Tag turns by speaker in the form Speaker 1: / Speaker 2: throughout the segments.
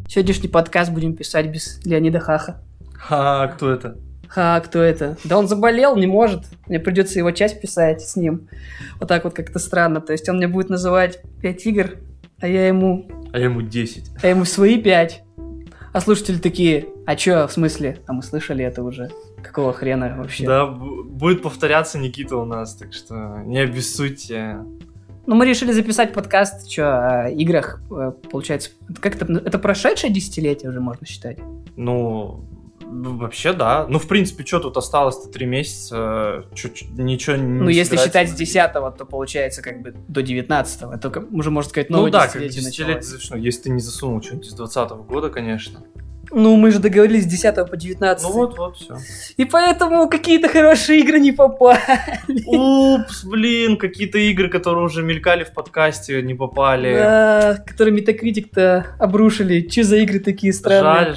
Speaker 1: Сегодняшний подкаст будем писать без Леонида Хаха.
Speaker 2: Кто это?
Speaker 1: Кто это? Да он заболел, не может. Мне придется его часть писать с ним. Вот так вот как-то странно. То есть он мне будет называть 5 игр, а я ему
Speaker 2: 10.
Speaker 1: А ему свои 5. А слушатели такие, а чё, в смысле? А мы слышали это уже. Какого хрена вообще?
Speaker 2: Да, будет повторяться Никита у нас, так что не обессудьте.
Speaker 1: Ну, мы решили записать подкаст, о играх, получается. Это прошедшее десятилетие уже, можно считать?
Speaker 2: Ну, вообще, да. Ну, в принципе, что тут осталось-то 3 месяца? Ничего не
Speaker 1: Ну, если считать с 10-го, то получается как бы до 19-го. Это уже, можно сказать, новое десятилетие началось.
Speaker 2: Десятилетие завершено. Если ты не засунул что-нибудь с 20-го года, конечно.
Speaker 1: Ну, мы же договорились с 10 по 19.
Speaker 2: Ну вот, все.
Speaker 1: И поэтому какие-то хорошие игры не попали.
Speaker 2: Упс, блин, какие-то игры, которые уже мелькали в подкасте, не попали.
Speaker 1: Да, которые Metacritic-то обрушили. Че за игры такие странные?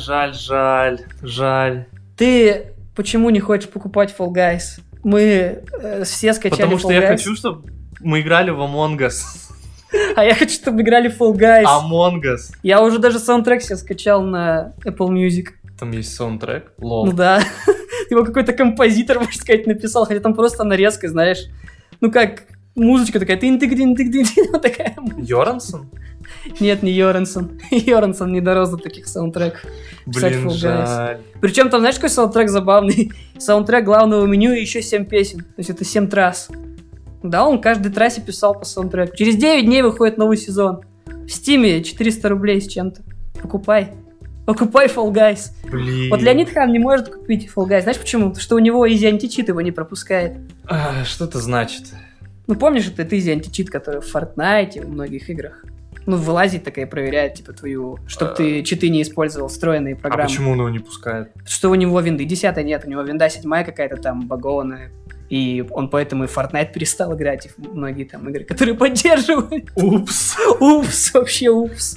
Speaker 2: Жаль.
Speaker 1: Ты почему не хочешь покупать Fall Guys? Мы все скачали Fall Guys.
Speaker 2: Потому что я хочу, чтобы мы играли в Among Us.
Speaker 1: А я хочу, чтобы играли Fall Guys.
Speaker 2: Among Us.
Speaker 1: Я уже даже саундтрек себе скачал на Apple Music.
Speaker 2: Там есть саундтрек? Лол.
Speaker 1: Ну да. Его какой-то композитор, можно сказать, написал. Хотя там просто нарезка, знаешь. Ну как, музычка такая. Вот такая.
Speaker 2: Йорансон?
Speaker 1: Нет, не Йорансон. Йорансон не дорос до таких саундтреков.
Speaker 2: Блин, жаль.
Speaker 1: Причем там, знаешь, какой саундтрек забавный? Саундтрек главного меню и еще 7 песен. То есть это 7 трасс. Да, он каждой трассе писал по саундтреку. Через 9 дней выходит новый сезон. В Стиме 400 рублей с чем-то. Покупай Fall Guys.
Speaker 2: Блин.
Speaker 1: Вот Леонид Хан не может купить Fall Guys. Знаешь почему? Потому что у него Easy Anti-Cheat его не пропускает.
Speaker 2: Что это значит?
Speaker 1: Ну, помнишь, это Easy Anti-Cheat, который в Fortnite, в многих играх. Ну, вылазит такая, проверяет, типа, твою... Чтобы ты читы не использовал, встроенные программы.
Speaker 2: А почему он его не пускает?
Speaker 1: Потому что у него винды 10 нет, у него винда 7 какая-то там багованная. И он поэтому и в Fortnite перестал играть, и в многие там игры, которые поддерживают.
Speaker 2: Упс,
Speaker 1: вообще упс.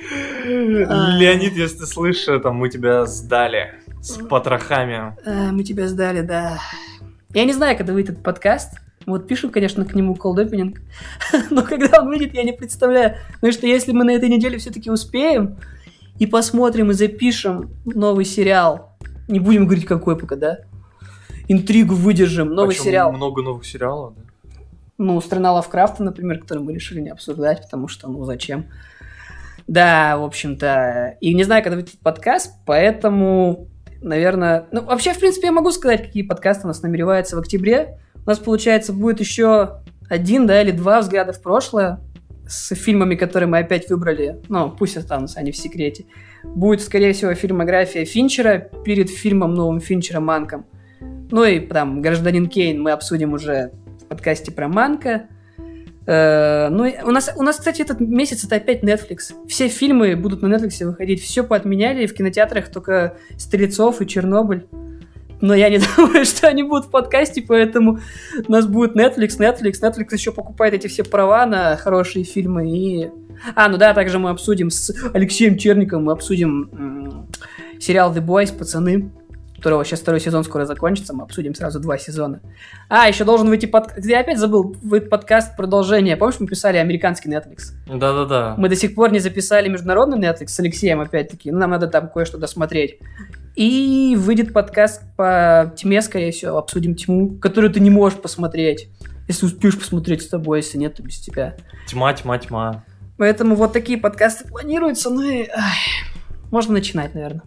Speaker 2: Леонид, если ты слышишь, там мы тебя сдали с потрохами.
Speaker 1: Мы тебя сдали, да. Я не знаю, когда выйдет этот подкаст. Вот пишем, конечно, к нему cold opening. Но когда он выйдет, я не представляю. Потому что если мы на этой неделе все-таки успеем и посмотрим и запишем новый сериал, не будем говорить какой пока, да? Интригу выдержим, новый сериал.
Speaker 2: Много новых сериалов, да?
Speaker 1: Ну, «Страна Лавкрафта», например, который мы решили не обсуждать, потому что, зачем? Да, в общем-то. И не знаю, когда выйдет подкаст, поэтому, наверное... Ну, вообще, в принципе, я могу сказать, какие подкасты у нас намереваются в октябре. У нас, получается, будет еще 1, или 2 взгляда в прошлое с фильмами, которые мы опять выбрали. Ну, пусть останутся они в секрете. Будет, скорее всего, фильмография Финчера перед фильмом новым Финчера «Манком». Ну и там «Гражданин Кейн» мы обсудим уже в подкасте про Манка. Ну и у нас, кстати, этот месяц это опять Netflix. Все фильмы будут на Netflix выходить. Все поотменяли в кинотеатрах, только «Стрельцов» и «Чернобыль». Но я не думаю, что они будут в подкасте, поэтому у нас будет Netflix. Netflix еще покупает эти все права на хорошие фильмы. И... также мы обсудим с Алексеем Черниковым, мы обсудим сериал The Boys, «Пацаны», которого сейчас 2-й сезон скоро закончится, мы обсудим сразу 2 сезона. Еще должен выйти подкаст... Я опять забыл, выйдет подкаст продолжение. Помнишь, мы писали американский Netflix?
Speaker 2: Да.
Speaker 1: Мы до сих пор не записали международный Netflix с Алексеем, опять-таки. Нам надо там кое-что досмотреть. И выйдет подкаст по тьме, скорее всего. Обсудим тьму, которую ты не можешь посмотреть. Если успеешь посмотреть с тобой, если нет, то без тебя.
Speaker 2: Тьма.
Speaker 1: Поэтому вот такие подкасты планируются. Можно начинать, наверное.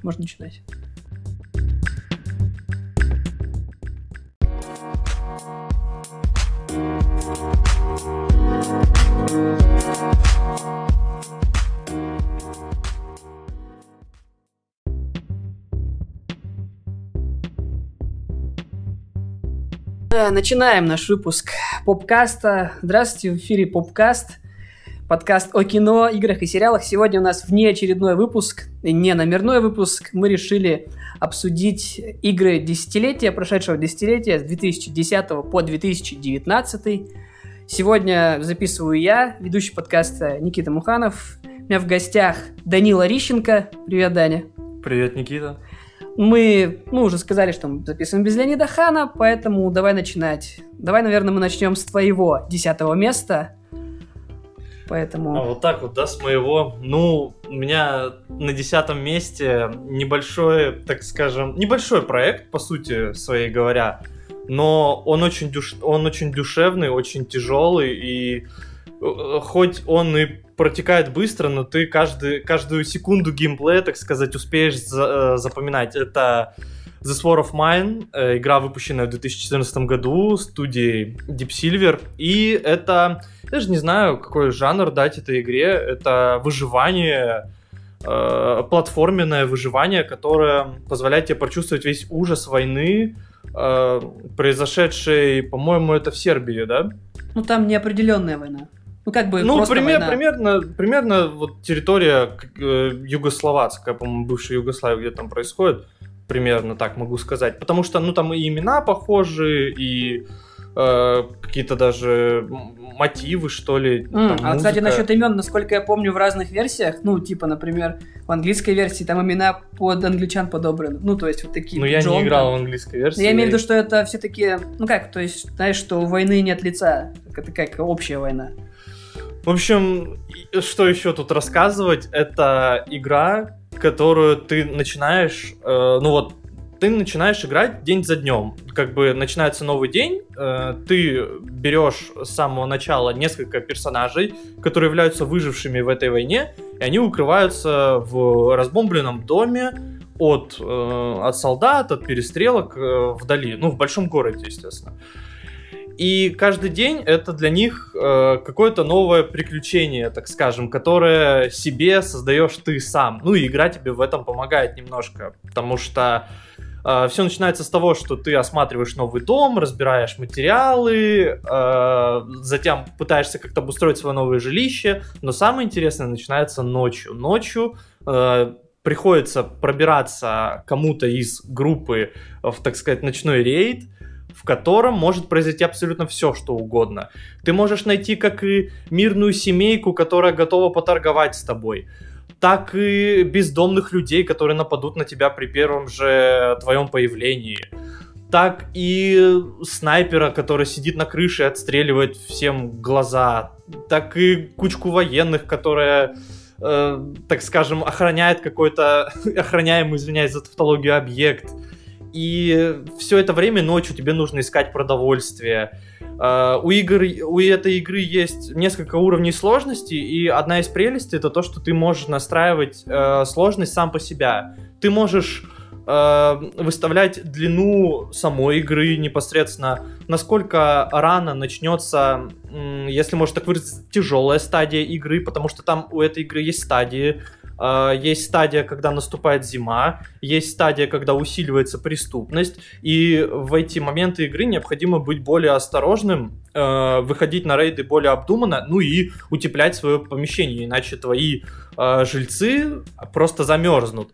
Speaker 1: Начинаем наш выпуск попкаста. Здравствуйте, в эфире попкаст. Подкаст о кино, играх и сериалах. Сегодня у нас внеочередной выпуск, не номерной выпуск. Мы решили обсудить игры прошедшего десятилетия с 2010 по 2019. Сегодня записываю я, ведущий подкаста Никита Муханов. У меня в гостях Данила Рищенко. Привет, Даня.
Speaker 2: Привет, Никита.
Speaker 1: Мы уже сказали, что мы записываем без Леонида Хана, поэтому давай начинать. Давай, наверное, мы начнем с твоего 10-го места. Поэтому...
Speaker 2: А вот так вот, да, с моего... Ну, у меня на 10-м месте небольшой, так скажем, небольшой проект, по сути своей говоря, но он очень душевный, очень тяжелый, и хоть он и протекает быстро, но ты каждую секунду геймплея, так сказать, успеешь запоминать. Это The Sword of Mine, игра, выпущенная в 2014 году студией Deep Silver, и это, я даже не знаю, какой жанр дать этой игре, это выживание, платформенное выживание, которое позволяет тебе прочувствовать весь ужас войны, произошедшей, по-моему, это в Сербии, да?
Speaker 1: Ну, там неопределенная война. Ну, как бы просто
Speaker 2: война. Примерно вот территория югословацкая, по-моему, бывшая Югославия, где там происходит. Примерно так могу сказать. Потому что, ну, там и имена похожи, и какие-то даже мотивы, что ли.
Speaker 1: Кстати, насчет имен, насколько я помню, в разных версиях, ну, типа, например, в английской версии там имена под англичан подобраны. Ну, то есть, вот такие.
Speaker 2: Ну, я не играл в английской версии.
Speaker 1: Я имею в виду, что это все-таки, ну как, то есть, знаешь, что у войны нет лица. Это как общая война.
Speaker 2: В общем, что еще тут рассказывать? Это игра, которую ты начинаешь, ты начинаешь играть день за днем. Как бы начинается новый день, ты берешь с самого начала несколько персонажей, которые являются выжившими в этой войне, и они укрываются в разбомбленном доме от солдат, от перестрелок вдали, ну, в большом городе, естественно. И каждый день это для них какое-то новое приключение, так скажем, которое себе создаешь ты сам. Ну и игра тебе в этом помогает немножко, потому что все начинается с того, что ты осматриваешь новый дом, разбираешь материалы, затем пытаешься как-то обустроить свое новое жилище, но самое интересное начинается ночью. Ночью приходится пробираться кому-то из группы в, так сказать, ночной рейд, в котором может произойти абсолютно все, что угодно. Ты можешь найти как и мирную семейку, которая готова поторговать с тобой, так и бездомных людей, которые нападут на тебя при первом же твоем появлении, так и снайпера, который сидит на крыше и отстреливает всем глаза, так и кучку военных, которая, так скажем, охраняет какой-то охраняемый, извиняюсь за тавтологию, объект. И все это время ночью тебе нужно искать продовольствие. У этой игры есть несколько уровней сложности, и одна из прелестей — это то, что ты можешь настраивать сложность сам по себе. Ты можешь выставлять длину самой игры непосредственно, насколько рано начнется, если можно так выразиться, тяжелая стадия игры, потому что там у этой игры есть стадии. Есть стадия, когда наступает зима, есть стадия, когда усиливается преступность, и в эти моменты игры необходимо быть более осторожным, выходить на рейды более обдуманно, ну и утеплять свое помещение, иначе твои жильцы просто замерзнут.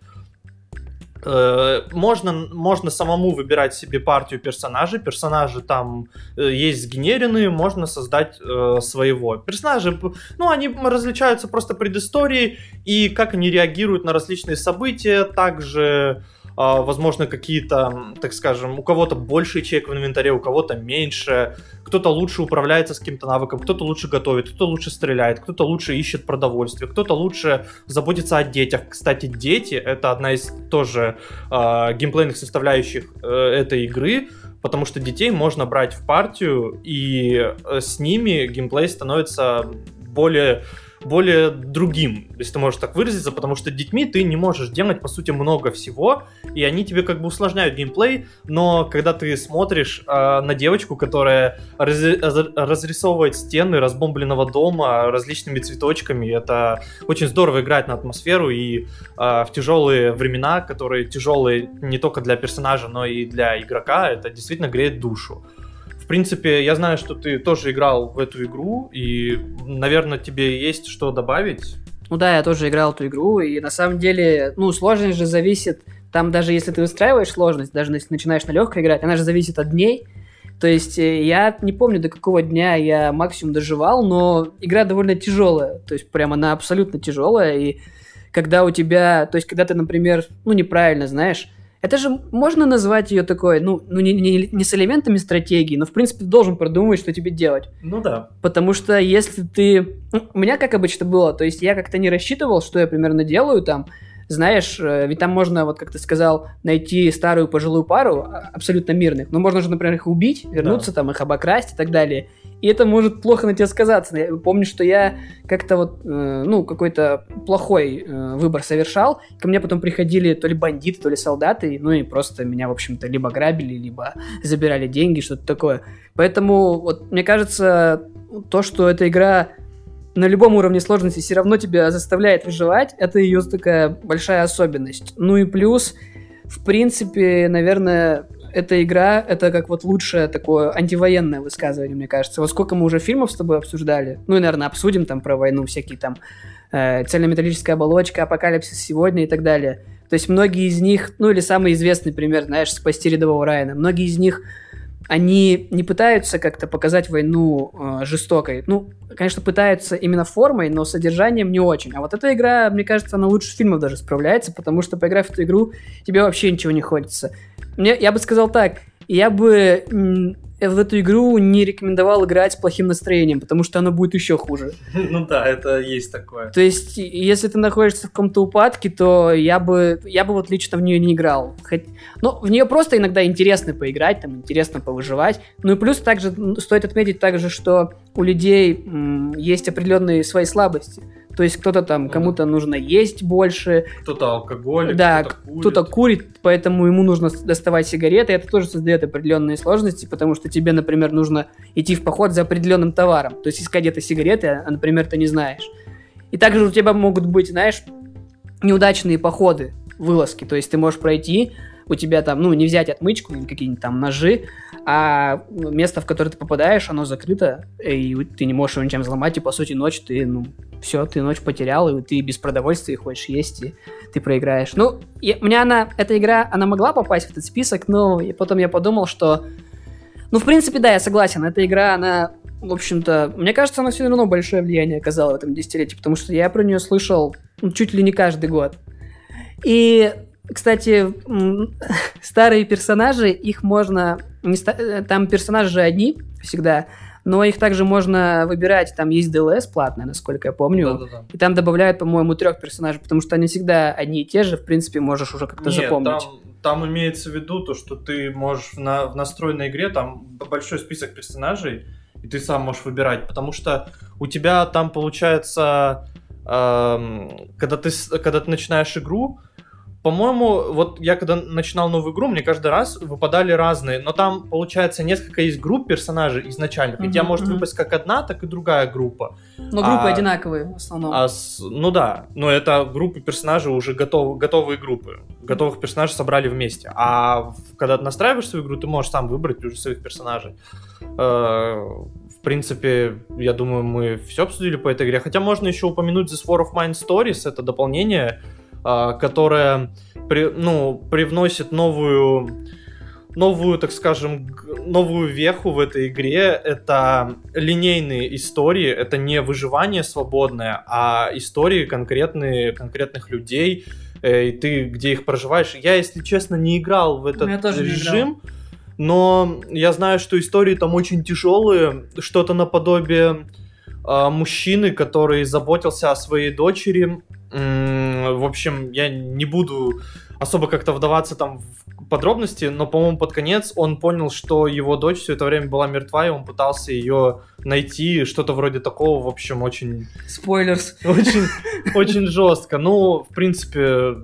Speaker 2: Можно самому выбирать себе партию персонажей. Персонажи там есть сгенеренные, можно создать своего. Персонажи, ну, они различаются просто предысторией и как они реагируют на различные события. Также, возможно, какие-то, так скажем, у кого-то больше ячеек в инвентаре, у кого-то меньше. Кто-то лучше управляется с каким-то навыком, кто-то лучше готовит, кто-то лучше стреляет, кто-то лучше ищет продовольствие, кто-то лучше заботится о детях. Кстати, дети — это одна из тоже геймплейных составляющих этой игры, потому что детей можно брать в партию, и с ними геймплей становится более другим, если ты можешь так выразиться, потому что с детьми ты не можешь делать, по сути, много всего, и они тебе как бы усложняют геймплей, но когда ты смотришь на девочку, которая разрисовывает стены разбомбленного дома различными цветочками, это очень здорово играет на атмосферу, и в тяжелые времена, которые тяжелые не только для персонажа, но и для игрока, это действительно греет душу. В принципе, я знаю, что ты тоже играл в эту игру, и, наверное, тебе есть что добавить.
Speaker 1: Ну да, я тоже играл в эту игру, и на самом деле, ну, сложность же зависит, там даже если ты выстраиваешь сложность, даже если начинаешь на легкой играть, она же зависит от дней. То есть я не помню, до какого дня я максимум доживал, но игра довольно тяжелая, то есть прям она абсолютно тяжелая, и когда у тебя, то есть когда ты, например, ну, неправильно знаешь, это же можно назвать ее такой, не с элементами стратегии, но, в принципе, ты должен продумывать, что тебе делать.
Speaker 2: Ну да.
Speaker 1: Потому что если ты... у меня как обычно было, то есть я как-то не рассчитывал, что я примерно делаю там, знаешь, ведь там можно, вот как ты сказал, найти старую пожилую пару, абсолютно мирных, но можно же, например, их убить, вернуться там, их обокрасть и так далее. И это может плохо на тебя сказаться. Я помню, что я как-то вот, какой-то плохой выбор совершал. Ко мне потом приходили то ли бандиты, то ли солдаты, и просто меня, в общем-то, либо грабили, либо забирали деньги, что-то такое. Поэтому, вот, мне кажется, то, что эта игра на любом уровне сложности все равно тебя заставляет выживать, это ее такая большая особенность. Ну и плюс, в принципе, наверное, эта игра, это как вот лучшее такое антивоенное высказывание, мне кажется. Вот сколько мы уже фильмов с тобой обсуждали, и, наверное, обсудим там про войну, всякие там цельнометаллическая оболочка, апокалипсис сегодня и так далее. То есть многие из них, или самый известный пример, знаешь, «Спасти рядового Райана», многие из них они не пытаются как-то показать войну жестокой. Конечно, пытаются именно формой, но содержанием не очень. А вот эта игра, мне кажется, она лучше фильмов даже справляется, потому что, поиграв в эту игру, тебе вообще ничего не хочется. Я бы сказал так, я бы в эту игру не рекомендовал играть с плохим настроением, потому что оно будет еще хуже.
Speaker 2: Ну да, это есть такое.
Speaker 1: То есть, если ты находишься в каком-то упадке, то я бы вот лично в нее не играл. В нее просто иногда интересно поиграть, там интересно повыживать. Ну и плюс также стоит отметить также, что у людей есть определенные свои слабости. То есть кто-то там, кому-то нужно есть больше.
Speaker 2: Кто-то алкоголик,
Speaker 1: да, кто-то курит, поэтому ему нужно доставать сигареты. Это тоже создает определенные сложности, потому что тебе, например, нужно идти в поход за определенным товаром. То есть искать где-то сигареты, а, например, ты не знаешь. И также у тебя могут быть, знаешь, неудачные походы, вылазки. То есть ты можешь пройти, у тебя там, не взять отмычку или какие-нибудь там ножи, а место, в которое ты попадаешь, оно закрыто, и ты не можешь его ничем взломать, и по сути ночь ты, все, ты ночь потерял, и ты без продовольствия хочешь есть, и ты проиграешь. Эта игра, она могла попасть в этот список, но потом я подумал, что, в принципе, да, я согласен, эта игра, она, в общем-то, мне кажется, она все равно большое влияние оказала в этом десятилетии, потому что я про нее слышал чуть ли не каждый год. И кстати, старые персонажи, их можно... Там персонажи же одни всегда, но их также можно выбирать. Там есть DLC платная, насколько я помню. Да. И там добавляют, по-моему, 3 персонажей, потому что они всегда одни и те же, в принципе, можешь уже как-то запомнить.
Speaker 2: Там имеется в виду то, что ты можешь в настроенной игре, там большой список персонажей, и ты сам можешь выбирать, потому что у тебя там получается, когда ты начинаешь игру, по-моему, вот я когда начинал новую игру, мне каждый раз выпадали разные, но там, получается, несколько есть групп персонажей изначальных, и у тебя может выпасть как одна, так и другая группа.
Speaker 1: Но группы одинаковые в основном.
Speaker 2: Но это группы персонажей уже готовые группы. Готовых персонажей собрали вместе. А когда ты настраиваешь свою игру, ты можешь сам выбрать уже своих персонажей. В принципе, я думаю, мы все обсудили по этой игре. Хотя можно еще упомянуть The War of Mine Stories, это дополнение, которая привносит новую, так скажем, новую веху в этой игре. Это линейные истории, это не выживание свободное, а истории конкретных людей, и ты где их проживаешь. Я, если честно, не играл в этот режим, но я знаю, что истории там очень тяжелые, что-то наподобие мужчины, который заботился о своей дочери. В общем, я не буду особо как-то вдаваться там в подробности, но, по-моему, под конец он понял, что его дочь все это время была мертва, и он пытался ее найти, что-то вроде такого, в общем, очень...
Speaker 1: Спойлерс.
Speaker 2: Очень жестко. В принципе,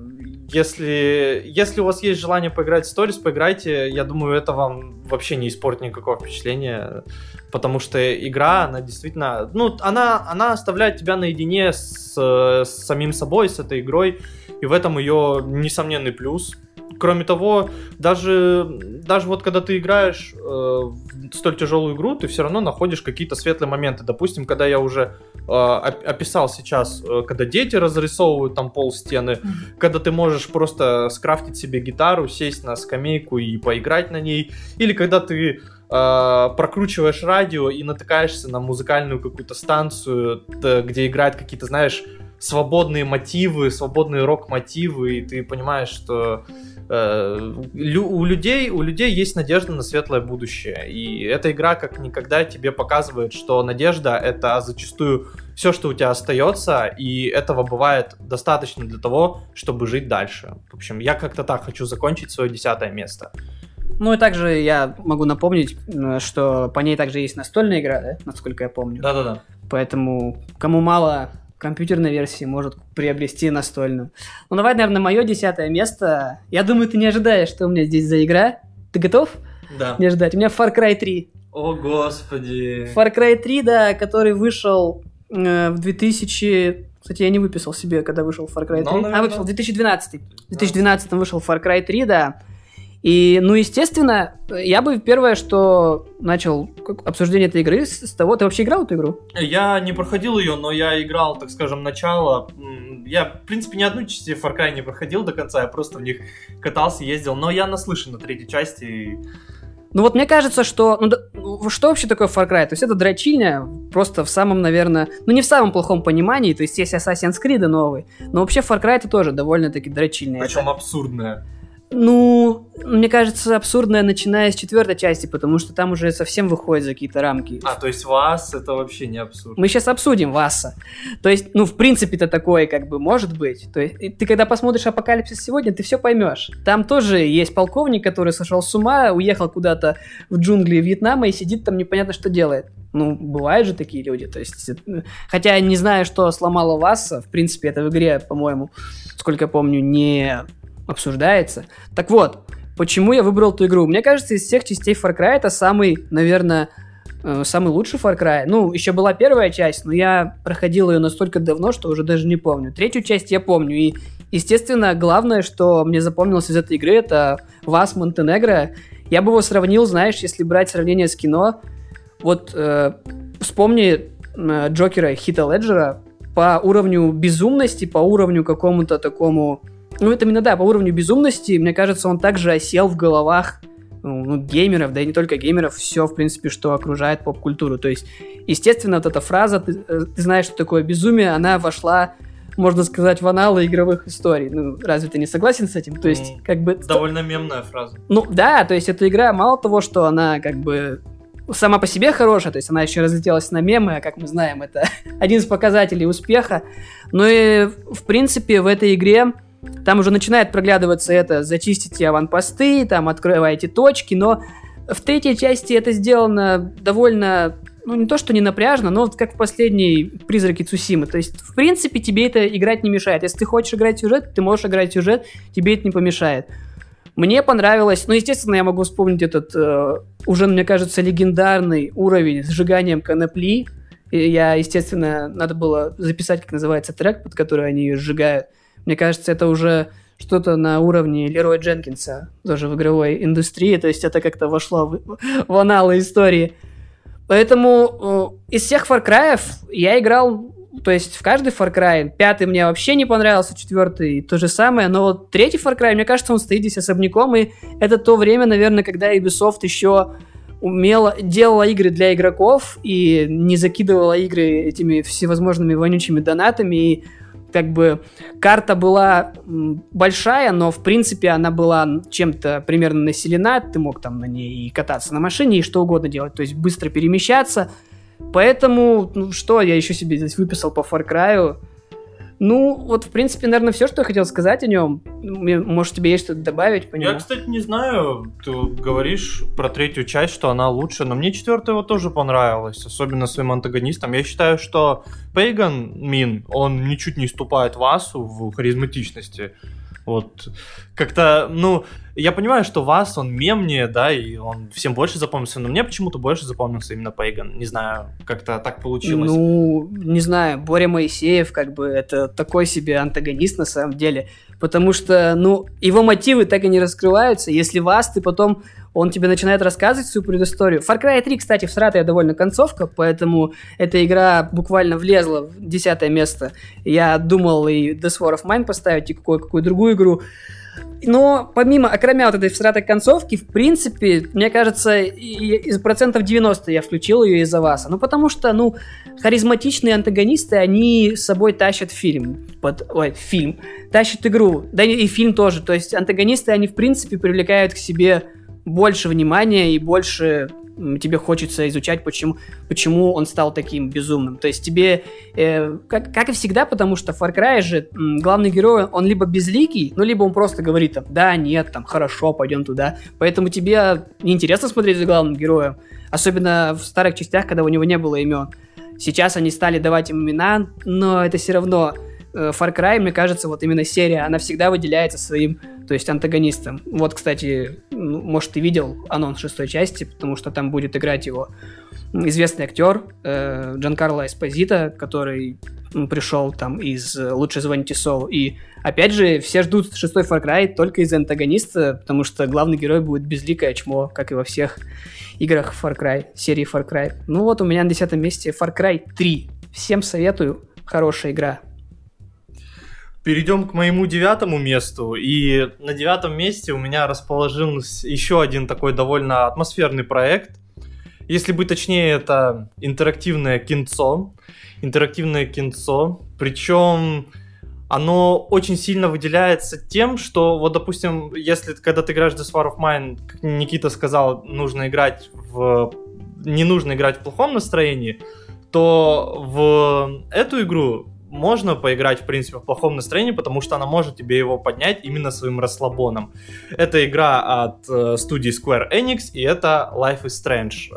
Speaker 2: если у вас есть желание поиграть в Stories, поиграйте. Я думаю, это вам вообще не испортит никакого впечатления, потому что игра, она действительно... она оставляет тебя наедине с самим собой, с этой игрой, и в этом ее несомненный плюс. Кроме того, даже вот когда ты играешь в столь тяжелую игру, ты все равно находишь какие-то светлые моменты. Допустим, когда я уже описал сейчас, когда дети разрисовывают там пол стены, когда ты можешь просто скрафтить себе гитару, сесть на скамейку и поиграть на ней, или когда ты прокручиваешь радио и натыкаешься на музыкальную какую-то станцию, где играют какие-то, знаешь, свободные мотивы, свободные рок-мотивы, и ты понимаешь, что у людей есть надежда на светлое будущее. И эта игра как никогда тебе показывает, что надежда — это зачастую все, что у тебя остается, и этого бывает достаточно для того, чтобы жить дальше. В общем, я как-то так хочу закончить свое 10 место.
Speaker 1: Ну и также я могу напомнить, что по ней также есть настольная игра, да, насколько я помню.
Speaker 2: Да-да-да.
Speaker 1: Поэтому кому мало компьютерной версии, может приобрести настольную. Ну давай, наверное, мое 10 место. Я думаю, ты не ожидаешь, что у меня здесь за игра. Ты готов?
Speaker 2: Да.
Speaker 1: Не ждать. У меня Far Cry 3.
Speaker 2: О, господи.
Speaker 1: Far Cry 3, да, который вышел в 2000... Кстати, я не выписал себе, когда вышел Far Cry 3.
Speaker 2: Наверное...
Speaker 1: Выписал в 2012. В 2012 вышел Far Cry 3, да. И, ну, естественно, я бы первое, что начал обсуждение этой игры с того... Ты вообще играл в эту игру?
Speaker 2: Я не проходил ее, но я играл, так скажем, начало. Я, в принципе, ни одну часть Far Cry не проходил до конца, я просто в них катался, ездил. Но я наслышан на третьей части.
Speaker 1: Ну вот мне кажется, что... что вообще такое Far Cry? То есть это дрочильня просто в самом, наверное... Ну не в самом плохом понимании, то есть есть Assassin's Creed новый, но вообще Far Cry это тоже довольно-таки дрочильня.
Speaker 2: Причем абсурдная.
Speaker 1: Ну, мне кажется, абсурдная, начиная с 4 части, потому что там уже совсем выходит за какие-то рамки.
Speaker 2: То есть ВАС это вообще не абсурд.
Speaker 1: Мы сейчас обсудим ВАСа. То есть, ну, в принципе-то такое как бы может быть. То есть, ты когда посмотришь «Апокалипсис сегодня», ты все поймешь. Там тоже есть полковник, который сошел с ума, уехал куда-то в джунгли Вьетнама и сидит там непонятно что делает. Ну, бывают же такие люди. То есть, хотя я не знаю, что сломало ВАСа, в принципе, это в игре, по-моему, сколько я помню, не обсуждается. Так вот, почему я выбрал эту игру? Мне кажется, из всех частей Far Cry это самый, наверное, самый лучший Far Cry. Ну, еще была первая часть, но я проходил ее настолько давно, что уже даже не помню. Третью часть я помню. И, естественно, главное, что мне запомнилось из этой игры, это ВАС Монтенегро. Я бы его сравнил, знаешь, если брать сравнение с кино. Вот вспомни Джокера Хита Леджера по уровню безумности, по уровню какому-то такому... Ну, это именно, да, по уровню безумности, мне кажется, он также осел в головах геймеров, да и не только геймеров, все, в принципе, что окружает поп-культуру. То есть, естественно, вот эта фраза «ты знаешь, что такое безумие», она вошла, можно сказать, в аналы игровых историй. Ну, разве ты не согласен с этим? То есть, как бы...
Speaker 2: Довольно мемная фраза.
Speaker 1: Ну, да, то есть, эта игра, мало того, что она, как бы... сама по себе хорошая, то есть она еще разлетелась на мемы, а как мы знаем, это один из показателей успеха. Ну и, в принципе, в этой игре там уже начинает проглядываться это, зачистите аванпосты, там открываете точки, но в третьей части это сделано довольно, ну не то что не напряжно, но вот как в последней «Призраке Цусимы». То есть, в принципе, тебе это играть не мешает. Если ты хочешь играть в сюжет, ты можешь играть в сюжет, тебе это не помешает. Мне понравилось, ну, естественно, я могу вспомнить этот уже, мне кажется, легендарный уровень с сжиганием конопли. И я, естественно, надо было записать, как называется трек, под который они ее сжигают. Мне кажется, это уже что-то на уровне Лероя Дженкинса, тоже в игровой индустрии, то есть это как-то вошло в аналы истории. Поэтому из всех Far Cry'ев я играл, то есть в каждый Far Cry. 5 мне вообще не понравился, 4 то же самое, но вот 3 Far Cry, мне кажется, он стоит здесь особняком, и это то время, наверное, когда Ubisoft еще делала игры для игроков и не закидывала игры этими всевозможными вонючими донатами, и как бы карта была большая, но в принципе она была чем-то примерно населена, ты мог там на ней и кататься на машине, и что угодно делать, то есть быстро перемещаться. Поэтому, ну что, я еще себе здесь выписал по Far Cry. Ну, вот, в принципе, наверное, все, что я хотел сказать о нем. Может, тебе есть что-то добавить по нему?
Speaker 2: Я, кстати, не знаю, ты говоришь про третью часть, что она лучше, но мне 4 тоже понравилась, особенно своим антагонистом. Я считаю, что Пейган Мин, он ничуть не уступает Васу в харизматичности. Вот, как-то, ну, я понимаю, что Вас, он мемнее, да, и он всем больше запомнился, но мне почему-то больше запомнился именно Пейган. Не знаю, как-то так получилось.
Speaker 1: Ну, не знаю, Боря Моисеев, как бы, это такой себе антагонист на самом деле, потому что, ну, его мотивы так и не раскрываются. Если Вас, ты потом, он тебе начинает рассказывать свою предысторию. Far Cry 3, кстати, всратая довольно концовка, поэтому эта игра буквально влезла в 10 место. Я думал и The Sword of Mine поставить, и какую другую игру. Но окромя вот этой всратой концовки, в принципе, мне кажется, из процентов 90 я включил ее из-за вас. Ну, потому что, харизматичные антагонисты, они с собой тащат фильм. Тащат игру. Да и фильм тоже. То есть антагонисты, они, в принципе, привлекают к себе больше внимания и больше тебе хочется изучать, почему он стал таким безумным. То есть тебе, как и всегда, потому что в Far Cry же главный герой, он либо безликий, либо он просто говорит там, да, нет, там, хорошо, пойдем туда. Поэтому тебе неинтересно смотреть за главным героем. Особенно в старых частях, когда у него не было имен. Сейчас они стали давать им имена, но это все равно... Far Cry, мне кажется, вот именно серия, она всегда выделяется своим, то есть антагонистом. Вот, кстати, может, ты видел анонс 6 части, потому что там будет играть его известный актер Джанкарло Эспозито, который пришел там из «Лучше звоните Солу». И, опять же, все ждут 6 Far Cry только из-за антагониста, потому что главный герой будет безликое чмо, как и во всех играх Far Cry, серии Far Cry. Ну вот, у меня на 10 месте Far Cry 3. Всем советую, хорошая игра.
Speaker 2: Перейдем к моему 9 месту, и на 9 месте у меня расположился еще один такой довольно атмосферный проект. Если быть точнее, это интерактивное кинцо, причем оно очень сильно выделяется тем, что, вот, допустим, когда ты играешь в This War of Mine, как Никита сказал, не нужно играть в плохом настроении, то в эту игру можно поиграть, в принципе, в плохом настроении, потому что она может тебе его поднять именно своим расслабоном. Это игра от студии Square Enix, и это Life is Strange.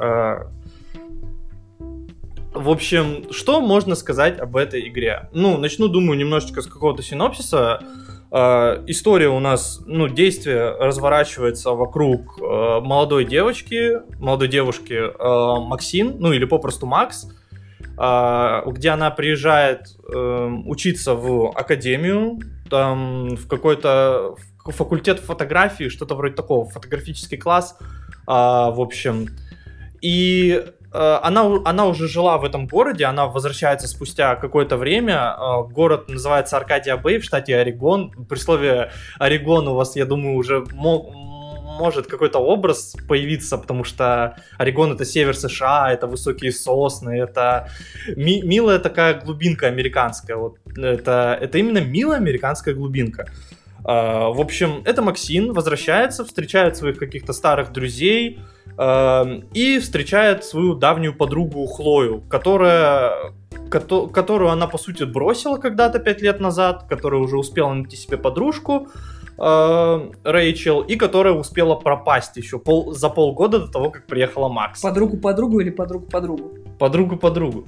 Speaker 2: В общем, что можно сказать об этой игре? Начну, думаю, немножечко с какого-то синопсиса. История у нас, действие разворачивается вокруг молодой девушки Максин, или попросту Макс, где она приезжает учиться в академию, там в какой-то факультет фотографии, что-то вроде такого, фотографический класс, в общем. И она уже жила в этом городе, она возвращается спустя какое-то время. Город называется Аркадия Бэй в штате Орегон. При слове Орегон у вас, я думаю, уже может какой-то образ появиться, потому что Орегон — это север США, это высокие сосны, это милая такая глубинка американская. Вот это именно милая американская глубинка. В общем, это Максин возвращается, встречает своих каких-то старых друзей и встречает свою давнюю подругу Хлою, которую она, по сути, бросила когда-то 5 лет назад, которая уже успела найти себе подружку, Рэйчел, и которая успела пропасть еще за полгода до того, как приехала Макс.
Speaker 1: Подругу-подругу или подругу-подругу?
Speaker 2: Подругу-подругу.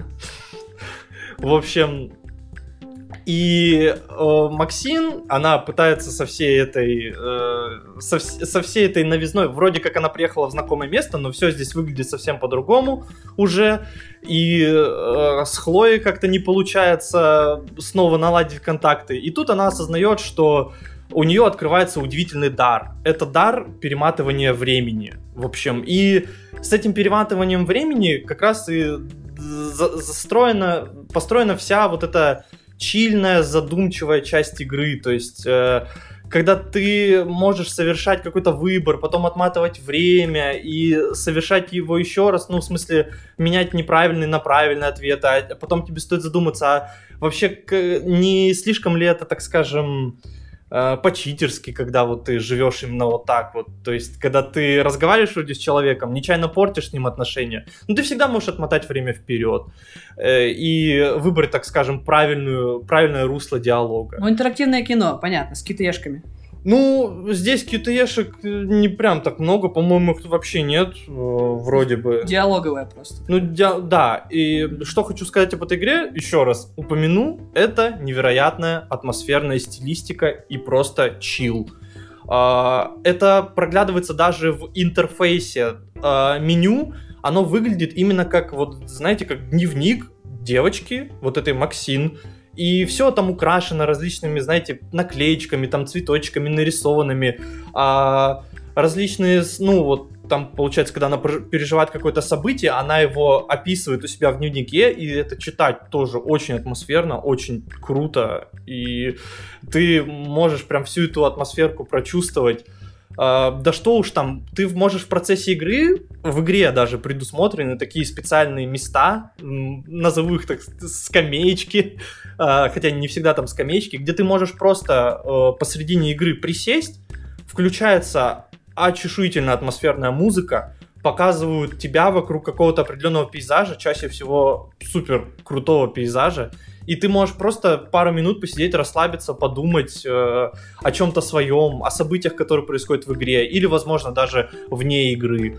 Speaker 2: В общем, и Максин, она пытается со всей этой новизной, вроде как она приехала в знакомое место, но все здесь выглядит совсем по-другому уже, и с Хлоей как-то не получается снова наладить контакты, и тут она осознает, что у нее открывается удивительный дар. Это дар перематывания времени, в общем. И с этим перематыванием времени как раз и построена вся вот эта чильная, задумчивая часть игры. То есть, когда ты можешь совершать какой-то выбор, потом отматывать время и совершать его еще раз, в смысле, менять неправильный на правильный ответ, а потом тебе стоит задуматься, а вообще не слишком ли это, так скажем, по-читерски, когда вот ты живешь именно вот так вот. То есть, когда ты разговариваешь вроде с человеком, нечаянно портишь с ним отношения, ты всегда можешь отмотать время вперед и выбрать, так скажем, правильное русло диалога.
Speaker 1: Интерактивное кино, понятно, с QTE-шками.
Speaker 2: Здесь QTE-шек не прям так много, по-моему, их вообще нет, вроде бы.
Speaker 1: Диалоговая просто.
Speaker 2: Да, и что хочу сказать об этой игре, еще раз упомяну, это невероятная атмосферная стилистика и просто чил. Это проглядывается даже в интерфейсе меню, оно выглядит именно как, вот, знаете, как дневник девочки, вот этой Максин. И все там украшено различными, знаете, наклеечками, там цветочками нарисованными, различные, там, получается, когда она переживает какое-то событие, она его описывает у себя в дневнике, и это читать тоже очень атмосферно, очень круто, и ты можешь прям всю эту атмосферку прочувствовать. Да что уж там, ты можешь в процессе игры, в игре даже предусмотрены такие специальные места, назову их так, скамеечки, хотя не всегда там скамеечки, где ты можешь просто посредине игры присесть, включается очешуительная атмосферная музыка, показывают тебя вокруг какого-то определенного пейзажа, чаще всего супер крутого пейзажа, и ты можешь просто пару минут посидеть, расслабиться, подумать о чем-то своем, о событиях, которые происходят в игре, или, возможно, даже вне игры.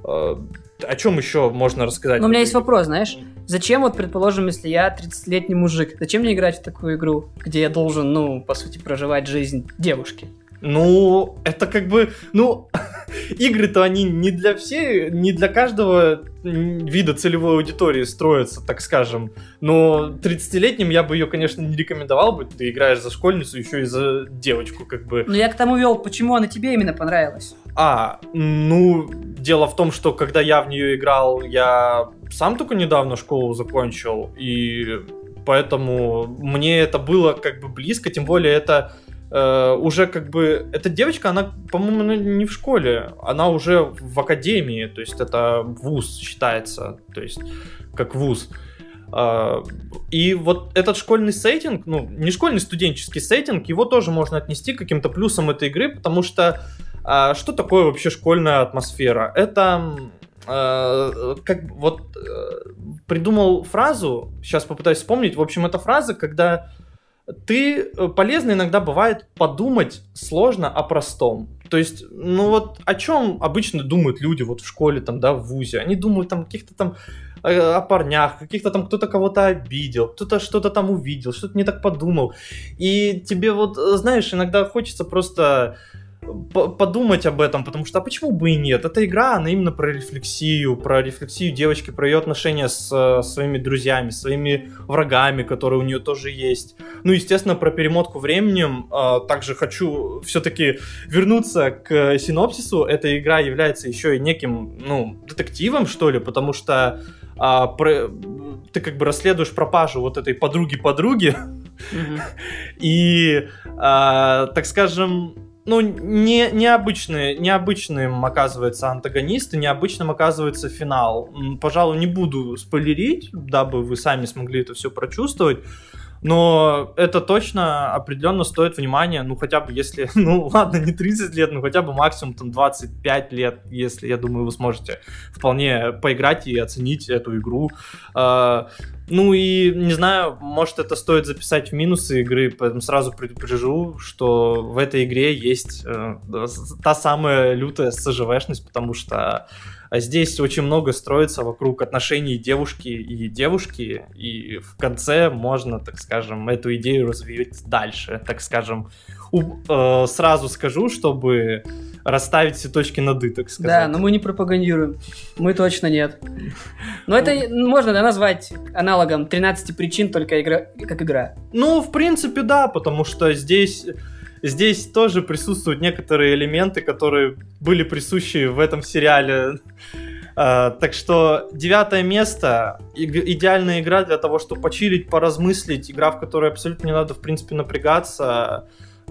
Speaker 2: О чем еще можно рассказать?
Speaker 1: Но у меня есть вопрос, знаешь, зачем, вот, предположим, если я 30-летний мужик, зачем мне играть в такую игру, где я должен, ну, по сути, проживать жизнь девушки?
Speaker 2: Ну, это как бы, ну, игры-то они не для каждого вида целевой аудитории строятся, так скажем. Но 30-летним я бы ее, конечно, не рекомендовал бы. Ты играешь за школьницу, еще и за девочку, как бы.
Speaker 1: Но я к тому вел, почему она тебе именно понравилась?
Speaker 2: Ну, дело в том, что когда я в нее играл, я сам только недавно школу закончил, и поэтому мне это было как бы близко, тем более это уже как бы... Эта девочка, она, по-моему, не в школе, она уже в академии, то есть это вуз считается, то есть как вуз. И вот этот школьный сеттинг, ну, не школьный, студенческий сеттинг, его тоже можно отнести к каким-то плюсам этой игры, потому что что такое вообще школьная атмосфера? Это... как вот придумал фразу, сейчас попытаюсь вспомнить, в общем, это фраза, когда полезно иногда бывает подумать сложно о простом. То есть, ну вот о чем обычно думают люди вот в школе, там, да, в вузе? Они думают там каких-то там о парнях, каких-то там кто-то кого-то обидел, кто-то что-то там увидел, что-то не так подумал. И тебе вот, знаешь, иногда хочется просто подумать об этом, потому что, а почему бы и нет? Эта игра, она именно про рефлексию девочки, про ее отношения с своими друзьями, своими врагами, которые у нее тоже есть. Ну, естественно, про перемотку временем. Также хочу все-таки вернуться к синопсису. Эта игра является еще и неким, ну, детективом, что ли, потому что ты как бы расследуешь пропажу вот этой подруги-подруги, и, так скажем, ну, необычным оказывается антагонист, и необычным оказывается финал. Пожалуй, не буду спойлерить, дабы вы сами смогли это все прочувствовать, но это точно определенно стоит внимания, ну, хотя бы если, ну, ладно, не 30 лет, но хотя бы максимум там 25 лет, если, я думаю, вы сможете вполне поиграть и оценить эту игру. Ну и, не знаю, может это стоит записать в минусы игры, поэтому сразу предупрежу, что в этой игре есть та самая лютая СЖВшность, потому что здесь очень много строится вокруг отношений девушки, и в конце можно, так скажем, эту идею развить дальше, так скажем. Сразу скажу, чтобы расставить все точки над «и», так сказать.
Speaker 1: Да, но мы не пропагандируем. Мы точно нет. Но это можно, да, назвать аналогом 13 причин, только как игра.
Speaker 2: Ну, в принципе, да, потому что здесь тоже присутствуют некоторые элементы, которые были присущи в этом сериале. Так что 9 место. Идеальная игра для того, чтобы почилить, поразмыслить. Игра, в которой абсолютно не надо, в принципе, напрягаться.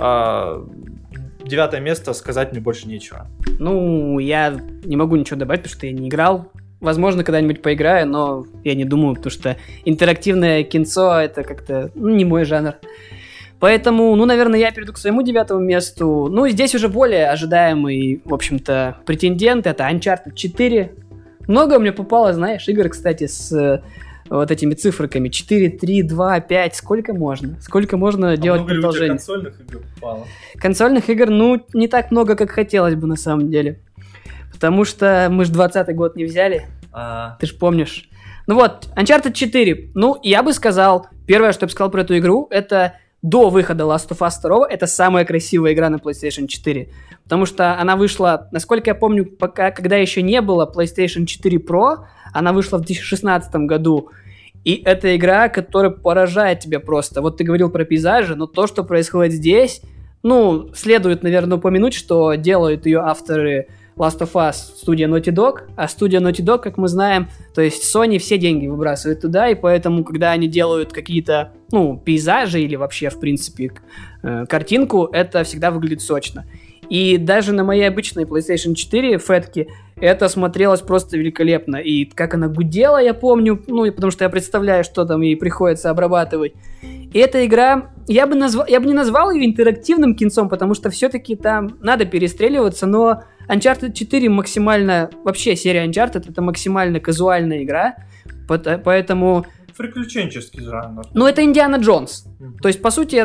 Speaker 2: 9 место, сказать мне больше нечего.
Speaker 1: Ну, я не могу ничего добавить, потому что я не играл. Возможно, когда-нибудь поиграю, но я не думаю, потому что интерактивное кинцо — это как-то не мой жанр. Поэтому, ну, наверное, я перейду к своему 9 месту. Ну, здесь уже более ожидаемый, в общем-то, претендент — это Uncharted 4. Много у меня попало, знаешь, игр, кстати, с вот этими цифрами 4, 3, 2, 5. Сколько можно? Сколько можно делать продолжение?
Speaker 2: Консольных игр попало?
Speaker 1: Консольных игр, ну, не так много, как хотелось бы на самом деле. Потому что мы же 20-й год не взяли. Ты ж помнишь. Ну вот, Uncharted 4. Ну, я бы сказал, первое, что я бы сказал про эту игру, это до выхода Last of Us 2, это самая красивая игра на PlayStation 4. Потому что она вышла, насколько я помню, когда еще не было PlayStation 4 Pro, она вышла в 2016 году. И это игра, которая поражает тебя просто. Вот ты говорил про пейзажи, но то, что происходит здесь, ну, следует, наверное, упомянуть, что делают ее авторы Last of Us студия Naughty Dog, а студия Naughty Dog, как мы знаем, то есть Sony все деньги выбрасывает туда, и поэтому, когда они делают какие-то, пейзажи или вообще, в принципе, картинку, это всегда выглядит сочно. И даже на моей обычной PlayStation 4 фэтке это смотрелось просто великолепно. И как она гудела, я помню, потому что я представляю, что там ей приходится обрабатывать. И эта игра, я бы не назвал ее интерактивным кинцом, потому что все-таки там надо перестреливаться, но Uncharted 4 максимально, вообще серия Uncharted это максимально казуальная игра, поэтому...
Speaker 2: Приключенческий жанр.
Speaker 1: Это Индиана Джонс. То есть, по сути,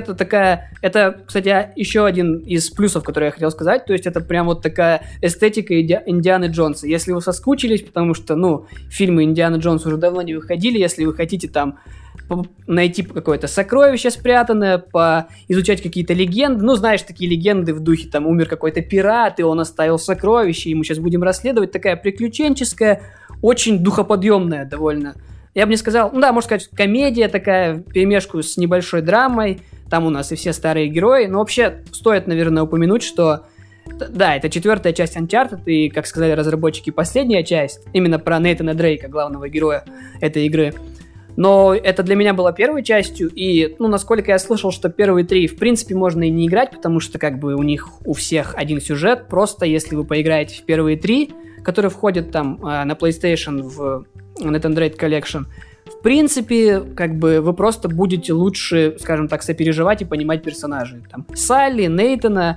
Speaker 1: это, кстати, еще один из плюсов, который я хотел сказать. То есть, это прям вот такая эстетика Индианы Джонса. Если вы соскучились, потому что, фильмы Индиана Джонса уже давно не выходили, если вы хотите там найти какое-то сокровище спрятанное, изучать какие-то легенды, знаешь, такие легенды в духе, там, умер какой-то пират, и он оставил сокровище, и мы сейчас будем расследовать, такая приключенческая, очень духоподъемная довольно. Я бы не сказал, можно сказать, комедия такая, перемешку с небольшой драмой, там у нас и все старые герои, но вообще стоит, наверное, упомянуть, что, да, это 4-я часть Uncharted, и, как сказали разработчики, последняя часть, именно про Нейтана Дрейка, главного героя этой игры, но это для меня была первой частью, и, насколько я слышал, что первые 3, в принципе, можно и не играть, потому что, у них у всех один сюжет, просто если вы поиграете в первые 3, которые входят там на PlayStation в Nathan Drake Collection, в принципе, вы просто будете лучше, скажем так, сопереживать и понимать персонажей. Там Салли, Нейтана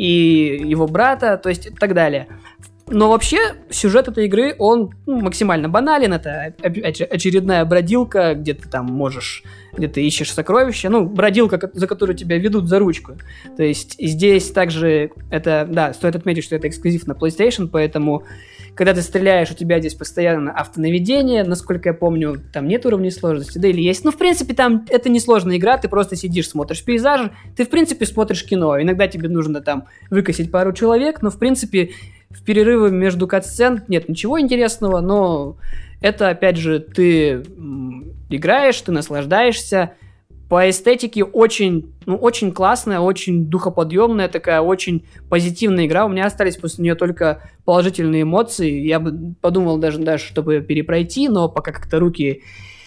Speaker 1: и его брата, то есть и так далее. Но вообще сюжет этой игры, он максимально банален. Это очередная бродилка, где ты там где ты ищешь сокровища. Бродилка, за которую тебя ведут за ручку. То есть здесь также стоит отметить, что это эксклюзив на PlayStation, поэтому когда ты стреляешь, у тебя здесь постоянно автонаведение, насколько я помню, там нет уровней сложности, да или есть. В принципе, там это несложная игра, ты просто сидишь, смотришь пейзажи, ты, в принципе, смотришь кино. Иногда тебе нужно там выкосить пару человек, но, в принципе, в перерыве между катсцен нет ничего интересного, но это, опять же, ты играешь, ты наслаждаешься. По эстетике очень классная, очень духоподъемная, такая очень позитивная игра. У меня остались после нее только положительные эмоции. Я бы подумал даже чтобы перепройти, но пока как-то руки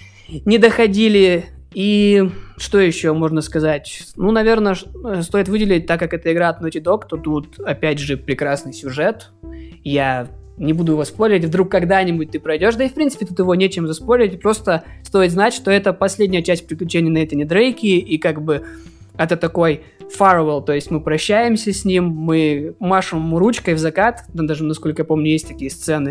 Speaker 1: не доходили. И что еще можно сказать? Наверное, стоит выделить, так как это игра от Naughty Dog, то тут, опять же, прекрасный сюжет. Я не буду его спойлерить, вдруг когда-нибудь ты пройдешь, да и в принципе тут его нечем заспойлерить, просто стоит знать, что это последняя часть приключений Нейтана Дрейки, и это такой farewell, то есть мы прощаемся с ним, мы машем ему ручкой в закат, даже, насколько я помню, есть такие сцены,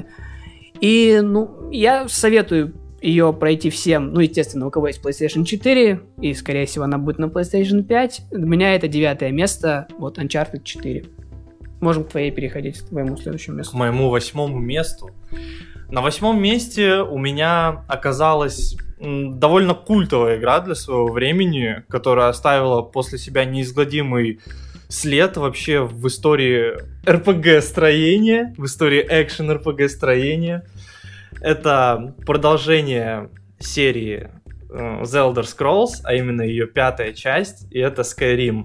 Speaker 1: и, я советую ее пройти всем, естественно, у кого есть PlayStation 4, и, скорее всего, она будет на PlayStation 5, у меня это 9-е место, Uncharted 4. Можем к твоей переходить, к твоему следующему месту.
Speaker 2: К моему 8-му месту. На 8-м месте у меня оказалась довольно культовая игра для своего времени, которая оставила после себя неизгладимый след вообще в истории RPG-строения, в истории экшен-RPG-строения. Это продолжение серии The Elder Scrolls, а именно ее 5-я часть, и это Skyrim,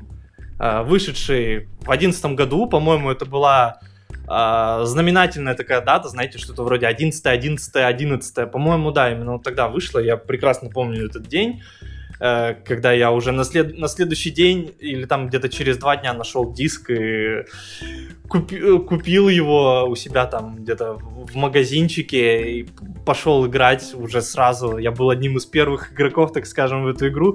Speaker 2: вышедший в 2011 году, по-моему, это была знаменательная такая дата, знаете, что-то вроде 11, по-моему, да, именно тогда вышло, я прекрасно помню этот день, когда я уже на следующий день или там где-то через 2 дня нашел диск и купил его у себя там где-то в магазинчике и пошел играть уже сразу, я был одним из первых игроков, так скажем, в эту игру.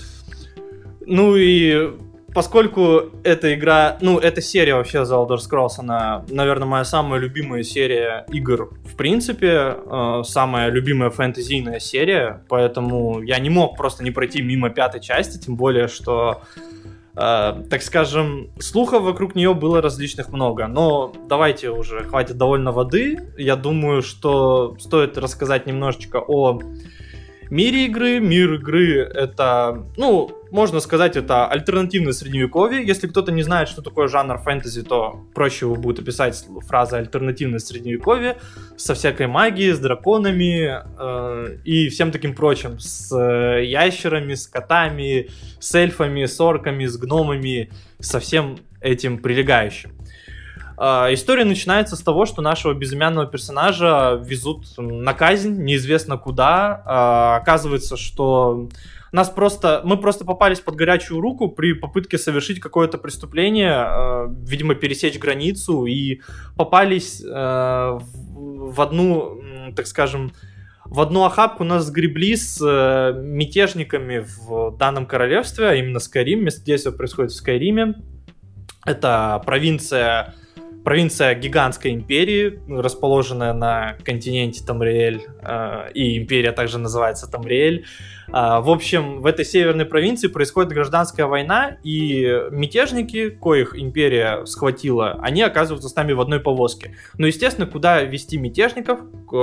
Speaker 2: И поскольку эта игра, эта серия вообще The Elder Scrolls, она, наверное, моя самая любимая серия игр в принципе, самая любимая фэнтезийная серия, поэтому я не мог просто не пройти мимо 5-й части, тем более, что, так скажем, слухов вокруг нее было различных много, но давайте уже, хватит довольно воды, я думаю, что стоит рассказать немножечко о мире игры. Мир игры — это, можно сказать, это альтернативное средневековье. Если кто-то не знает, что такое жанр фэнтези, то проще его будет описать фразой «альтернативное средневековье» со всякой магией, с драконами и всем таким прочим, с ящерами, с котами, с эльфами, с орками, с гномами, со всем этим прилегающим. История начинается с того, что нашего безымянного персонажа везут на казнь, неизвестно куда. Оказывается, что мы просто попались под горячую руку при попытке совершить какое-то преступление, видимо, пересечь границу, и попались в одну, так скажем, в одну охапку нас сгребли с мятежниками в данном королевстве, а именно Скайрим. Место действия происходит в Скайриме. Это провинция гигантской империи, расположенная на континенте Тамриэль, и империя также называется Тамриэль. В общем, в этой северной провинции происходит гражданская война, и мятежники, коих империя схватила, они оказываются с нами в одной повозке. Ну, естественно, куда вести мятежников,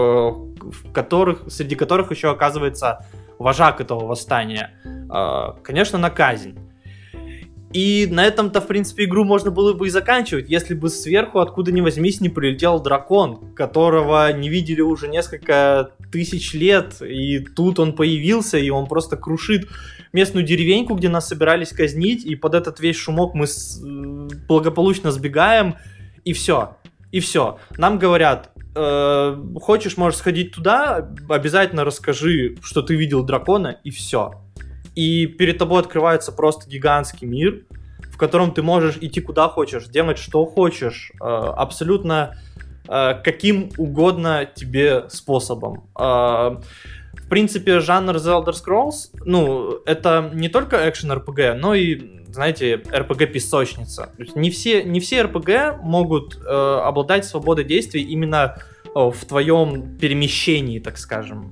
Speaker 2: среди которых еще оказывается вожак этого восстания? Конечно, на казнь. И на этом-то, в принципе, игру можно было бы и заканчивать, если бы сверху, откуда ни возьмись, не прилетел дракон, которого не видели уже несколько тысяч лет, и тут он появился, и он просто крушит местную деревеньку, где нас собирались казнить, и под этот весь шумок мы благополучно сбегаем, и все. И все. Нам говорят: хочешь, можешь сходить туда, обязательно расскажи, что ты видел дракона, и все. И перед тобой открывается просто гигантский мир, в котором ты можешь идти куда хочешь, делать что хочешь, абсолютно каким угодно тебе способом. В принципе, жанр The Elder Scrolls, это не только экшен-РПГ, но и, знаете, РПГ-песочница. Не все РПГ могут обладать свободой действий именно в твоем перемещении, так скажем.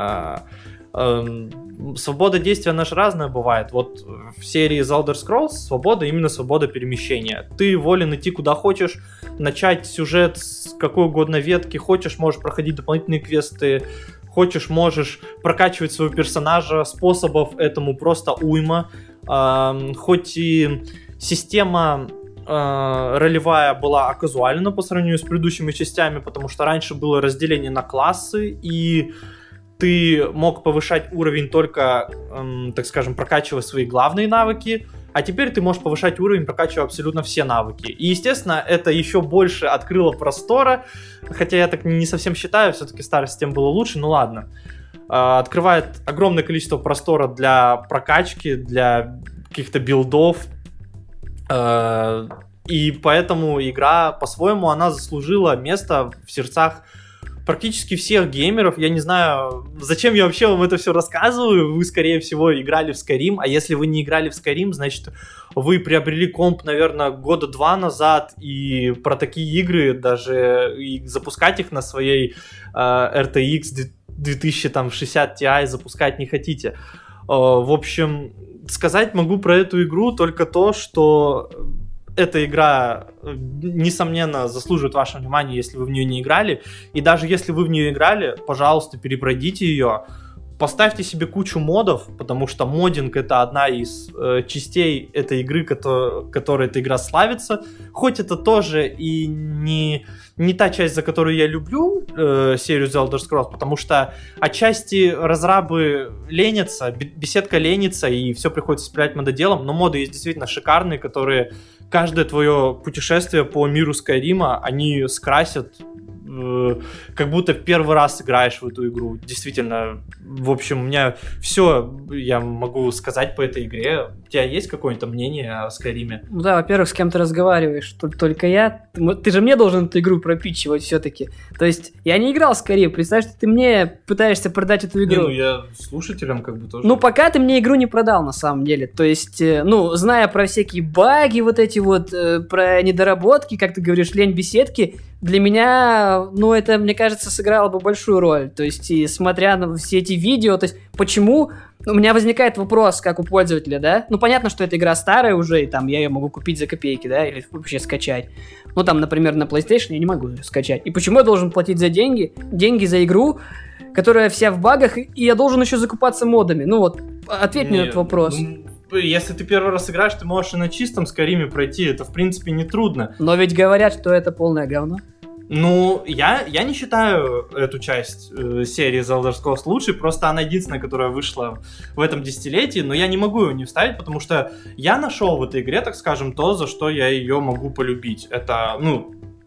Speaker 2: Свобода действия наша разная бывает. Вот в серии The Elder Scrolls именно свобода перемещения. Ты волен идти куда хочешь, начать сюжет с какой угодно ветки, хочешь, можешь проходить дополнительные квесты, хочешь, можешь прокачивать своего персонажа, способов этому просто уйма. Хоть и система ролевая была оказуальна по сравнению с предыдущими частями, потому что раньше было разделение на классы, и ты мог повышать уровень только, так скажем, прокачивая свои главные навыки, а теперь ты можешь повышать уровень, прокачивая абсолютно все навыки. И, естественно, это еще больше открыло простора, хотя я так не совсем считаю, все-таки старая система была лучше, ну ладно. Открывает огромное количество простора для прокачки, для каких-то билдов, и поэтому игра, по-своему, она заслужила место в сердцах практически всех геймеров. Я не знаю, зачем я вообще вам это все рассказываю. Вы, скорее всего, играли в Skyrim, а если вы не играли в Skyrim, значит, вы приобрели комп, наверное, года 2 назад, и про такие игры даже и запускать их на своей RTX 2060 Ti запускать не хотите. В общем, сказать могу про эту игру только то, что эта игра, несомненно, заслуживает вашего внимания, если вы в нее не играли. И даже если вы в нее играли, пожалуйста, перепройдите ее. Поставьте себе кучу модов, потому что моддинг — это одна из частей этой игры, которой эта игра славится. Хоть это тоже и не та часть, за которую я люблю серию The Elder Scrolls, потому что отчасти разрабы ленятся, беседка ленится, и все приходится спилять мододелом, но моды есть действительно шикарные, которые каждое твое путешествие по миру Скайрима, они скрасят, как будто в первый раз играешь в эту игру. Действительно, в общем, у меня все я могу сказать по этой игре. У тебя есть какое-то мнение о Скайриме?
Speaker 1: Ну да, во-первых, с кем ты разговариваешь? Только я. Ты же мне должен эту игру пропитчивать все-таки. То есть, я не играл в Skyrim. Представь, что ты мне пытаешься продать эту игру.
Speaker 2: Я слушателям как бы тоже.
Speaker 1: Ну, пока ты мне игру не продал, на самом деле. То есть, зная про всякие баги вот эти вот, про недоработки, как ты говоришь, лень беседки, для меня, это, мне кажется, сыграло бы большую роль. То есть, и смотря на все эти видео, то есть, почему... У меня возникает вопрос, как у пользователя, да? Понятно, что эта игра старая уже, и там я ее могу купить за копейки, да, или вообще скачать. Например, на PlayStation я не могу ее скачать. И почему я должен платить за деньги за игру, которая вся в багах, и я должен еще закупаться модами? Ответь мне на этот вопрос.
Speaker 2: Если ты первый раз играешь, ты можешь и на чистом Скайриме пройти, это, в принципе, не трудно.
Speaker 1: Но ведь говорят, что это полное говно.
Speaker 2: Я не считаю эту часть серии The Elder Scrolls лучшей, просто она единственная, которая вышла в этом десятилетии, но я не могу ее не вставить, потому что я нашел в этой игре, так скажем, то, за что я ее могу полюбить. Это,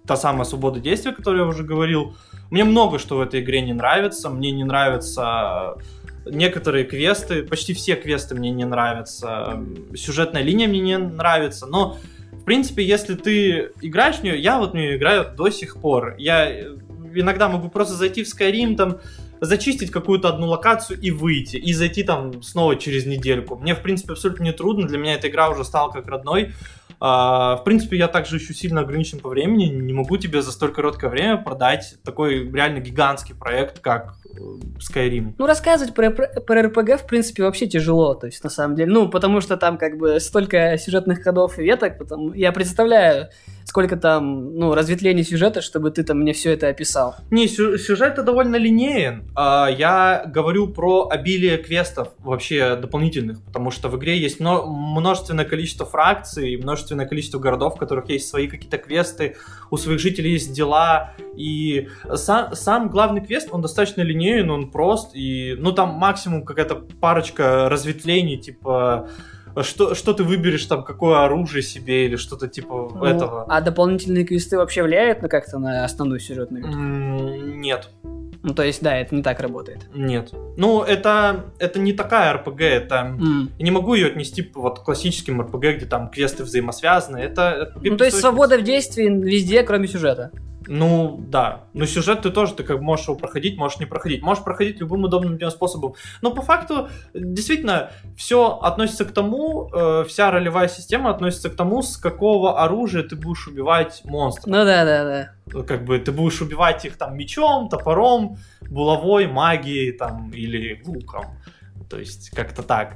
Speaker 2: та самая свобода действия, о которой я уже говорил. Мне много что в этой игре не нравится. Мне не нравятся некоторые квесты, почти все квесты мне не нравятся. Сюжетная линия мне не нравится, но в принципе, если ты играешь в нее, я вот в нее играю до сих пор. Я иногда могу просто зайти в Skyrim, там, зачистить какую-то одну локацию и выйти, и зайти там снова через недельку. Мне, в принципе, абсолютно не трудно, для меня эта игра уже стала как родной. В принципе, я также еще сильно ограничен по времени, не могу тебе за столь короткое время продать такой реально гигантский проект, как Skyrim.
Speaker 1: Ну, рассказывать про РПГ, в принципе, вообще тяжело, то есть, на самом деле, ну, потому что там, как бы, столько сюжетных ходов и веток, я представляю, сколько там, ну, разветвлений сюжета, чтобы ты там мне все это описал.
Speaker 2: Не, сюжет-то довольно линеен. Я говорю про обилие квестов вообще дополнительных, потому что в игре есть множественное количество фракций, множественное количество городов, в которых есть свои какие-то квесты, у своих жителей есть дела, и сам главный квест, он достаточно линеен, он прост, и, ну, там максимум какая-то парочка разветвлений, типа... Что ты выберешь, там, какое оружие себе или что-то типа этого.
Speaker 1: А дополнительные квесты вообще влияют на как-то на основную сюжетную ветку?
Speaker 2: Нет.
Speaker 1: Ну, то есть, да, это не так работает.
Speaker 2: Нет. Ну, это не такая РПГ, это... Я не могу ее отнести вот к классическим РПГ, где там квесты взаимосвязаны. Это
Speaker 1: ну, то есть, свобода в действии везде, кроме сюжета.
Speaker 2: Ну, да. Но сюжет ты тоже, ты как можешь его проходить, можешь не проходить. Можешь проходить любым удобным тебе способом. Но по факту, действительно, все относится к тому, вся ролевая система относится к тому, с какого оружия ты будешь убивать монстров.
Speaker 1: Ну да.
Speaker 2: Как бы ты будешь убивать их там мечом, топором, булавой, магией там или луком. То есть как-то так.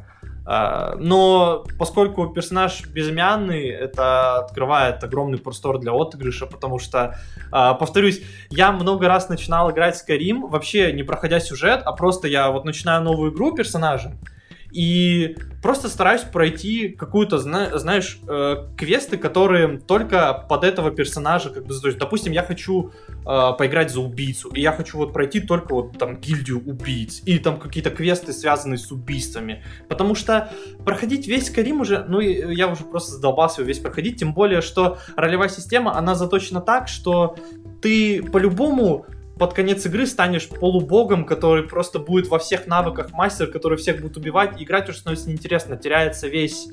Speaker 2: Но поскольку персонаж безымянный, это открывает огромный простор для отыгрыша, потому что, повторюсь, я много раз начинал играть в Skyrim, вообще не проходя сюжет, а просто я вот начинаю новую игру персонажем, и просто стараюсь пройти какую-то, знаешь, квесты, которые только под этого персонажа как бы заточены. Допустим, я хочу поиграть за убийцу, и я хочу вот пройти только вот там гильдию убийц, или там какие-то квесты, связанные с убийствами. Потому что проходить весь Skyrim уже, ну, я уже просто задолбался его весь проходить, тем более, что ролевая система, она заточена так, что ты по-любому под конец игры станешь полубогом, который просто будет во всех навыках мастер, который всех будет убивать, и играть уже становится неинтересно, теряется весь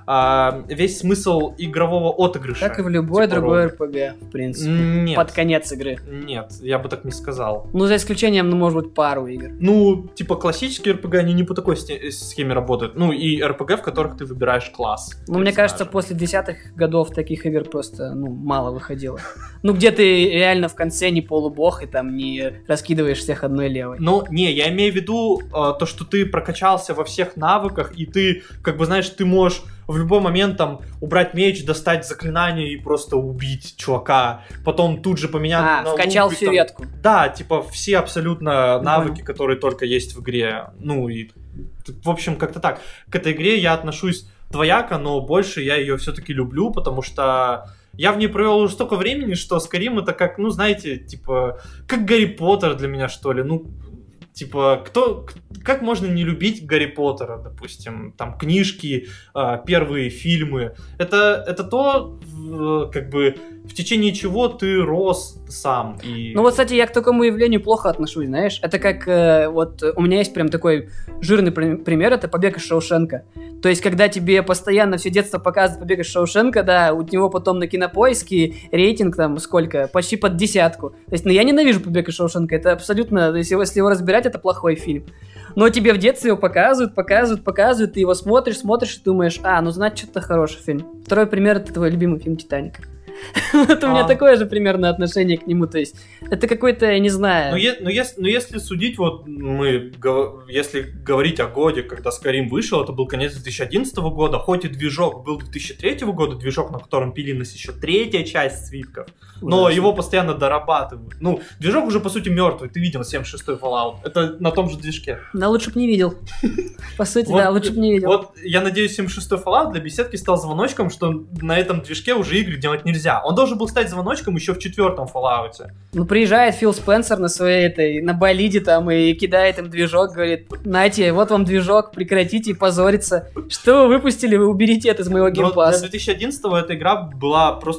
Speaker 2: смысл игрового отыгрыша.
Speaker 1: Как и в любой другой РПГ, в принципе.
Speaker 2: Нет.
Speaker 1: Под конец игры.
Speaker 2: Нет, я бы так не сказал.
Speaker 1: Ну, за исключением, ну, может быть, пару игр.
Speaker 2: Ну, типа, классические РПГ, они не по такой схеме работают. Ну, и РПГ, в которых ты выбираешь класс.
Speaker 1: Ну, мне кажется, после 10-х годов таких игр просто, ну, мало выходило. Ну, где ты реально в конце не полубог и там не раскидываешь всех одной левой.
Speaker 2: Ну, не, я имею в виду то, что ты прокачался во всех навыках, и ты, как бы, знаешь, ты можешь в любой момент там убрать меч, достать заклинание и просто убить чувака. Потом тут же поменять на
Speaker 1: вкачал
Speaker 2: лук,
Speaker 1: всю
Speaker 2: там...
Speaker 1: ветку.
Speaker 2: Да, типа все абсолютно навыки, которые только есть в игре. Ну и, в общем, как-то так. К этой игре я отношусь двояко, но больше я ее все-таки люблю, потому что я в ней провел уже столько времени, что Skyrim это как, ну, знаете, типа, как Гарри Поттер для меня, что ли. Ну, типа, как можно не любить Гарри Поттера, допустим, там, книжки, первые фильмы. Это то, как бы, в течение чего ты рос сам. И...
Speaker 1: Ну вот, кстати, я к такому явлению плохо отношусь, знаешь. Это как, вот, у меня есть прям такой жирный пример, это «Побег из Шоушенка». То есть, когда тебе постоянно все детство показывают «Побег из Шоушенка», да, у него потом на Кинопоиске рейтинг там сколько? Почти под 10. То есть, ну, я ненавижу «Побег из Шоушенка», это абсолютно, то есть, если его разбирать, это плохой фильм. Но тебе в детстве его показывают, ты его смотришь и думаешь, ну, значит, что-то хороший фильм. Второй пример — это твой любимый фильм «Титаник». Вот у меня такое же примерно отношение к нему, то есть это какой-то, я не знаю.
Speaker 2: Но если судить, вот если говорить о годе, когда Skyrim вышел, это был конец 2011 года, хоть и движок был 2003 года, движок, на котором пилилась еще третья часть свитков, но его постоянно дорабатывают. Ну, движок уже по сути мертвый, ты видел 76-й Fallout, это на том же движке.
Speaker 1: Да лучше б не видел. По сути, да, лучше б не видел.
Speaker 2: Вот я надеюсь, 76-й Fallout для беседки стал звоночком, что на этом движке уже игры делать нельзя. Он должен был стать звоночком еще в 4-м Fallout.
Speaker 1: Ну, приезжает Фил Спенсер на своей на болиде там и кидает им движок, говорит: нате, вот вам движок, прекратите позориться. Что вы выпустили, вы уберите это из моего геймпасса.
Speaker 2: Для 2011-го эта игра была просто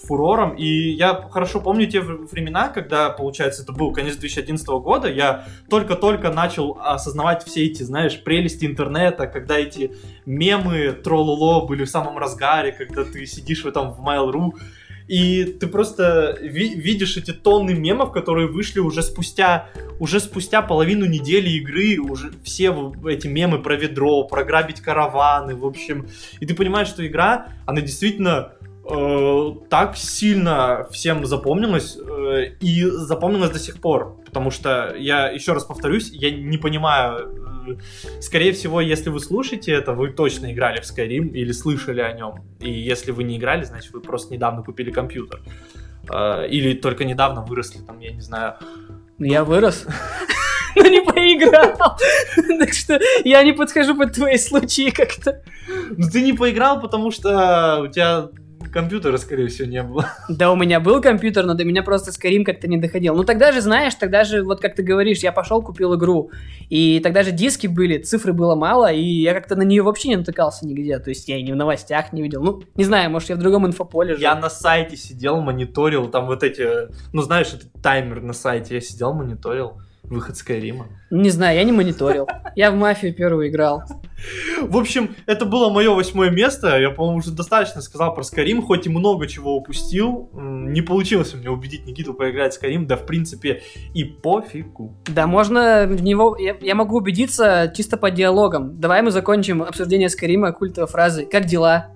Speaker 2: фурором, и я хорошо помню те времена, когда, получается, это был конец 2011 года, я только-только начал осознавать все эти, знаешь, прелести интернета, когда эти мемы троллоло были в самом разгаре, когда ты сидишь в этом в Mail.ru, и ты просто видишь эти тонны мемов, которые вышли уже спустя половину недели игры, уже все эти мемы про ведро, про грабить караваны, в общем. И ты понимаешь, что игра, она действительно так сильно всем запомнилась и запомнилась до сих пор. Потому что, я еще раз повторюсь, я не понимаю, скорее всего, если вы слушаете это, вы точно играли в Skyrim или слышали о нем. И если вы не играли, значит, вы просто недавно купили компьютер. Или только недавно выросли, там, я не знаю.
Speaker 1: Я вырос, но не поиграл. Так что я не подхожу под твои случаи как-то.
Speaker 2: Ну ты не поиграл, потому что у тебя компьютера, скорее всего, не было.
Speaker 1: Да, у меня был компьютер, но до меня просто Skyrim как-то не доходил. Ну тогда же, знаешь, вот как ты говоришь, я пошел, купил игру, и тогда же диски были, цифры было мало, и я как-то на нее вообще не натыкался нигде. То есть я и ни в новостях не видел. Ну, не знаю, может, я в другом инфополе жил.
Speaker 2: Я на сайте сидел, мониторил, там вот эти, ну знаешь, этот таймер на сайте, я сидел, мониторил выход Скайрима.
Speaker 1: Не знаю, я не мониторил. Я в Мафию первую играл.
Speaker 2: В общем, это было мое 8 место. Я, по-моему, уже достаточно сказал про Skyrim, хоть и много чего упустил. Не получилось у меня убедить Никиту поиграть в Skyrim, да, в принципе, и пофигу.
Speaker 1: Да, можно в него... Я могу убедиться чисто по диалогам. Давай мы закончим обсуждение Skyrim культовой фразы «Как дела?»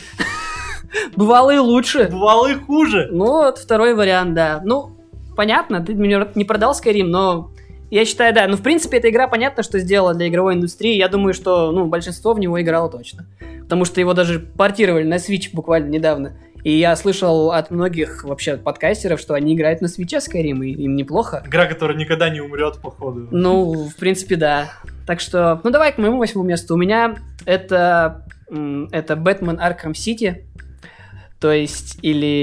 Speaker 1: Бывало и лучше.
Speaker 2: Бывало и хуже.
Speaker 1: Ну, вот второй вариант, да. Ну, понятно, ты мне не продал Skyrim, но... Я считаю, да. Ну, в принципе, эта игра, понятно, что сделала для игровой индустрии. Я думаю, что, большинство в него играло точно. Потому что его даже портировали на Switch буквально недавно. И я слышал от многих вообще подкастеров, что они играют на Switch Skyrim, и им неплохо.
Speaker 2: Игра, которая никогда не умрет, походу.
Speaker 1: Ну, в принципе, да. Так что, давай к моему 8 месту. У меня это Batman Arkham City. То есть,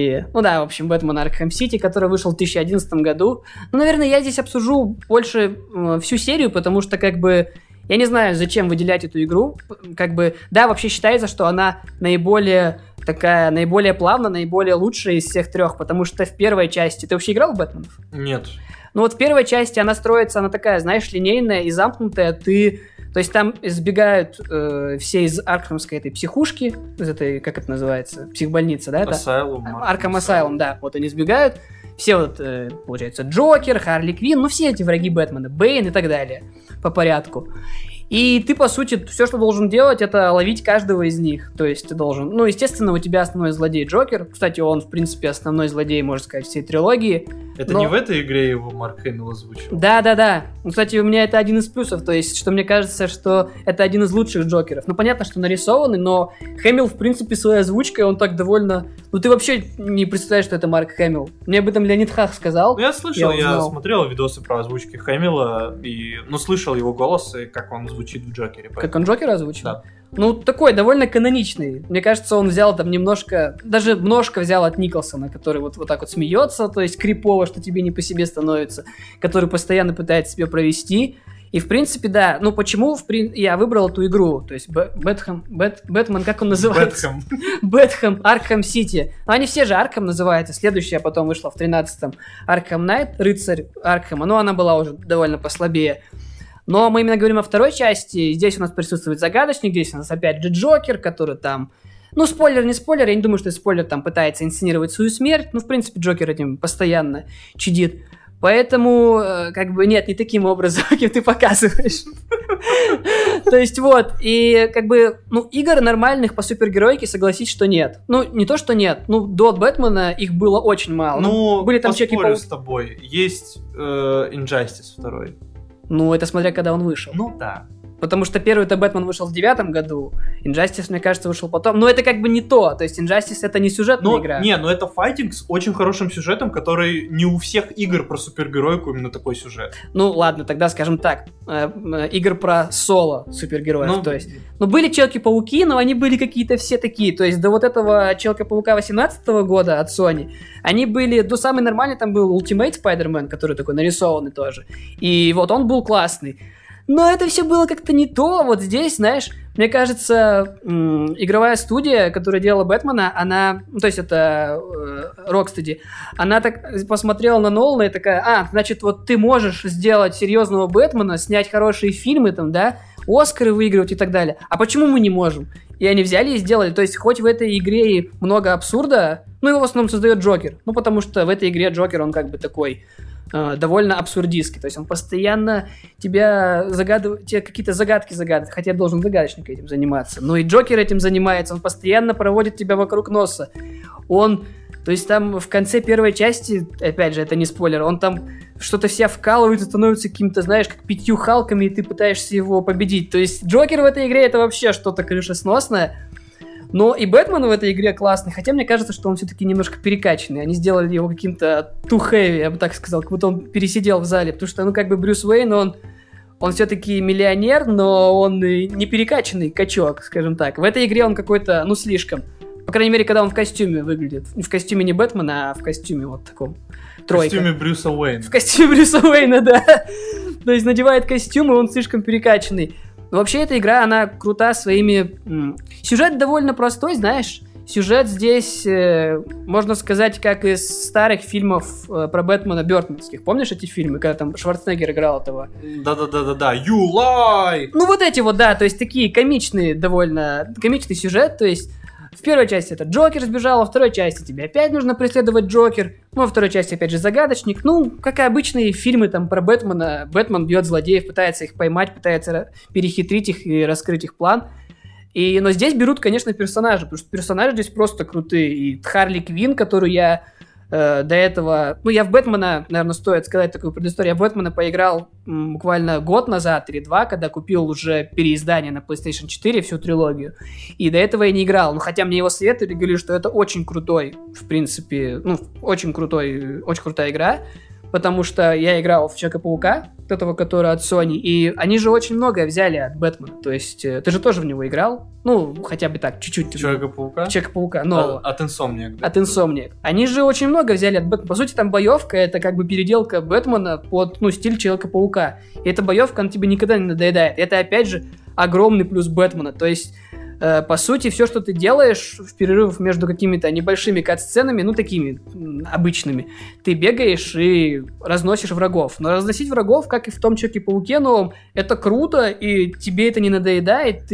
Speaker 1: в общем, Бэтмен Arkham City, который вышел в 2011 году. Ну, наверное, я здесь обсужу больше всю серию, потому что, я не знаю, зачем выделять эту игру. Да, вообще считается, что она наиболее плавная, наиболее лучшая из всех трех, потому что в первой части... Ты вообще играл в Бэтменов?
Speaker 2: Нет.
Speaker 1: Ну, вот в первой части она строится, она такая, знаешь, линейная и замкнутая. То есть там сбегают все из аркхемской этой психушки, из этой, как это называется, психбольница, да?
Speaker 2: Asylum.
Speaker 1: Arkham Asylum, да. Вот они сбегают. Все получается, Джокер, Харли Квинн, все эти враги Бэтмена, Бэйн и так далее по порядку. И ты, по сути, все, что должен делать, это ловить каждого из них. То есть ты должен... Ну, естественно, у тебя основной злодей Джокер. Кстати, он, в принципе, основной злодей, можно сказать, всей трилогии.
Speaker 2: Это не в этой игре его Марк Хэмилл озвучил?
Speaker 1: Да. Ну, кстати, у меня это один из плюсов. То есть, что мне кажется, что это один из лучших Джокеров. Ну, понятно, что нарисованный, но Хэмилл, в принципе, своей озвучкой, он так довольно... Ну, ты вообще не представляешь, что это Марк Хэмилл. Мне об этом Леонид Хах сказал.
Speaker 2: Я слышал, я смотрел видосы про озвучки Хэмилла, и, слышал его голос, и как он звучит в Джокере. Поэтому...
Speaker 1: Как он Джокера озвучил?
Speaker 2: Да.
Speaker 1: Ну, такой, довольно каноничный. Мне кажется, он взял там немножко взял от Николсона, который вот так вот смеется, то есть крипово, что тебе не по себе становится, который постоянно пытается себя провести. И, в принципе, да. Ну, почему я выбрал эту игру? То есть, Бэтмен, как он называется? Бэтхэм, Аркхам Сити. Ну, они все же Аркхам называются. Следующая потом вышла в 13-м. Аркхам Найт, рыцарь Аркхама. Ну, она была уже довольно послабее. Но мы именно говорим о второй части. Здесь у нас присутствует загадочник, здесь у нас опять же Джокер, который там... Ну, спойлер, не спойлер, я не думаю, что спойлер там пытается инсценировать свою смерть. Ну, в принципе, Джокер этим постоянно чудит. Поэтому, нет, не таким образом, как ты показываешь. То есть, вот, и, игр нормальных по супергеройке, согласись, что нет. Ну, не то, что нет, до Бэтмена их было очень мало.
Speaker 2: Ну, были там поспорю с тобой, есть Injustice 2.
Speaker 1: Ну, это смотря, когда он вышел.
Speaker 2: Ну, да.
Speaker 1: Потому что первый-то Бэтмен вышел в 9 году, Injustice, мне кажется, вышел потом. Но это не то, то есть Injustice это не сюжетная игра.
Speaker 2: Но это файтинг с очень хорошим сюжетом, который не у всех игр про супергеройку именно такой сюжет.
Speaker 1: Ну ладно, тогда скажем так, игр про соло супергероев, то есть. Ну были Человеки-пауки, но они были какие-то все такие, то есть до вот этого Человека-паука 18 года от Sony, они были, самый нормальный там был Ultimate Spider-Man, который такой нарисованный тоже, и вот он был классный. Но это все было как-то не то. Вот здесь, знаешь, мне кажется, игровая студия, которая делала Бэтмена, она, ну, то есть это Rocksteady, она так посмотрела на Нолана и такая: значит, вот ты можешь сделать серьезного Бэтмена, снять хорошие фильмы там, да, Оскары выигрывать и так далее. А почему мы не можем? И они взяли и сделали. То есть, хоть в этой игре и много абсурда, ну, его в основном создает Джокер. Ну, потому что в этой игре Джокер, он как бы такой довольно абсурдистский. То есть, он постоянно тебе какие-то загадки загадывает, хотя должен загадочник этим заниматься. Но и Джокер этим занимается, он постоянно проводит тебя вокруг носа. То есть там в конце первой части, опять же, это не спойлер, он там что-то себя вкалывает и становится каким-то, знаешь, как 5 Халками, и ты пытаешься его победить. То есть Джокер в этой игре — это вообще что-то крышесносное. Но и Бэтмен в этой игре классный, хотя мне кажется, что он все-таки немножко перекачанный. Они сделали его каким-то too heavy, я бы так сказал, как будто он пересидел в зале, потому что, ну, как бы Брюс Уэйн, он все-таки миллионер, но он не перекачанный качок, скажем так. В этой игре он какой-то, ну, слишком. По крайней мере, когда он в костюме выглядит. В костюме не Бэтмена, а в костюме вот таком. Тройка.
Speaker 2: В костюме Брюса Уэйна.
Speaker 1: В костюме Брюса Уэйна, да. То есть надевает костюм, и он слишком перекачанный. Но вообще эта игра, она крута своими... Сюжет довольно простой, знаешь. Сюжет здесь, можно сказать, как из старых фильмов про Бэтмена бёртонских. Помнишь эти фильмы, когда там Шварценеггер играл этого?
Speaker 2: Да-да-да-да-да, You Lie!
Speaker 1: Ну вот эти вот, да, то есть такие комичные довольно... Комичный сюжет, то есть... В первой части это Джокер сбежал, во второй части тебе опять нужно преследовать Джокер, ну, во второй части опять же загадочник, ну, как и обычные фильмы там про Бэтмена, Бэтмен бьет злодеев, пытается их поймать, пытается перехитрить их и раскрыть их план. Но здесь берут, конечно, персонажи, потому что персонажи здесь просто крутые, и Харли Квинн, которую я до этого... Ну, я в Бэтмена, наверное, стоит сказать такую предысторию. Я в Бэтмена поиграл буквально год назад или два, когда купил уже переиздание на PlayStation 4, всю трилогию. И до этого я не играл. Но хотя мне его советовали, говорили, что это очень крутой, в принципе, ну, очень крутая игра. Потому что я играл в Человека-паука, этого, который от Sony, и они же очень многое взяли от Бэтмена. То есть, ты же тоже в него играл? Ну, хотя бы так, чуть-чуть.
Speaker 2: Человека-паука?
Speaker 1: Человека-паука, нового.
Speaker 2: От Insomniac. Да?
Speaker 1: От Insomniac. Они же очень много взяли от Бэтмена. По сути, там боевка — это как бы переделка Бэтмена под, ну, стиль Человека-паука. И эта боевка, она тебе никогда не надоедает. Это, опять же, огромный плюс Бэтмена. То есть, по сути, все, что ты делаешь в перерывах между какими-то небольшими кат-сценами, ну, такими обычными, ты бегаешь и разносишь врагов. Но разносить врагов, как и в том Человеке-пауке новом, это круто, и тебе это не надоедает,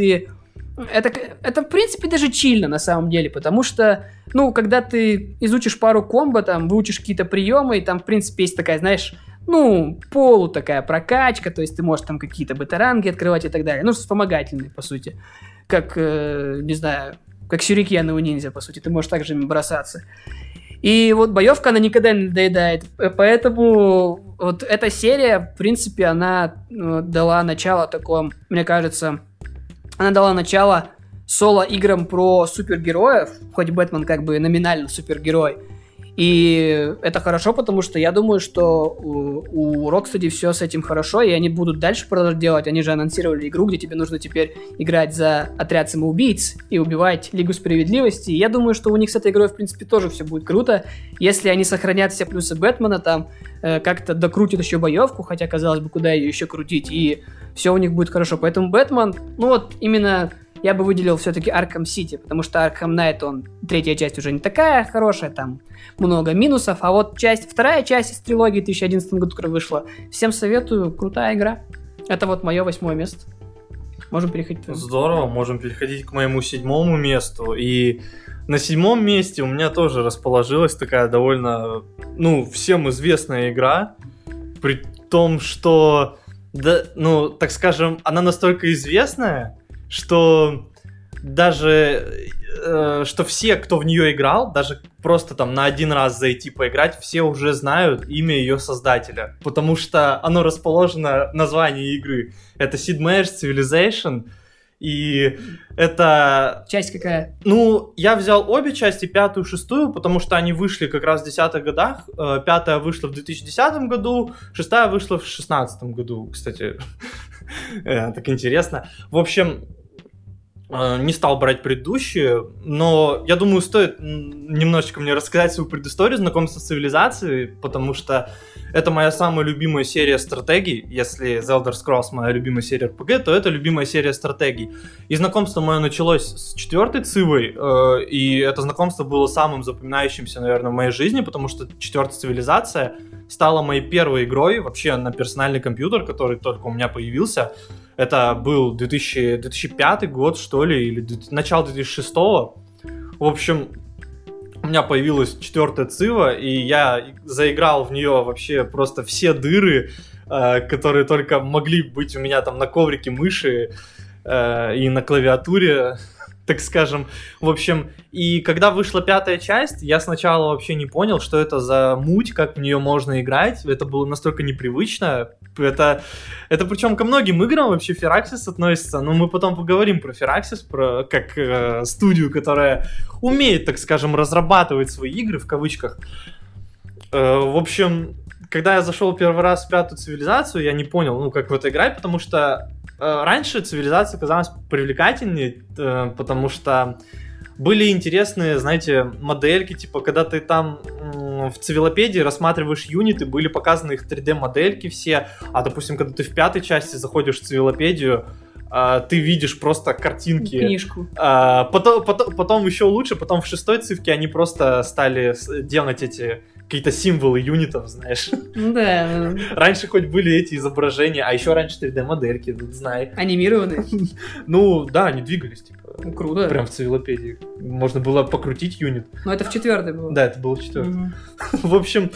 Speaker 1: Это, в принципе, даже чильно, на самом деле, потому что, ну, когда ты изучишь пару комбо, там, выучишь какие-то приемы, и там, в принципе, есть такая, знаешь, ну, такая прокачка, то есть ты можешь там какие-то бета-ранги открывать и так далее, ну, вспомогательные, по сути. Как, не знаю, как сюрикены у ниндзя, по сути, ты можешь также ими бросаться. И вот боевка, она никогда не надоедает, поэтому вот эта серия, в принципе, она дала начало такому, мне кажется, она дала начало соло-играм про супергероев, хоть Бэтмен как бы номинально супергерой. И это хорошо, потому что я думаю, что у Rocksteady все с этим хорошо, и они будут дальше продолжать делать. Они же анонсировали игру, где тебе нужно теперь играть за отряд самоубийц и убивать Лигу Справедливости. И я думаю, что у них с этой игрой, в принципе, тоже все будет круто. Если они сохранят все плюсы Бэтмена, там как-то докрутят еще боевку, хотя, казалось бы, куда ее еще крутить, и все у них будет хорошо. Поэтому Бэтмен, ну вот именно... Я бы выделил все-таки Arkham City, потому что Arkham Knight, третья часть уже не такая хорошая, там много минусов, а вот вторая часть из трилогии 2011 году, которая вышла, всем советую, крутая игра. Это вот мое 8 место. Можем переходить.
Speaker 2: Здорово, можем переходить к моему 7 месту, и на 7 месте у меня тоже расположилась такая довольно, ну, всем известная игра, при том, что, да, ну, так скажем, она настолько известная, что даже что все, кто в нее играл, даже просто там на один раз зайти поиграть, все уже знают имя ее создателя, потому что оно расположено в названии игры. Это Sid Meier's Civilization, и это...
Speaker 1: Часть какая?
Speaker 2: Ну, я взял обе части, 5-ю и 6-ю, потому что они вышли как раз в 10-х годах. 5-я вышла в 2010 году, 6-я вышла в 2016 году, кстати. Так интересно. В общем, не стал брать предыдущие, но я думаю, стоит немножечко мне рассказать свою предысторию знакомства с цивилизацией, потому что это моя самая любимая серия стратегий. Если The Elder Scrolls моя любимая серия RPG, то это любимая серия стратегий. И знакомство мое началось с 4-й Цивой, и это знакомство было самым запоминающимся, наверное, в моей жизни, потому что 4-я цивилизация стала моей первой игрой вообще на персональный компьютер, который только у меня появился. Это был 2005 год, что ли, или начало 2006. В общем, у меня появилась 4-я Цива, и я заиграл в нее вообще просто все дыры, которые только могли быть у меня там на коврике мыши и на клавиатуре, так скажем. В общем, и когда вышла 5-я часть, я сначала вообще не понял, что это за муть, как в нее можно играть. Это было настолько непривычно. Это причем ко многим играм вообще Firaxis относится. Но мы потом поговорим про Firaxis, про как студию, которая умеет, так скажем, разрабатывать свои игры, в кавычках. В общем, когда я зашел первый раз в 5-ю цивилизацию, я не понял, как в это играть, потому что раньше цивилизация казалась привлекательнее, потому что были интересные, знаете, модельки, типа, когда ты там в цивилопедии рассматриваешь юниты, были показаны их 3D-модельки все, а, допустим, когда ты в 5-й части заходишь в цивилопедию, ты видишь просто картинки.
Speaker 1: Книжку.
Speaker 2: Потом еще лучше, потом в 6-й цивке они просто стали делать эти какие-то символы юнитов, знаешь.
Speaker 1: Да.
Speaker 2: Раньше хоть были эти изображения, а еще раньше 3D-модельки, знай.
Speaker 1: Анимированные?
Speaker 2: Ну, да, они двигались, типа.
Speaker 1: Круто.
Speaker 2: Прям в цивилопедии. Можно было покрутить юнит.
Speaker 1: Но это в 4-й было.
Speaker 2: Да, это было в 4-й. В общем,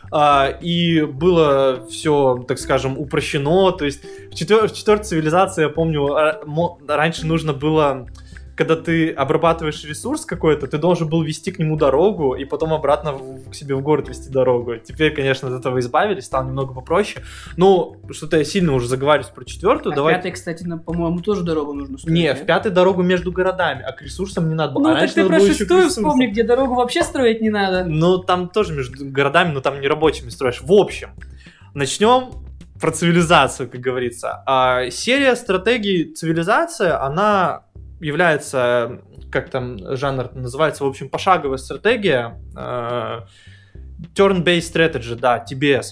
Speaker 2: и было все, так скажем, упрощено. То есть в 4-й цивилизации, я помню, раньше нужно было, когда ты обрабатываешь ресурс какой-то, ты должен был вести к нему дорогу и потом обратно к себе в город вести дорогу. Теперь, конечно, от этого избавились, стало немного попроще. Но что-то я сильно уже заговариваюсь про 4-ю.
Speaker 1: В 5-й, кстати, по-моему, тоже дорогу нужно строить.
Speaker 2: Не, в 5-й дорогу между городами, а к ресурсам не надо было.
Speaker 1: Ну, так ты про 6-ю вспомни, где дорогу вообще строить не надо.
Speaker 2: Ну, там тоже между городами, но там не рабочими строишь. В общем, начнем про цивилизацию, как говорится. Серия стратегий цивилизация, она является, как там жанр называется, в общем, пошаговая стратегия, turn-based strategy, да, TBS.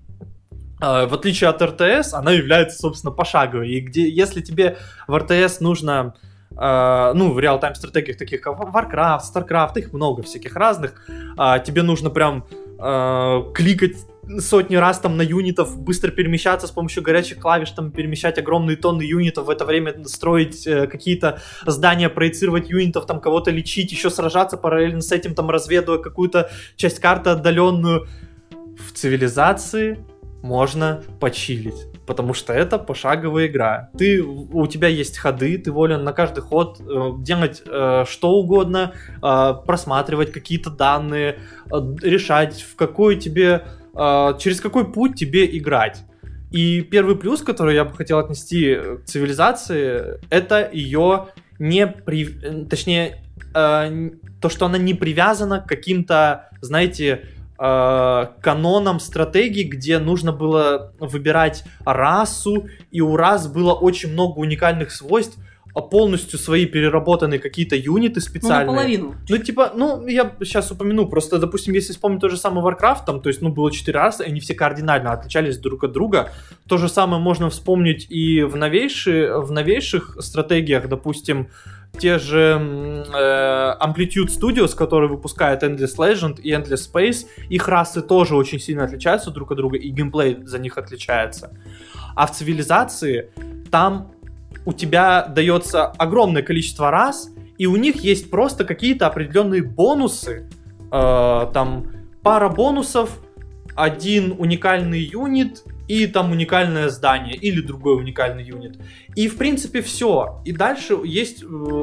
Speaker 2: В отличие от РТС, она является, собственно, пошаговой. И если тебе в РТС нужно, в реал-тайм стратегиях, таких как Warcraft, StarCraft, их много всяких разных, тебе нужно прям кликать сотни раз там на юнитов, быстро перемещаться с помощью горячих клавиш, там перемещать огромные тонны юнитов, в это время строить какие-то здания, проецировать юнитов, там кого-то лечить, еще сражаться параллельно с этим, там разведывая какую-то часть карты отдаленную. В цивилизации можно почилить, потому что это пошаговая игра. У тебя есть ходы, ты волен на каждый ход делать что угодно, просматривать какие-то данные, решать, через какой путь тебе играть. И первый плюс, который я бы хотел отнести к цивилизации, это ее то, что она не привязана к каким-то, знаете, канонам стратегий, где нужно было выбирать расу, и у рас было очень много уникальных свойств, полностью свои переработанные какие-то юниты специальные.
Speaker 1: Ну, наполовину.
Speaker 2: Я сейчас упомяну, просто, допустим, если вспомнить тот же самый Warcraft, там, то есть, было 4 расы, и они все кардинально отличались друг от друга. То же самое можно вспомнить и в новейших стратегиях, допустим, те же Amplitude Studios, которые выпускают Endless Legend и Endless Space, их расы тоже очень сильно отличаются друг от друга, и геймплей за них отличается. А в цивилизации там у тебя дается огромное количество рас, и у них есть просто какие-то определенные бонусы. Там пара бонусов, один уникальный юнит и там уникальное здание или другой уникальный юнит. И в принципе все. И дальше есть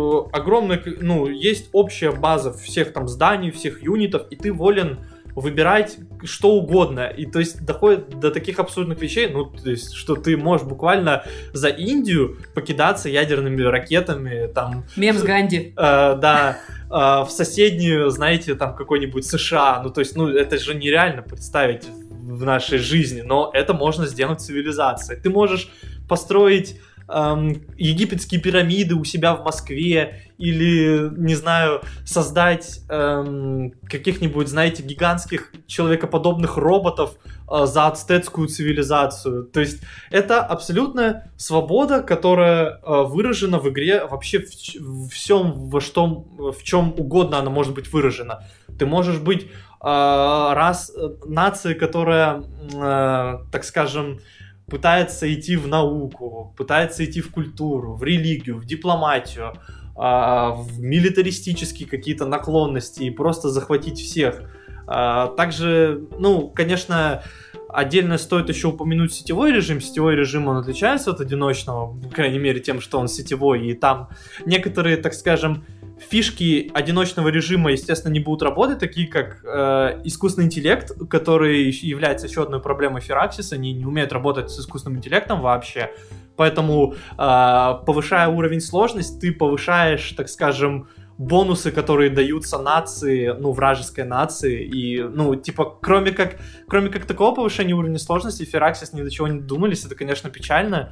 Speaker 2: есть общая база всех там зданий, всех юнитов, и ты волен выбирать что угодно. И то есть доходит до таких абсурдных вещей, то есть, что ты можешь буквально за Индию покидаться ядерными ракетами, там...
Speaker 1: Мем с Ганди.
Speaker 2: Да, в соседнюю, знаете, там какой-нибудь США. То есть, это же нереально представить в нашей жизни, но это можно сделать в цивилизации. Ты можешь построить египетские пирамиды у себя в Москве, или, не знаю, создать каких-нибудь, знаете, гигантских человекоподобных роботов за ацтецкую цивилизацию. То есть это абсолютная свобода, которая выражена в игре вообще в всем, в чем угодно она может быть выражена. Ты можешь быть нацией, которая, так скажем, пытается идти в науку, пытается идти в культуру, в религию, в дипломатию, в милитаристические какие-то наклонности и просто захватить всех. Также, ну, конечно, отдельно стоит еще упомянуть сетевой режим. Сетевой режим, он отличается от одиночного, по крайней мере, тем, что он сетевой, и там некоторые, так скажем, фишки одиночного режима, естественно, не будут работать, такие как искусственный интеллект, который является еще одной проблемой Firaxis. Они не умеют работать с искусственным интеллектом вообще. Поэтому, повышая уровень сложности, ты повышаешь, так скажем, бонусы, которые даются нации, ну, вражеской нации. И, ну, типа, кроме как такого повышения уровня сложности, Firaxis ни до чего не додумались. Это, конечно, печально,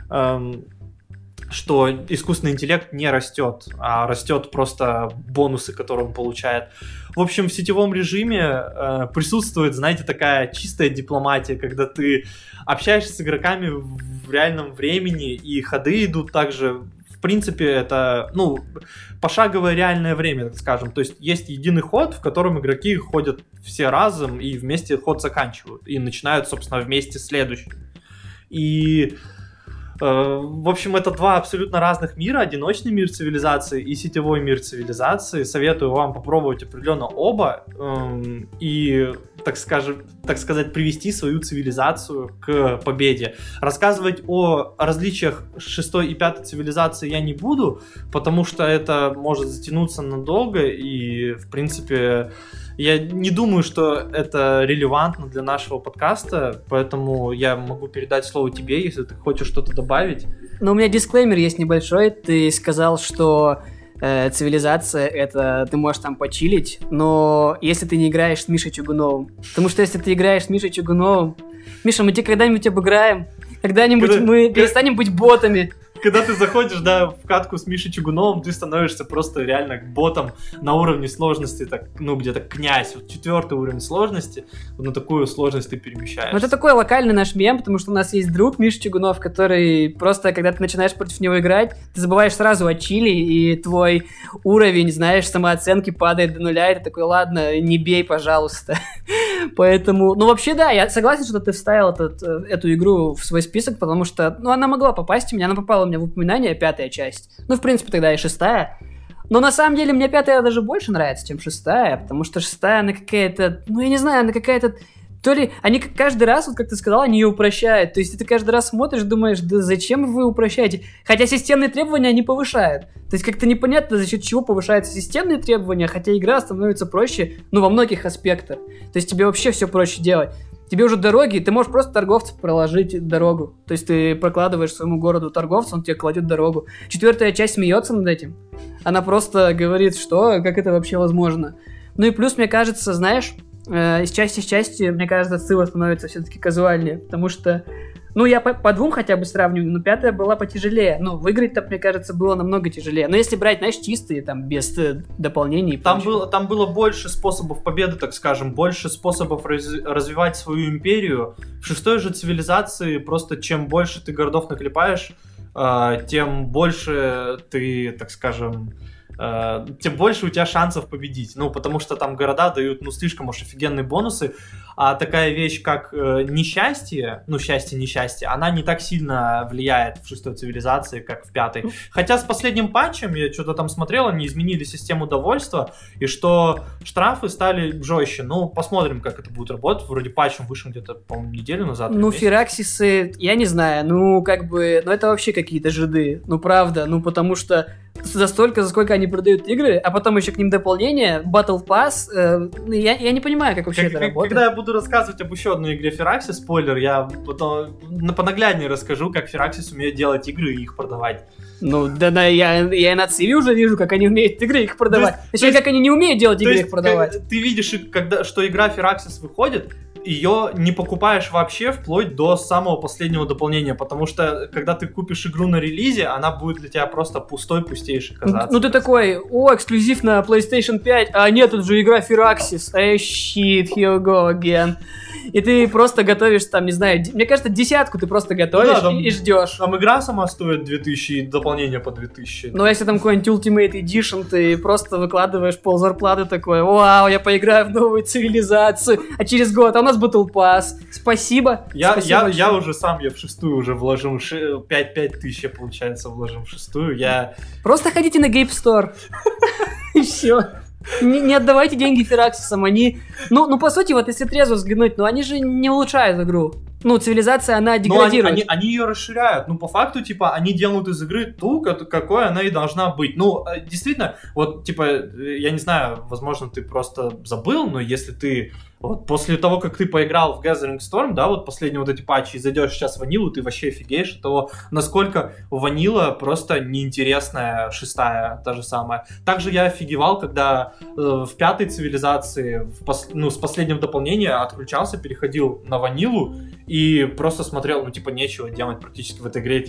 Speaker 2: что искусственный интеллект не растет, а растет просто бонусы, которые он получает. В общем, в сетевом режиме присутствует, знаете, такая чистая дипломатия, когда ты общаешься с игроками в реальном времени, и ходы идут также. В принципе, это, ну, пошаговое реальное время, так скажем. То есть есть единый ход, в котором игроки ходят все разом и вместе ход заканчивают. И начинают, собственно, вместе следующий. И в общем, это два абсолютно разных мира. Одиночный мир цивилизации и сетевой мир цивилизации. Советую вам попробовать определенно оба и, так сказать, привести свою цивилизацию к победе. Рассказывать о различиях 6 и 5 цивилизации я не буду, потому что это может затянуться надолго, и, в принципе, я не думаю, что это релевантно для нашего подкаста, поэтому я могу передать слово тебе, если ты хочешь что-то добавить.
Speaker 1: Но у меня дисклеймер есть небольшой. Ты сказал, что цивилизация — это ты можешь там почилить, но если ты не играешь с Мишей Чугуновым. Потому что если ты играешь с Мишей Чугуновым... Миша, мы тебе когда-нибудь обыграем, когда-нибудь мы перестанем быть ботами.
Speaker 2: Когда ты заходишь, да, в катку с Мишей Чугуновым, ты становишься просто реально ботом на уровне сложности, так, ну, где-то князь, вот 4-й уровень сложности, вот на такую сложность ты перемещаешься.
Speaker 1: Ну, это такой локальный наш мем, потому что у нас есть друг Миша Чугунов, который просто, когда ты начинаешь против него играть, ты забываешь сразу о чили, и твой уровень, знаешь, самооценки падает до нуля, и ты такой, ладно, не бей, пожалуйста. Поэтому, ну, вообще, да, я согласен, что ты вставил эту игру в свой список, потому что, ну, она могла попасть у меня, она попала у меня в упоминание, 5-я часть. Ну, в принципе, тогда и 6-я. Но на самом деле мне 5-я даже больше нравится, чем 6-я, потому что 6-я, она какая-то, ну, я не знаю, она какая-то... То ли они каждый раз, вот как ты сказал, они ее упрощают. То есть ты каждый раз смотришь, думаешь, да зачем вы упрощаете? Хотя системные требования они повышают. То есть как-то непонятно, за счет чего повышаются системные требования, хотя игра становится проще, ну, во многих аспектах. То есть тебе вообще все проще делать. Тебе уже дороги, ты можешь просто торговцу проложить дорогу. То есть ты прокладываешь своему городу торговца, он тебе кладет дорогу. 4-я часть смеется над этим. Она просто говорит, что, как это вообще возможно. Ну и плюс, мне кажется, знаешь, из части в части, мне кажется, ссыла становится все-таки казуальнее, потому что, ну, я по двум хотя бы сравниваю, но 5-я была потяжелее. Ну, выиграть-то, мне кажется, было намного тяжелее. Но если брать, знаешь, чистые, там, без дополнений...
Speaker 2: Там было больше способов победы, так скажем, больше способов развивать свою империю. В 6-й же цивилизации просто чем больше ты городов наклепаешь, тем больше ты, так скажем... тем больше у тебя шансов победить. Ну, потому что там города дают, ну, слишком уж офигенные бонусы. А такая вещь, как несчастье, ну, счастье-несчастье, она не так сильно влияет в 6-й цивилизации, как в 5-й. Хотя с последним патчем, я что-то там смотрел, они изменили систему довольства, и что штрафы стали жестче. Ну, посмотрим, как это будет работать. Вроде патчем вышел где-то, по-моему, неделю назад.
Speaker 1: Ну, Фираксисы, я не знаю, ну, как бы, ну, это вообще какие-то жиды. Ну, правда, ну, потому что за сколько они продают игры, а потом еще к ним дополнение, Battle Pass, я не понимаю, как вообще это работает.
Speaker 2: Когда я буду рассказывать об еще одной игре Firaxis, спойлер, я потом понагляднее расскажу, как Firaxis умеет делать игры и их продавать.
Speaker 1: Ну, да, я и на Циве уже вижу, как они умеют игры их продавать. Точнее, как они не умеют делать игры их продавать.
Speaker 2: Ты видишь, что игра Firaxis выходит, ее не покупаешь вообще вплоть до самого последнего дополнения, потому что когда ты купишь игру на релизе, она будет для тебя просто пустейшей казаться.
Speaker 1: Ну ты такой, эксклюзив на PlayStation 5, а нет, тут же игра Firaxis, shit, here we go again. И ты просто готовишь там, не знаю, мне кажется, 10 ты просто готовишь и ждешь.
Speaker 2: Там игра сама стоит 2000 и дополнение по 2000.
Speaker 1: Но если там какой-нибудь Ultimate Edition, ты просто выкладываешь ползарплаты такой, вау, я поиграю в новую цивилизацию, а через год, а у нас Battle Pass. Спасибо.
Speaker 2: Я уже сам, я в 6-ю уже вложил, 5000, получается, вложил в 6-ю.
Speaker 1: Просто ходите на Game Store. И все. Не отдавайте деньги Firaxis'ам, они... Ну, по сути, вот если трезво взглянуть, они же не улучшают игру. Цивилизация, она деградирует.
Speaker 2: Они ее расширяют. По факту, они делают из игры ту, какой она и должна быть. Действительно, я не знаю, возможно, ты просто забыл, но если ты после того, как ты поиграл в Gathering Storm, да, последние эти патчи, и зайдешь сейчас в ванилу, ты вообще офигеешь от того, насколько ванила просто неинтересная, 6-я, та же самая. Также я офигевал, когда в 5-й цивилизации, с последнего дополнения отключался, переходил на ванилу, и просто смотрел, нечего делать практически в этой игре,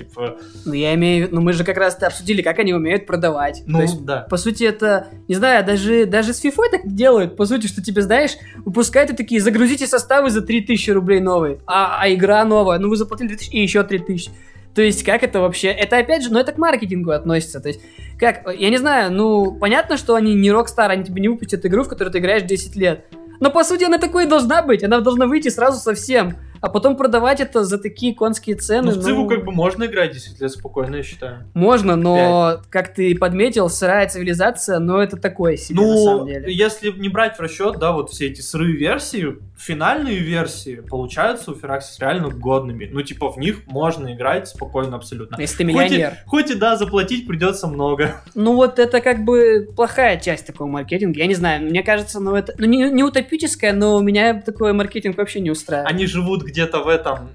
Speaker 1: мы же как раз обсудили, как они умеют продавать. То есть,
Speaker 2: да.
Speaker 1: По сути, это, не знаю, даже с FIFA так делают, по сути, что тебе, знаешь, выпускают и такие, загрузите составы за 3000 рублей новые, а игра новая, вы заплатили 2000 и еще 3000. То есть, как это вообще? Это опять же, это к маркетингу относится. То есть, как, я не знаю, понятно, что они не Rockstar, они тебе не выпустят игру, в которую ты играешь 10 лет. Но, по сути, она такой и должна быть. Она должна выйти сразу со всем. А потом продавать это за такие конские цены.
Speaker 2: В Циву можно играть 10 лет спокойно, я считаю.
Speaker 1: Можно, но, 5. Как ты подметил, сырая цивилизация, это такое себе, на самом деле.
Speaker 2: Если не брать в расчет, да, все эти сырые версии, финальные версии получаются у Firaxis реально годными. В них можно играть спокойно абсолютно.
Speaker 1: Если ты миллионер.
Speaker 2: Хоть и заплатить придется много.
Speaker 1: Это плохая часть такого маркетинга. Я не знаю, мне кажется, это не утопическое, но меня такой маркетинг вообще не устраивает.
Speaker 2: Они живут где-то в этом,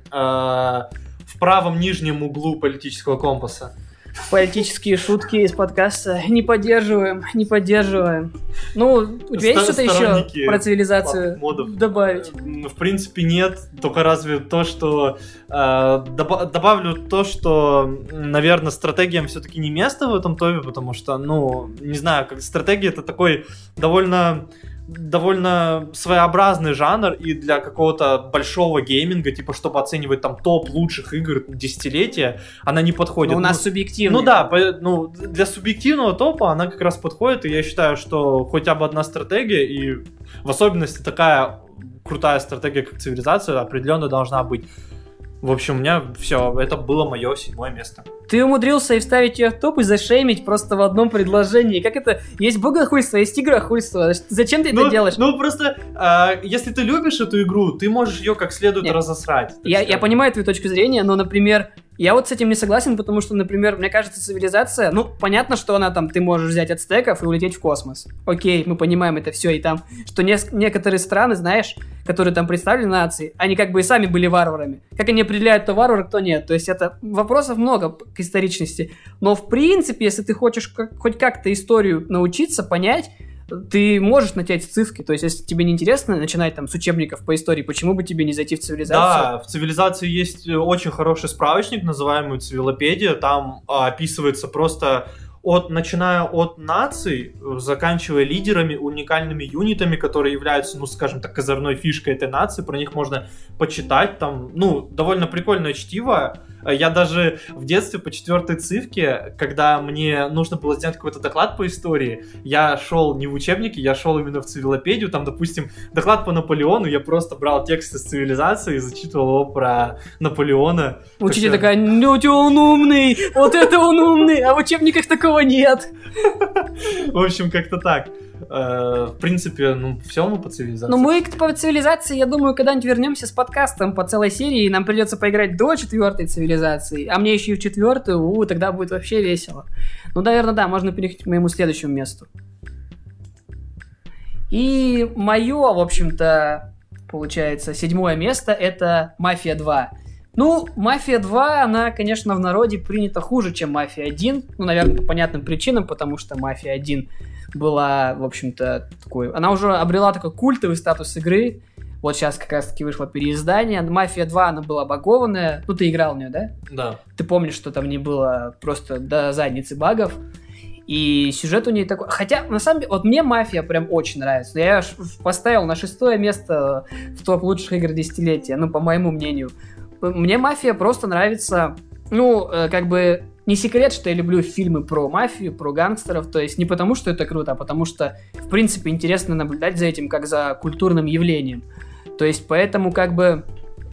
Speaker 2: в правом нижнем углу политического компаса.
Speaker 1: Политические шутки из подкаста не поддерживаем. У тебя есть что-то еще про цивилизацию добавить?
Speaker 2: В принципе, нет. Только разве то, что... добавлю то, что, наверное, стратегиям все-таки не место в этом топе, потому что, не знаю, как стратегия это такой довольно своеобразный жанр, и для какого-то большого гейминга, чтобы оценивать там топ лучших игр десятилетия, она не подходит.
Speaker 1: Но у нас субъективно.
Speaker 2: Для субъективного топа она как раз подходит, и я считаю, что хотя бы одна стратегия, и в особенности такая крутая стратегия, как цивилизация, определенно должна быть. В общем, у меня все, это было мое 7-е место.
Speaker 1: Ты умудрился и вставить ее в топ и зашеймить просто в одном предложении. Как это? Есть богохульство, есть игрохульство. Зачем ты это делаешь?
Speaker 2: Просто, если ты любишь эту игру, ты можешь ее как следует разосрать.
Speaker 1: Я понимаю твою точку зрения, но, например, я с этим не согласен, потому что, например, мне кажется, цивилизация, понятно, что она там, ты можешь взять ацтеков и улететь в космос. Окей, мы понимаем это все, и там, что некоторые страны, знаешь, которые там представлены нации, они как бы и сами были варварами. Как они определяют, кто варвар, кто нет. То есть это вопросов много к историчности. Но в принципе, если ты хочешь хоть как-то историю научиться, понять, ты можешь начать с цифки. То есть, если тебе не интересно начинать там с учебников по истории, почему бы тебе не зайти в цивилизацию?
Speaker 2: Да, в цивилизации есть очень хороший справочник, называемый Цивилопедия. Там описывается просто начиная от наций, заканчивая лидерами, уникальными юнитами, которые являются, скажем так, козырной фишкой этой нации. Про них можно почитать. Там, довольно прикольное чтиво. Я даже в детстве по 4-й цифке, когда мне нужно было сделать какой-то доклад по истории, я шел не в учебнике, я шел именно в Цивилопедию. Там, допустим, доклад по Наполеону, я просто брал текст из цивилизации и зачитывал его про Наполеона.
Speaker 1: Учитель такая, он умный, вот это он умный, а в учебниках такого нет.
Speaker 2: В общем, как-то так. В принципе, все мы по цивилизации.
Speaker 1: Мы по цивилизации, я думаю, когда-нибудь вернемся с подкастом по целой серии, и нам придется поиграть до 4-й цивилизации, а мне еще и в 4-ю, тогда будет вообще весело. Наверное, да, можно перейти к моему следующему месту. И мое, в общем-то, получается, 7-е место — это «Мафия 2». «Мафия 2», она, конечно, в народе принята хуже, чем «Мафия 1». Наверное, по понятным причинам, потому что «Мафия 1» была, в общем-то, такой... Она уже обрела такой культовый статус игры. Вот сейчас как раз-таки вышло переиздание. «Мафия 2», она была багованная. Ну, ты играл в нее, да?
Speaker 2: Да.
Speaker 1: Ты помнишь, что там не было просто до задницы багов. И сюжет у нее такой... Хотя, на самом деле, вот мне «Мафия» прям очень нравится. Я её поставил на 6-е место в топ лучших игр десятилетия, ну, по моему мнению. Мне «Мафия» просто нравится... Ну, как бы... Не секрет, что я люблю фильмы про мафию, про гангстеров, то есть не потому, что это круто, а потому что, в принципе, интересно наблюдать за этим, как за культурным явлением. То есть, поэтому, как бы...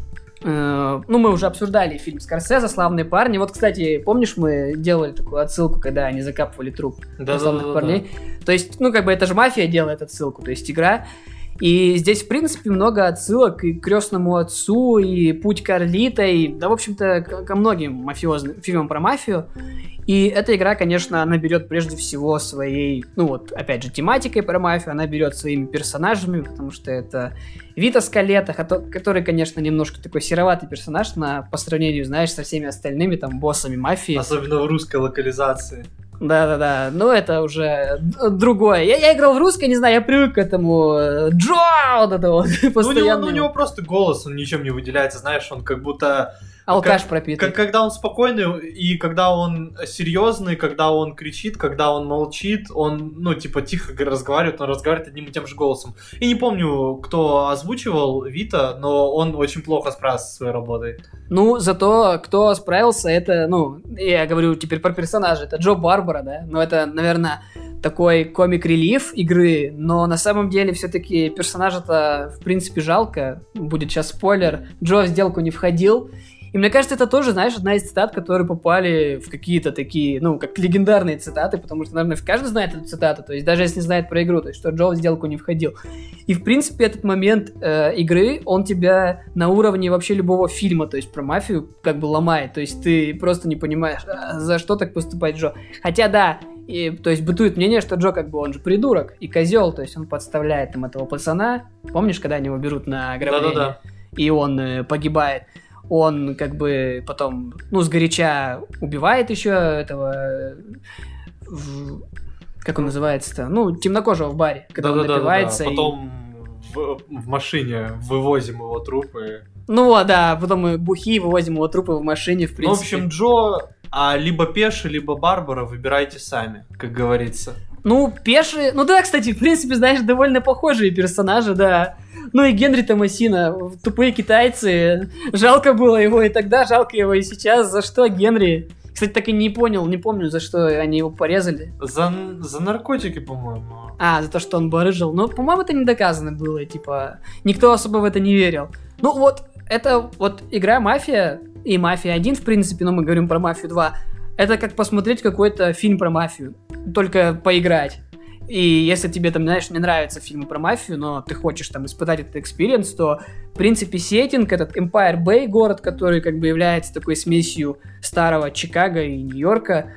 Speaker 1: ну, мы уже обсуждали фильм Скорсезе «Славные парни». Вот, кстати, помнишь, мы делали такую отсылку, когда они закапывали труп славных парней? То есть, ну, как бы это же «Мафия» делает отсылку, то есть игра. И здесь, в принципе, много отсылок и к «Крестному отцу», и «Путь Карлита», и, да, в общем-то, ко многим мафиозным фильмам про мафию. И эта игра, конечно, она берет прежде всего своей, ну вот, опять же, тематикой про мафию, она берет своими персонажами, потому что это Вито Скалета, который, конечно, немножко такой сероватый персонаж по сравнению, знаешь, со всеми остальными там боссами мафии.
Speaker 2: Особенно в русской локализации.
Speaker 1: Да-да-да, но это уже другое. Я играл в русской, не знаю, я привык к этому Джо, вот это вот постоянно.
Speaker 2: У него просто голос, он ничем не выделяется, знаешь, он как будто...
Speaker 1: Алкаш пропитый.
Speaker 2: Когда он спокойный, и когда он серьезный, когда он кричит, когда он молчит, он, ну, типа, тихо разговаривает, он разговаривает одним и тем же голосом. И не помню, кто озвучивал Вита, но он очень плохо справился со своей работой.
Speaker 1: Ну, зато кто справился, это, ну, я говорю теперь про персонажа, это Джо Барбара, да? Ну, это, наверное, такой комик-релиф игры, но на самом деле все-таки персонажа-то, в принципе, жалко. Будет сейчас спойлер. Джо в сделку не входил. И мне кажется, это тоже, знаешь, одна из цитат, которые попали в какие-то такие, ну, как легендарные цитаты, потому что, наверное, каждый знает эту цитату, то есть даже если не знает про игру, то есть что Джо в сделку не входил. И, в принципе, этот момент игры, он тебя на уровне вообще любого фильма, то есть про мафию, как бы ломает, то есть ты просто не понимаешь, за что так поступает Джо. Хотя, да, то есть бытует мнение, что Джо, как бы, он же придурок и козел, то есть он подставляет там этого пацана, помнишь, когда они его берут на ограбление? Да-да-да. И он погибает. Он как бы потом, ну, сгоряча убивает еще этого, как он называется-то, ну, темнокожего в баре, когда он напивается.
Speaker 2: Да. Потом в машине вывозим его трупы.
Speaker 1: Ну, да, потом мы бухи вывозим его трупы в машине, в принципе.
Speaker 2: Ну, в общем, Джо, либо Пеши, либо Барбара, выбирайте сами, как говорится.
Speaker 1: Ну, Пеши, ну да, кстати, в принципе, знаешь, довольно похожие персонажи, да. Ну и Генри Томасино, тупые китайцы, жалко было его и тогда, жалко его и сейчас. За что Генри? Кстати, так и не помню, за что они его порезали.
Speaker 2: За наркотики, по-моему.
Speaker 1: За то, что он барыжил. Но, по-моему, это не доказано было, типа, никто особо в это не верил. Ну вот, это вот игра «Мафия» и «Мафия 1», в принципе, но мы говорим про «Мафию 2», это как посмотреть какой-то фильм про мафию, только поиграть. И если тебе там, знаешь, не нравятся фильмы про мафию, но ты хочешь там испытать этот экспириенс, то, в принципе, сеттинг, этот Empire Bay город, который как бы является такой смесью старого Чикаго и Нью-Йорка,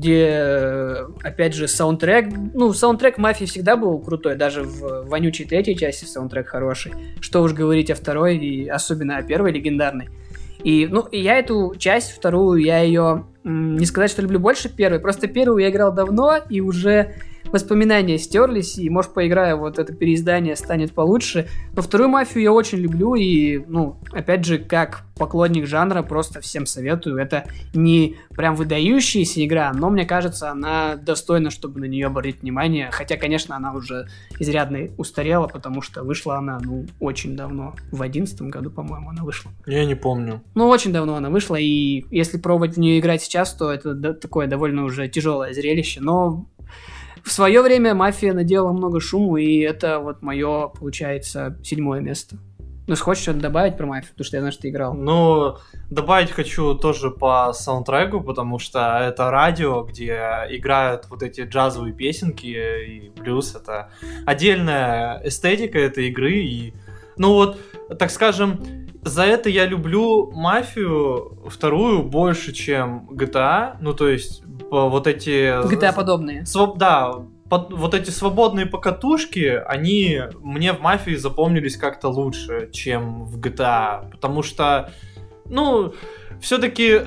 Speaker 1: где, опять же, саундтрек, ну, саундтрек «Мафии» всегда был крутой, даже в вонючей третьей части саундтрек хороший, что уж говорить о второй, и особенно о первой легендарной. И, ну, я эту часть, вторую, я ее, не сказать, что люблю больше первой, просто первую я играл давно, и уже воспоминания стерлись, и, может, поиграю, вот это переиздание станет получше. Но вторую «Мафию» я очень люблю, и, ну, опять же, как поклонник жанра, просто всем советую. Это не прям выдающаяся игра, но, мне кажется, она достойна, чтобы на нее обратить внимание. Хотя, конечно, она уже изрядно устарела, потому что вышла она, ну, очень давно. В 2011 году, по-моему, она вышла.
Speaker 2: Я не помню.
Speaker 1: Ну, очень давно она вышла, и если пробовать в нее играть сейчас, то это такое довольно уже тяжелое зрелище, но в свое время «Мафия» наделала много шуму, и это вот мое, получается, 7-е место. Ну, хочешь что-то добавить про «Мафию», потому что я знаю, что ты играл.
Speaker 2: Ну, добавить хочу тоже по саундтреку, потому что это радио, где играют вот эти джазовые песенки и блюз. Это отдельная эстетика этой игры. И, ну вот, так скажем, за это я люблю «Мафию» вторую больше, чем GTA. Ну, то есть, вот эти...
Speaker 1: GTA-подобные.
Speaker 2: Да, вот эти свободные покатушки, они мне в «Мафии» запомнились как-то лучше, чем в GTA. Потому что, ну, все-таки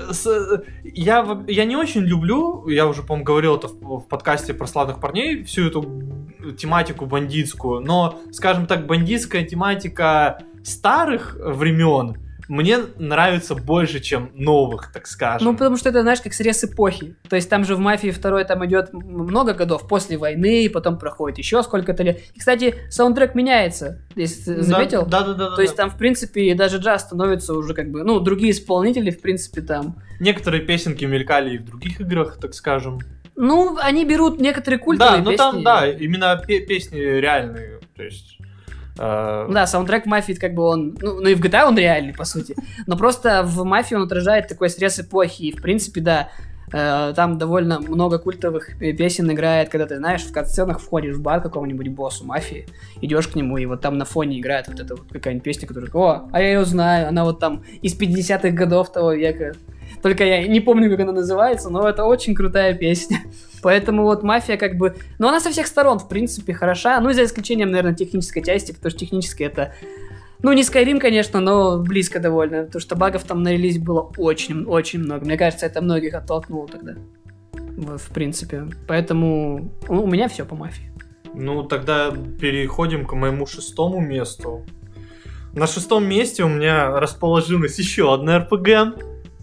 Speaker 2: я не очень люблю, я уже, по-моему, говорил это в подкасте про «Славных парней», всю эту тематику бандитскую, но, скажем так, бандитская тематика старых времен мне нравится больше, чем новых, так скажем.
Speaker 1: Ну, потому что это, знаешь, как срез эпохи. То есть там же в «Мафии 2» там идет много годов после войны, и потом проходит еще сколько-то лет. И, кстати, саундтрек меняется, если ты заметил.
Speaker 2: Да.
Speaker 1: То есть там, в принципе, даже джаз становится уже как бы... Ну, другие исполнители, в принципе, там...
Speaker 2: Некоторые песенки мелькали и в других играх, так скажем.
Speaker 1: Ну, они берут некоторые культовые песни.
Speaker 2: Да, ну там, да, именно песни реальные, то есть...
Speaker 1: Да, саундтрек Мафии, как бы он... Ну и в GTA он реальный, по сути. Но просто в Мафии он отражает такой срез эпохи. И, в принципе, да, там довольно много культовых песен играет, когда ты, знаешь, в катсценах входишь в бар какому-нибудь боссу Мафии, идешь к нему, и вот там на фоне играет вот эта вот какая-нибудь песня, которая... О, а я ее знаю, она вот там из 50-х годов того века. Только я не помню, как она называется, но это очень крутая песня. Поэтому вот «Мафия» как бы... Ну, она со всех сторон, в принципе, хороша. Ну, за исключением, наверное, технической части, потому что технически это... Ну, не Skyrim, конечно, но близко довольно. Потому что багов там на релизе было очень-очень много. Мне кажется, это многих оттолкнуло тогда. В принципе. Поэтому у меня все по «Мафии».
Speaker 2: Ну, тогда переходим к моему 6-му месту. На 6-м месте у меня расположилась еще одна РПГ.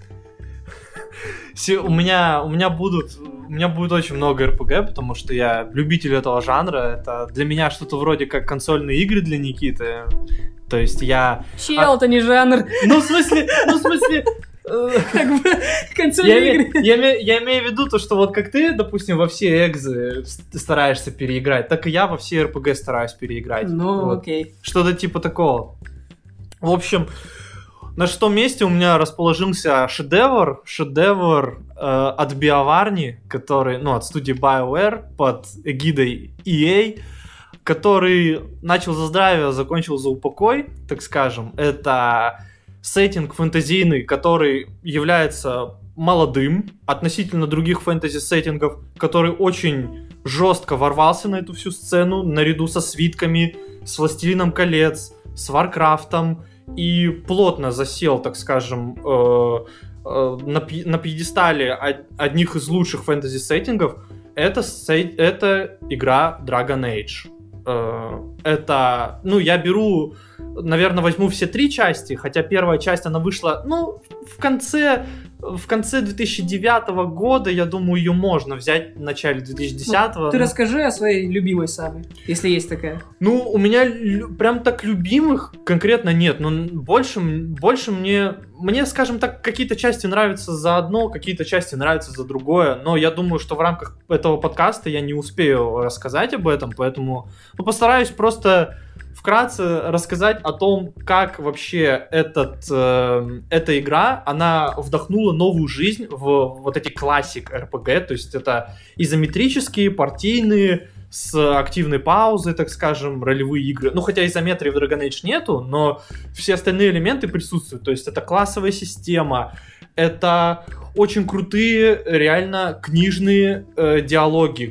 Speaker 2: У меня будет очень много РПГ, потому что я любитель этого жанра. Это для меня что-то вроде как консольные игры для Никиты. То есть я...
Speaker 1: Чел, это не жанр.
Speaker 2: Ну, в смысле...
Speaker 1: Как бы консольные игры.
Speaker 2: Я имею в виду то, что вот как ты, допустим, во все экзы стараешься переиграть, так и я во все РПГ стараюсь переиграть.
Speaker 1: Ну,
Speaker 2: вот.
Speaker 1: окей.
Speaker 2: Что-то типа такого. В общем... На 6-м месте у меня расположился шедевр от BioWare, который, ну, от студии BioWare под эгидой EA, который начал за здравие, закончил за упокой, так скажем. Это сеттинг фэнтезийный, который является молодым относительно других фэнтези-сеттингов, который очень жестко ворвался на эту всю сцену, наряду со свитками, с «Властелином колец», с «Варкрафтом», и плотно засел, так скажем, на пьедестале одних из лучших фэнтези-сеттингов. Это игра Dragon Age. Это, ну, я беру, наверное, возьму все 3 части, хотя первая часть, она вышла, ну, в конце 2009 года, я думаю, ее можно взять в начале 2010-го.
Speaker 1: Ты расскажи о своей любимой самой, если есть такая.
Speaker 2: Ну, у меня прям так любимых конкретно нет, но больше мне, скажем так, какие-то части нравятся за одно, какие-то части нравятся за другое, но я думаю, что в рамках этого подкаста я не успею рассказать об этом, поэтому постараюсь просто вкратце рассказать о том, как вообще эта игра, она вдохнула новую жизнь в вот эти классик РПГ, то есть это изометрические, партийные, с активной паузой, так скажем, ролевые игры. Ну, хотя изометрии в Dragon Age нету, но все остальные элементы присутствуют. То есть это классовая система, это очень крутые, реально книжные диалоги,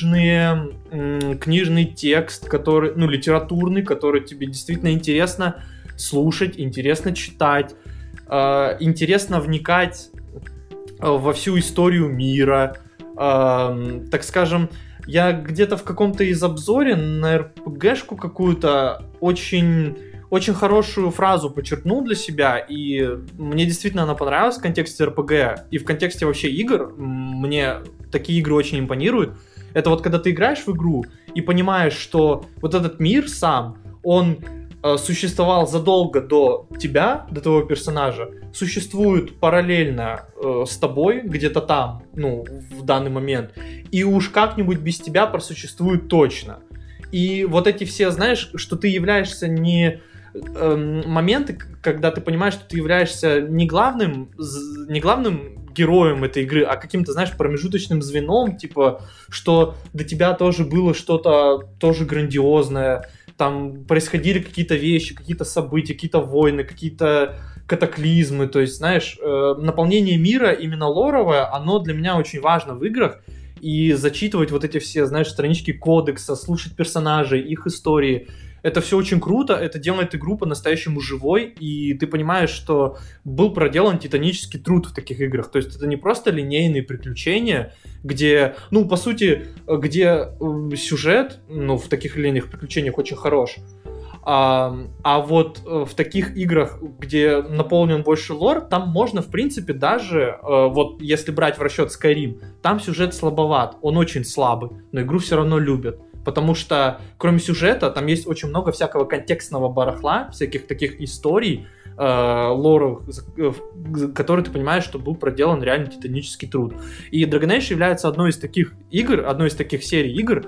Speaker 2: книжный текст, который, ну, литературный, который тебе действительно интересно слушать, интересно читать, интересно вникать во всю историю мира. Так скажем, я где-то в каком-то из обзоре на РПГшку какую-то очень хорошую фразу подчеркнул для себя, и мне действительно она понравилась в контексте РПГ, и в контексте вообще игр мне такие игры очень импонируют. Это вот когда ты играешь в игру и понимаешь, что вот этот мир сам, он существовал задолго до тебя, до твоего персонажа, существует параллельно с тобой, где-то там, ну, в данный момент, и уж как-нибудь без тебя просуществует точно. И вот эти все, знаешь, что ты являешься не... моменты, когда ты понимаешь, что ты являешься не главным героем этой игры, а каким-то, знаешь, промежуточным звеном, типа, что до тебя тоже было что-то тоже грандиозное, там происходили какие-то вещи, какие-то события, какие-то войны, какие-то катаклизмы, то есть, знаешь, наполнение мира именно лоровое, оно для меня очень важно в играх, и зачитывать вот эти все, знаешь, странички кодекса, слушать персонажей, их истории, это все очень круто, это делает игру по-настоящему живой, и ты понимаешь, что был проделан титанический труд в таких играх. То есть это не просто линейные приключения, где, ну, по сути, где сюжет, ну, в таких линейных приключениях очень хорош, А вот в таких играх, где наполнен больше лор, там можно, в принципе, даже, вот если брать в расчет Skyrim, там сюжет слабоват, он очень слабый, но игру все равно любят. Потому что, кроме сюжета, там есть очень много всякого контекстного барахла, всяких таких историй, лоров, который ты понимаешь, что был проделан реально титанический труд. И Dragon Age является одной из таких игр, одной из таких серий игр,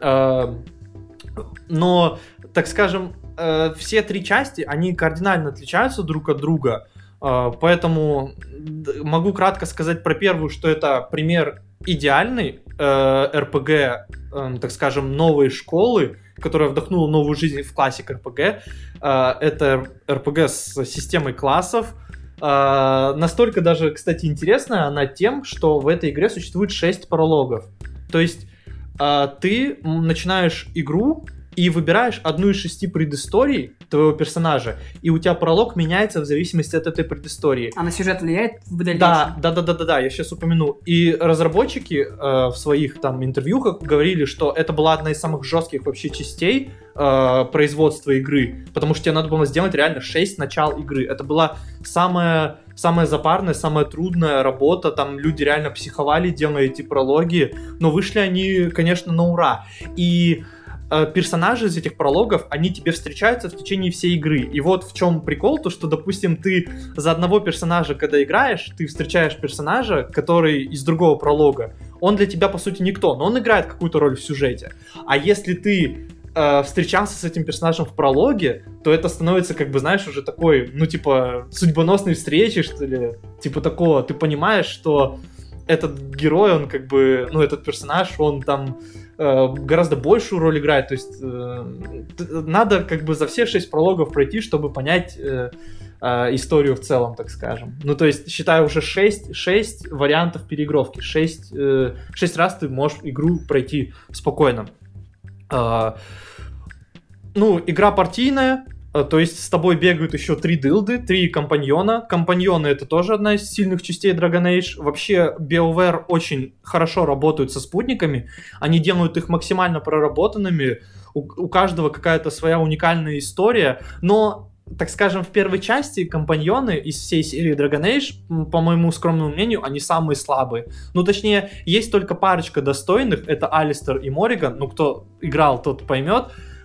Speaker 2: но, так скажем, все три части, они кардинально отличаются друг от друга, поэтому могу кратко сказать про первую, что это пример идеальный RPG, так скажем, новой школы, которая вдохнула новую жизнь в классик RPG. Это RPG с системой классов. Настолько даже, кстати, интересная она тем, что в этой игре существует 6 прологов. То есть ты начинаешь игру и выбираешь одну из 6 предысторий твоего персонажа, и у тебя пролог меняется в зависимости от этой предыстории.
Speaker 1: А на сюжет влияет в дальнейшем?
Speaker 2: Да, я сейчас упомяну. И разработчики в своих там интервьюхах говорили, что это была одна из самых жестких вообще частей производства игры, потому что тебе надо было сделать реально 6 начал игры. Это была самая запарная, самая трудная работа, там люди реально психовали, делая эти прологи, но вышли они, конечно, на ура. И персонажи из этих прологов, они тебе встречаются в течение всей игры. И вот в чем прикол, то что, допустим, ты за одного персонажа, когда играешь, ты встречаешь персонажа, который из другого пролога. Он для тебя, по сути, никто, но он играет какую-то роль в сюжете. А если ты встречался с этим персонажем в прологе, то это становится, как бы, знаешь, уже такой, ну, типа, судьбоносной встречи, что ли. Типа такого, ты понимаешь, что этот герой, он как бы, ну, этот персонаж, он там гораздо большую роль играет, то есть надо как бы за все 6 прологов пройти, чтобы понять историю в целом, так скажем. Ну, то есть, считаю, уже 6 вариантов переигровки, 6 раз ты можешь игру пройти спокойно. Ну, игра партийная, то есть с тобой бегают еще 3 дылды, 3 компаньона. Компаньоны — это тоже одна из сильных частей Dragon Age. Вообще, BioWare очень хорошо работают со спутниками. Они делают их максимально проработанными. У каждого какая-то своя уникальная история. Но, так скажем, в первой части компаньоны из всей серии Dragon Age, по моему скромному мнению, они самые слабые. Ну, точнее, есть только парочка достойных. Это Алистер и Морриган. Ну, кто играл, тот поймет.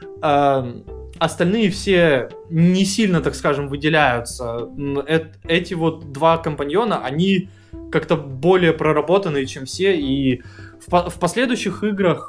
Speaker 2: Остальные все не сильно, так скажем, выделяются. Эти вот 2 компаньона, они как-то более проработанные, чем все, и в последующих играх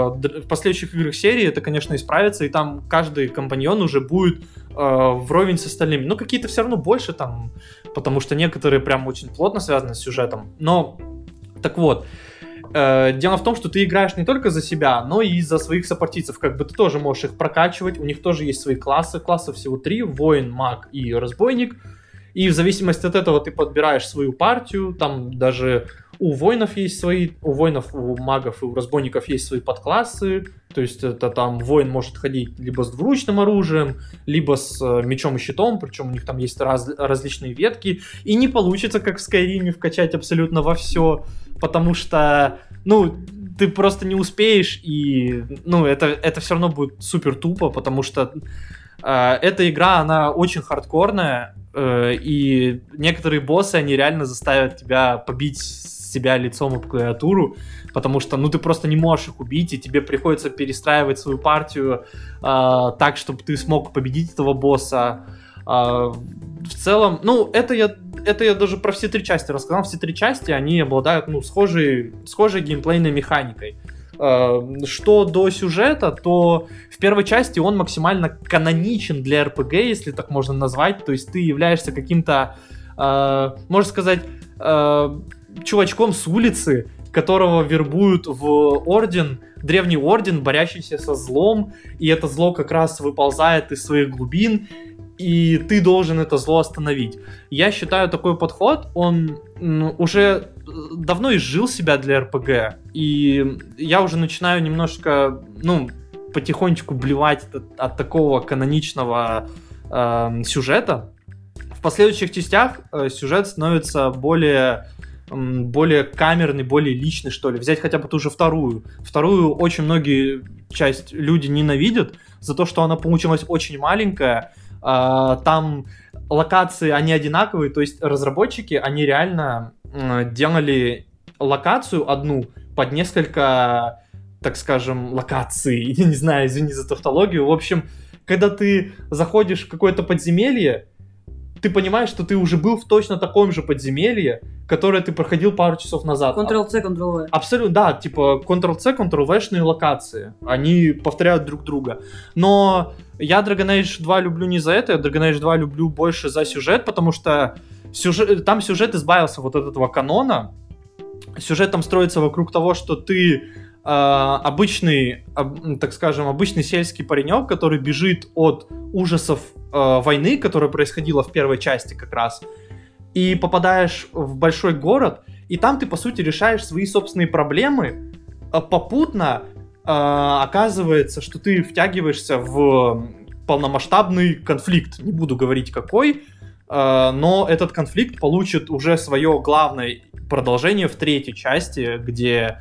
Speaker 2: серии это, конечно, исправится, и там каждый компаньон уже будет вровень с остальными. Но какие-то все равно больше там, потому что некоторые прям очень плотно связаны с сюжетом. Но, так вот, дело в том, что ты играешь не только за себя, но и за своих сопартийцев. Как бы ты тоже можешь их прокачивать, у них тоже есть свои классы. Классов всего 3: воин, маг и разбойник. И в зависимости от этого ты подбираешь свою партию. Там даже у воинов есть свои, у воинов, у магов и у разбойников есть свои подклассы. То есть это там воин может ходить либо с двуручным оружием, либо с мечом и щитом, причем у них там есть различные ветки. И не получится, как в Скайриме, вкачать абсолютно во все, потому что, ну, ты просто не успеешь, и, ну, это все равно будет супер тупо, потому что эта игра, она очень хардкорная, и некоторые боссы, они реально заставят тебя побить себя лицом об клавиатуру, потому что, ну, ты просто не можешь их убить, и тебе приходится перестраивать свою партию так, чтобы ты смог победить этого босса. В целом, ну, это я даже про все 3 части рассказал. Все 3 части, они обладают, ну, схожей геймплейной механикой. Что до сюжета, то в первой части он максимально каноничен для RPG, если так можно назвать. То есть ты являешься каким-то, можно сказать, чувачком с улицы, которого вербуют в орден, древний орден, борящийся со злом, и это зло как раз выползает из своих глубин, и ты должен это зло остановить. Я считаю, такой подход, он уже давно изжил себя для РПГ, и я уже начинаю немножко, ну, потихонечку блевать от такого каноничного сюжета. В последующих частях сюжет становится более более камерный, более личный, что ли. Взять хотя бы ту же вторую. Вторую очень многие люди ненавидят за то, что она получилась очень маленькая. Там локации, они одинаковые, то есть разработчики, они реально делали локацию одну под несколько, так скажем, локаций. Я не знаю, извини за тавтологию. В общем, когда ты заходишь в какое-то подземелье, ты понимаешь, что ты уже был в точно таком же подземелье, которое ты проходил пару часов назад.
Speaker 1: Ctrl-C, Ctrl-V.
Speaker 2: Абсолютно, да, типа Ctrl-C, Ctrl-V-шные локации. Они повторяют друг друга. Но я Dragon Age 2 люблю не за это, я Dragon Age 2 люблю больше за сюжет, потому что там сюжет избавился вот от этого канона. Сюжет там строится вокруг того, что ты обычный, так скажем, обычный сельский паренек, который бежит от ужасов войны, которая происходила в первой части как раз, и попадаешь в большой город, и там ты, по сути, решаешь свои собственные проблемы, попутно оказывается, что ты втягиваешься в полномасштабный конфликт. Не буду говорить какой, но этот конфликт получит уже свое главное продолжение в третьей части, где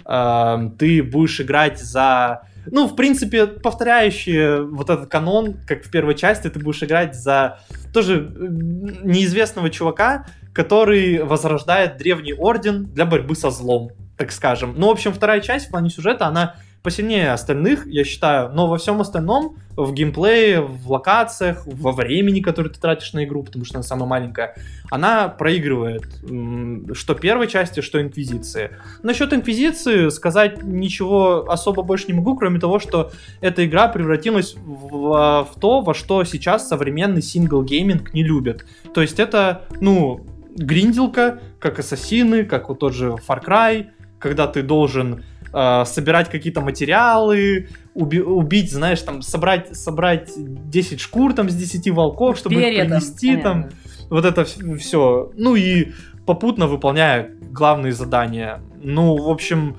Speaker 2: ты будешь играть за... Ну, в принципе, повторяющий вот этот канон, как в первой части, ты будешь играть за тоже неизвестного чувака, который возрождает древний орден для борьбы со злом, так скажем. Ну, в общем, вторая часть в плане сюжета, она посильнее остальных, я считаю, но во всем остальном, в геймплее, в локациях, во времени, которое ты тратишь на игру, потому что она самая маленькая, она проигрывает что первой части, что Инквизиции. Насчет Инквизиции сказать ничего особо больше не могу, кроме того, что эта игра превратилась в то, во что сейчас современный сингл-гейминг не любит. То есть это, ну, гринделка, как Ассасины, как вот тот же Far Cry, когда ты должен собирать какие-то материалы, убить, знаешь, там, собрать 10 шкур там с 10 волков, чтобы их принести, там, вот это все. Ну и попутно выполняя главные задания. Ну, в общем,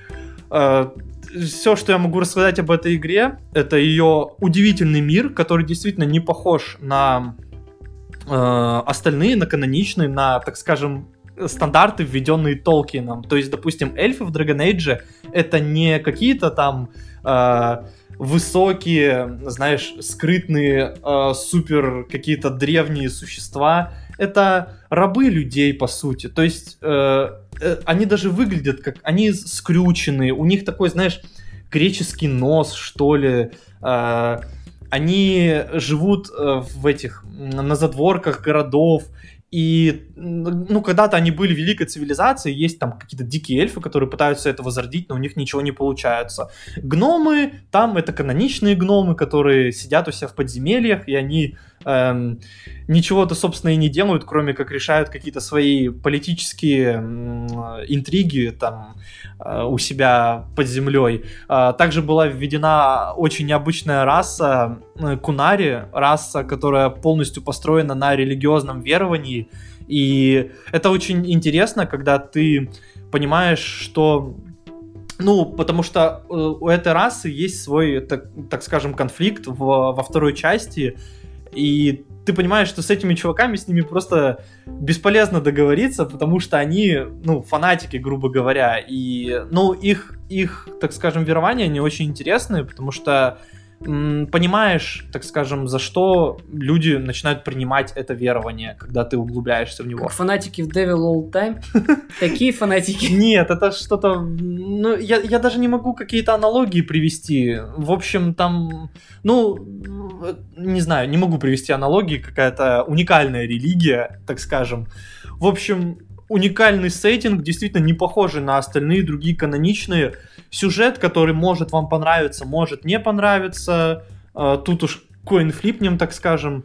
Speaker 2: все, что я могу рассказать об этой игре, это ее удивительный мир, который действительно не похож на остальные, на каноничные, на, так скажем, стандарты, введенные Толкиеном. То есть, допустим, эльфы в Dragon Age это не какие-то там высокие, знаешь, скрытные, супер какие-то древние существа. Это рабы людей, по сути. То есть, они даже выглядят как... Они скрюченные, у них такой, знаешь, греческий нос, что ли. Они живут в этих... на задворках городов. И, ну, когда-то они были великой цивилизацией, есть там какие-то дикие эльфы, которые пытаются это возродить, но у них ничего не получается. Гномы, там это каноничные гномы, которые сидят у себя в подземельях, и они ничего-то, собственно, и не делают, кроме как решают какие-то свои политические интриги там у себя под землей. Также была введена очень необычная раса Кунари, раса, которая полностью построена на религиозном веровании. И это очень интересно, когда ты понимаешь, что... Ну, потому что у этой расы есть свой, так скажем, конфликт во второй части. И ты понимаешь, что с этими чуваками, с ними просто бесполезно договориться, потому что они, ну, фанатики, грубо говоря. И, ну, их, так скажем, верования, они очень интересные, потому что понимаешь, так скажем, за что люди начинают принимать это верование, когда ты углубляешься в него.
Speaker 1: Как фанатики в Devil All Time? Такие фанатики?
Speaker 2: Нет, это что-то... Ну, я даже не могу какие-то аналогии привести. В общем, там... Ну, не знаю, не могу привести аналогии. Какая-то уникальная религия, так скажем. В общем, уникальный сеттинг, действительно не похожий на остальные другие каноничные. Сюжет, который может вам понравиться, может не понравиться. Тут уж коин-флипнем, так скажем.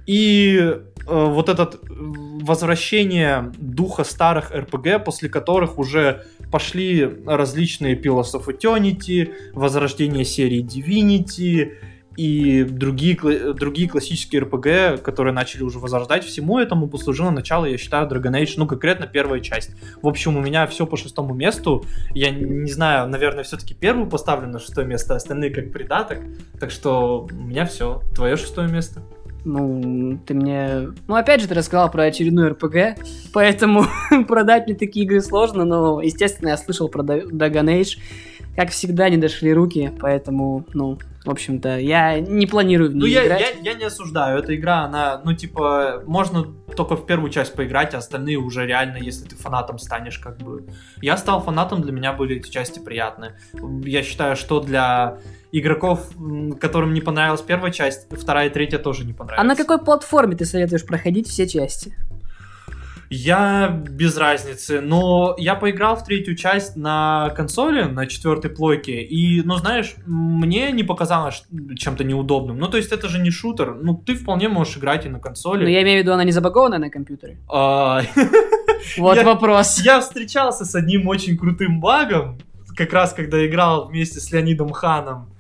Speaker 2: И вот это возвращение духа старых РПГ, после которых уже пошли различные Pillars of Eternity, возрождение серии Divinity и другие классические РПГ, которые начали уже возрождать. Всему этому послужило начало, я считаю, Dragon Age, ну, конкретно первая часть. В общем, у меня все по 6-му месту. Я не знаю, наверное, все-таки первую поставлю на 6-е место, остальные как придаток. Так что у меня все. Твое 6-е место?
Speaker 1: Ну, ты мне... Ну, опять же, ты рассказал про очередной РПГ, поэтому продать мне такие игры сложно, но, естественно, я слышал про Dragon Age. Как всегда, не дошли руки, поэтому, ну, в общем-то, я не планирую в нее играть.
Speaker 2: Я не осуждаю. Эта игра, она, ну, типа, можно только в первую часть поиграть, а остальные уже реально, если ты фанатом станешь, как бы... Я стал фанатом, для меня были эти части приятны. Я считаю, что для игроков, которым не понравилась первая часть, вторая и третья тоже не понравилась.
Speaker 1: А на какой платформе ты советуешь проходить все части?
Speaker 2: Я без разницы, но я поиграл в третью часть на консоли, на 4-й плойке, и, ну, знаешь, мне не показалось чем-то неудобным. Ну, то есть это же не шутер, ну, ты вполне можешь играть и на консоли.
Speaker 1: Ну, я имею в виду, она не забагованная на компьютере? Вот вопрос.
Speaker 2: Я встречался с одним очень крутым багом, как раз когда играл вместе с Леонидом Ханом.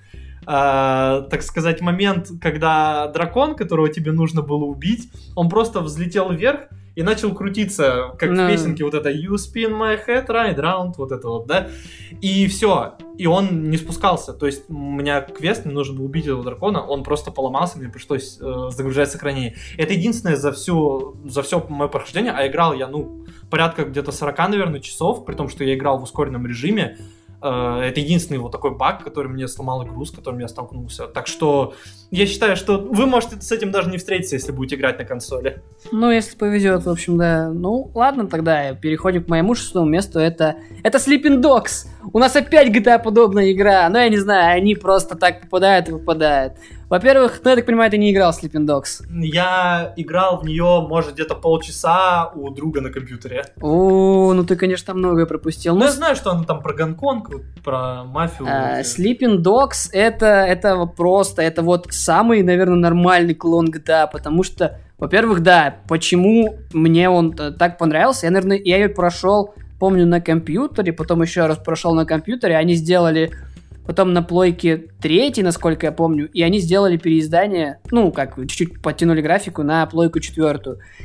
Speaker 2: Так сказать, момент, когда дракон, которого тебе нужно было убить, он просто взлетел вверх и начал крутиться, как в песенке вот это You spin my head right round, вот это вот, да, и все, и он не спускался, то есть у меня квест, мне нужно было убить этого дракона, он просто поломался, мне пришлось загружать сохранение. Это единственное за все мое прохождение, а играл я, ну, порядка где-то 40, наверное, часов, при том, что я играл в ускоренном режиме. Это единственный вот такой баг, который мне сломал игру, с которым я столкнулся. Так что я считаю, что вы можете с этим даже не встретиться, если будете играть на консоли.
Speaker 1: Ну, если повезет, в общем, да. Ну, ладно, тогда переходим к моему 6-му месту. Это Sleeping Dogs. У нас опять GTA-подобная игра. Но я не знаю, они просто так попадают и выпадают. Во-первых, ну, я так понимаю, ты не играл в Sleeping Dogs.
Speaker 2: Я играл в нее, может, где-то полчаса у друга на компьютере.
Speaker 1: О, ну ты, конечно, многое пропустил.
Speaker 2: Ну, я знаю, что она там про Гонконг, про мафию.
Speaker 1: Sleeping Dogs это просто, это вот самый, наверное, нормальный клон GTA, потому что, во-первых, да, почему мне он так понравился, я ее прошел, помню, на компьютере, потом еще раз прошел на компьютере, они сделали потом на плойке 3, насколько я помню, и они сделали переиздание, ну, как, чуть-чуть подтянули графику на плойку 4.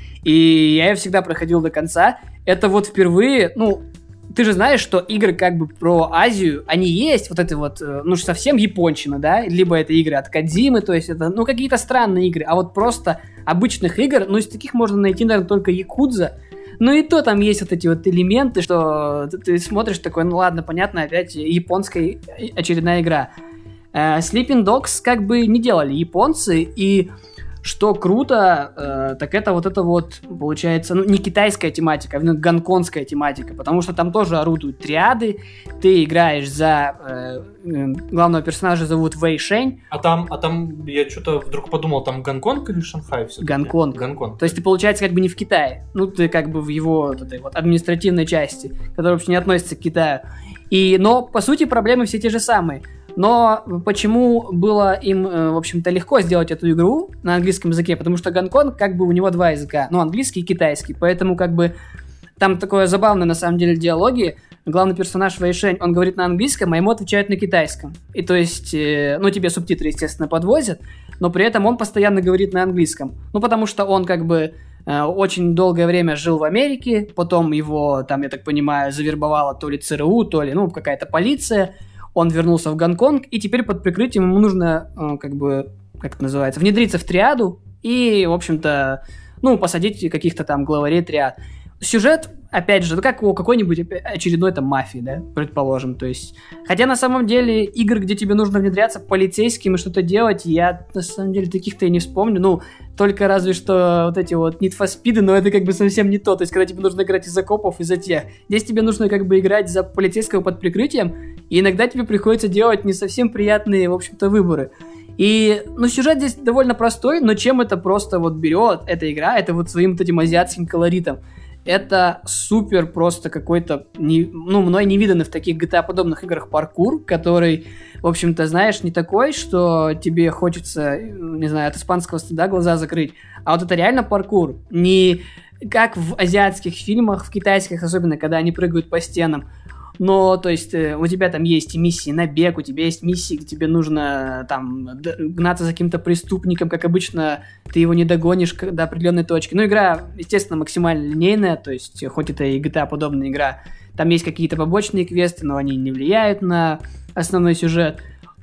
Speaker 1: И я ее всегда проходил до конца. Это вот впервые, ну, ты же знаешь, что игры как бы про Азию, они есть, вот это вот, ну, совсем япончина, да, либо это игры от Кодзимы, то есть это, ну, какие-то странные игры, а вот просто обычных игр, ну, из таких можно найти, наверное, только Якудза. Ну и то там есть вот эти вот элементы, что ты смотришь такой, ну ладно, понятно, опять японская очередная игра. Sleeping Dogs как бы не делали японцы, и что круто, так это вот, получается, ну не китайская тематика, а гонконгская тематика, потому что там тоже орудуют триады, ты играешь за... главного персонажа зовут Вэй Шэнь.
Speaker 2: А там я что-то вдруг подумал, там Гонконг или Шанхай все-таки?
Speaker 1: Гонконг. То есть ты, получается, как бы не в Китае. Ну, ты как бы в его вот этой вот административной части, которая вообще не относится к Китаю. Но, по сути, проблемы все те же самые. Но почему было им, в общем-то, легко сделать эту игру на английском языке? Потому что Гонконг, как бы у него два языка, ну, английский и китайский, поэтому, как бы, там такое забавное, на самом деле, диалоги. Главный персонаж Вэй Шэнь, он говорит на английском, а ему отвечают на китайском. И то есть, ну, тебе субтитры, естественно, подвозят, но при этом он постоянно говорит на английском. Ну, потому что он, как бы, очень долгое время жил в Америке, потом его, там, я так понимаю, завербовала то ли ЦРУ, то ли, ну, какая-то полиция. Он вернулся в Гонконг, и теперь под прикрытием ему нужно, как бы, как это называется, внедриться в триаду и, в общем-то, ну, посадить каких-то там главарей триад. Сюжет, опять же, как у какой-нибудь очередной там мафии, да, предположим, то есть... Хотя, на самом деле, игр, где тебе нужно внедряться полицейским и что-то делать, я, на самом деле, таких-то и не вспомню, ну, только разве что вот эти вот Need for Speed, но это как бы совсем не то, то есть, когда тебе нужно играть из окопов и за тех. Здесь тебе нужно как бы играть за полицейского под прикрытием, и иногда тебе приходится делать не совсем приятные, в общем-то, выборы. И, ну, сюжет здесь довольно простой, но чем это просто вот берет, эта игра, это вот своим вот этим азиатским колоритом. Это супер просто какой-то, мной невиданный в таких GTA-подобных играх паркур, который, в общем-то, знаешь, не такой, что тебе хочется, не знаю, от испанского стыда глаза закрыть, а вот это реально паркур. Не как в азиатских фильмах, в китайских особенно, когда они прыгают по стенам. Но, то есть, у тебя там есть миссии на бег, у тебя есть миссии, где тебе нужно там гнаться за каким-то преступником, как обычно, ты его не догонишь до определенной точки. Ну, игра, естественно, максимально линейная, то есть, хоть это и GTA-подобная игра, там есть какие-то побочные квесты, но они не влияют на основной сюжет.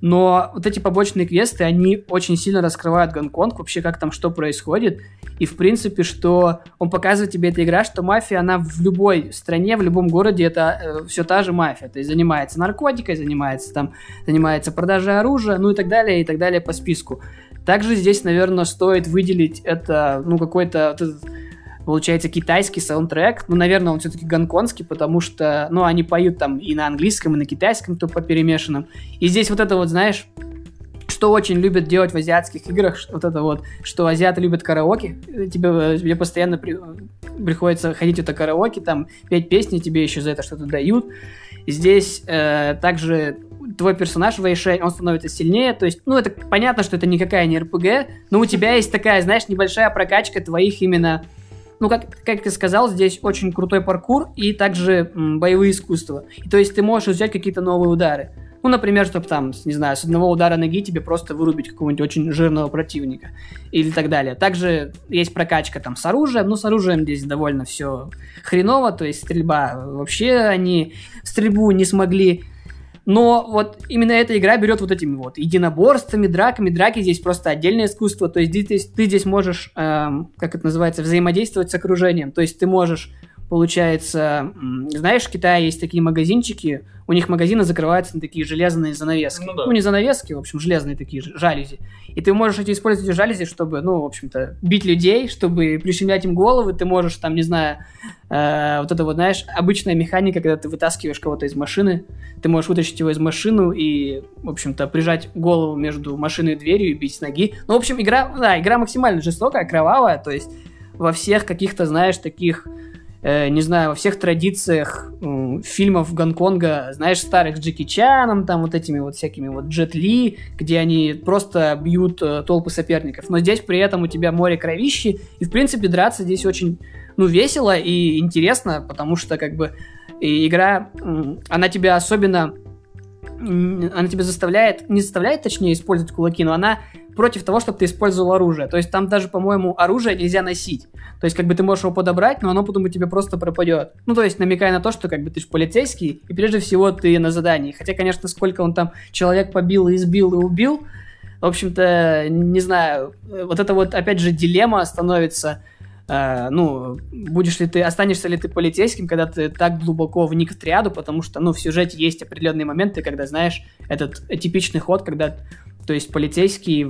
Speaker 1: Но вот эти побочные квесты, они очень сильно раскрывают Гонконг, вообще как там что происходит. И в принципе, что он показывает тебе эта игра, что мафия, она в любой стране, в любом городе, это все та же мафия. То есть занимается наркотикой, занимается продажей оружия, ну и так далее по списку. Также здесь, наверное, стоит выделить это, ну, какой-то, получается, китайский саундтрек. Ну, наверное, он все-таки гонконгский, потому что, ну, они поют там и на английском, и на китайском, то по перемешанным. И здесь вот это вот, знаешь, что очень любят делать в азиатских играх, вот это вот, что азиаты любят караоке. Тебе постоянно приходится ходить в это караоке, там, петь песни, тебе еще за это что-то дают. Здесь также твой персонаж Вэйшэнь, он становится сильнее, то есть, ну, это понятно, что это никакая не РПГ, но у тебя есть такая, знаешь, небольшая прокачка твоих именно, ну, как я сказал, здесь очень крутой паркур и также боевые искусства. И, то есть ты можешь взять какие-то новые удары. Ну, например, чтобы там, не знаю, с одного удара ноги тебе просто вырубить какого-нибудь очень жирного противника или так далее. Также есть прокачка там с оружием, но с оружием здесь довольно все хреново, то есть стрельба, вообще они в стрельбу не смогли. Но вот именно эта игра берет вот этими вот единоборствами, драками. Драки здесь просто отдельное искусство, то есть ты здесь можешь, как это называется, взаимодействовать с окружением, то есть ты можешь... Получается, знаешь, в Китае есть такие магазинчики, у них магазины закрываются на такие железные занавески. Ну, да. Ну, не занавески, в общем, железные такие жалюзи. И ты можешь использовать эти жалюзи, чтобы, ну, в общем-то, бить людей, чтобы прищемлять им головы. Ты можешь, там, не знаю, вот это вот, знаешь, обычная механика, когда ты вытаскиваешь кого-то из машины, ты можешь вытащить его из машины и, в общем-то, прижать голову между машиной и дверью и бить с ноги. Ну, в общем, игра максимально жестокая, кровавая, то есть во всех каких-то, знаешь, таких... не знаю, во всех традициях фильмов Гонконга, знаешь, старых с Джеки Чаном, там вот этими вот всякими вот Джет Ли, где они просто бьют толпы соперников. Но здесь при этом у тебя море кровищи, и, в принципе, драться здесь очень, ну, весело и интересно, потому что, как бы, игра, она тебя особенно... Она тебя не заставляет, точнее, использовать кулаки, но она против того, чтобы ты использовал оружие. То есть там даже, по-моему, оружие нельзя носить. То есть как бы ты можешь его подобрать, но оно потом у тебя просто пропадет. Ну, то есть намекая на то, что как бы ты же полицейский, и прежде всего ты на задании. Хотя, конечно, сколько он там человек побил и избил и убил, в общем-то, не знаю. Вот это вот, опять же, дилемма становится... ну, останешься ли ты полицейским, когда ты так глубоко вник в триаду, потому что, ну, в сюжете есть определенные моменты, когда, знаешь, этот типичный ход, когда, то есть, полицейский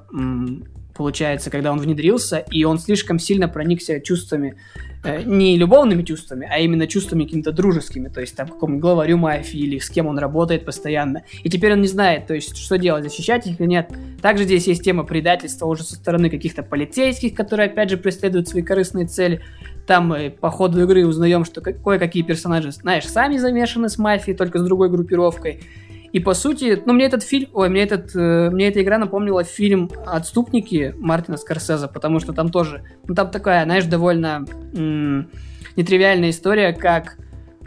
Speaker 1: получается, когда он внедрился, и он слишком сильно проникся чувствами, не любовными чувствами, а именно чувствами какими-то дружескими, то есть там какому-нибудь главарю мафии или с кем он работает постоянно. И теперь он не знает, то есть что делать, защищать их или нет. Также здесь есть тема предательства уже со стороны каких-то полицейских, которые опять же преследуют свои корыстные цели. Там по ходу игры узнаем, что кое-какие персонажи, знаешь, сами замешаны с мафией, только с другой группировкой. И по сути, ну, мне эта игра напомнила фильм «Отступники» Мартина Скорсезе, потому что там тоже, ну, там такая, знаешь, довольно нетривиальная история, как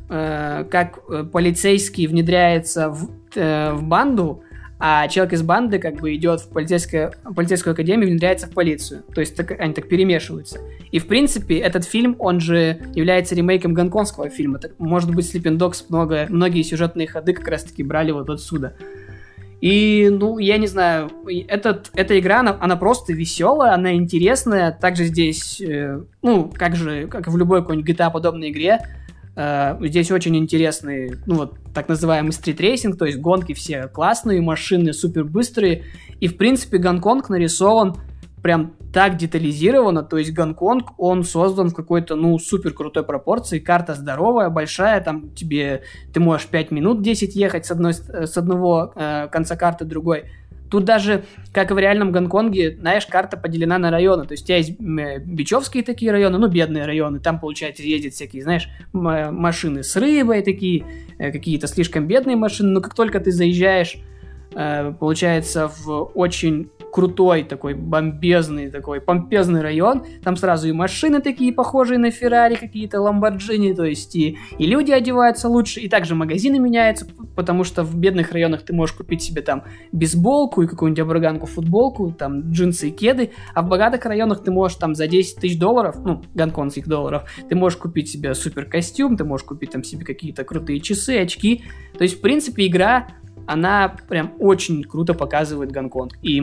Speaker 1: полицейский внедряется в банду, а человек из банды как бы идет в полицейскую академию, внедряется в полицию. То есть они так перемешиваются. И в принципе этот фильм, он же является ремейком гонконгского фильма. Так, может быть, Sleeping Dogs многие сюжетные ходы как раз-таки брали вот отсюда. И, ну, я не знаю, эта игра, она просто веселая, она интересная. Также здесь, ну, как и в любой какой-нибудь GTA-подобной игре, здесь очень интересный, ну вот, так называемый стритрейсинг, то есть гонки все классные, машины супер быстрые, и в принципе Гонконг нарисован прям так детализированно, то есть Гонконг, он создан в какой-то, ну, супер крутой пропорции, карта здоровая, большая, там ты можешь 5 минут 10 ехать с одного конца карты другой. Тут даже, как и в реальном Гонконге, знаешь, карта поделена на районы. То есть у тебя есть бичевские такие районы, ну, бедные районы. Там, получается, ездят всякие, знаешь, машины с рыбой такие, какие-то слишком бедные машины. Но как только ты заезжаешь, получается, в очень крутой такой бомбезный, такой помпезный район, там сразу и машины такие похожие на Феррари, какие-то Ламборджини, то есть и люди одеваются лучше, и также магазины меняются, потому что в бедных районах ты можешь купить себе там бейсболку и какую-нибудь абраганку, футболку, там джинсы и кеды, а в богатых районах ты можешь там за 10 тысяч долларов, ну, гонконгских долларов, ты можешь купить себе супер костюм, ты можешь купить там себе какие-то крутые часы, очки, то есть в принципе игра она прям очень круто показывает Гонконг. И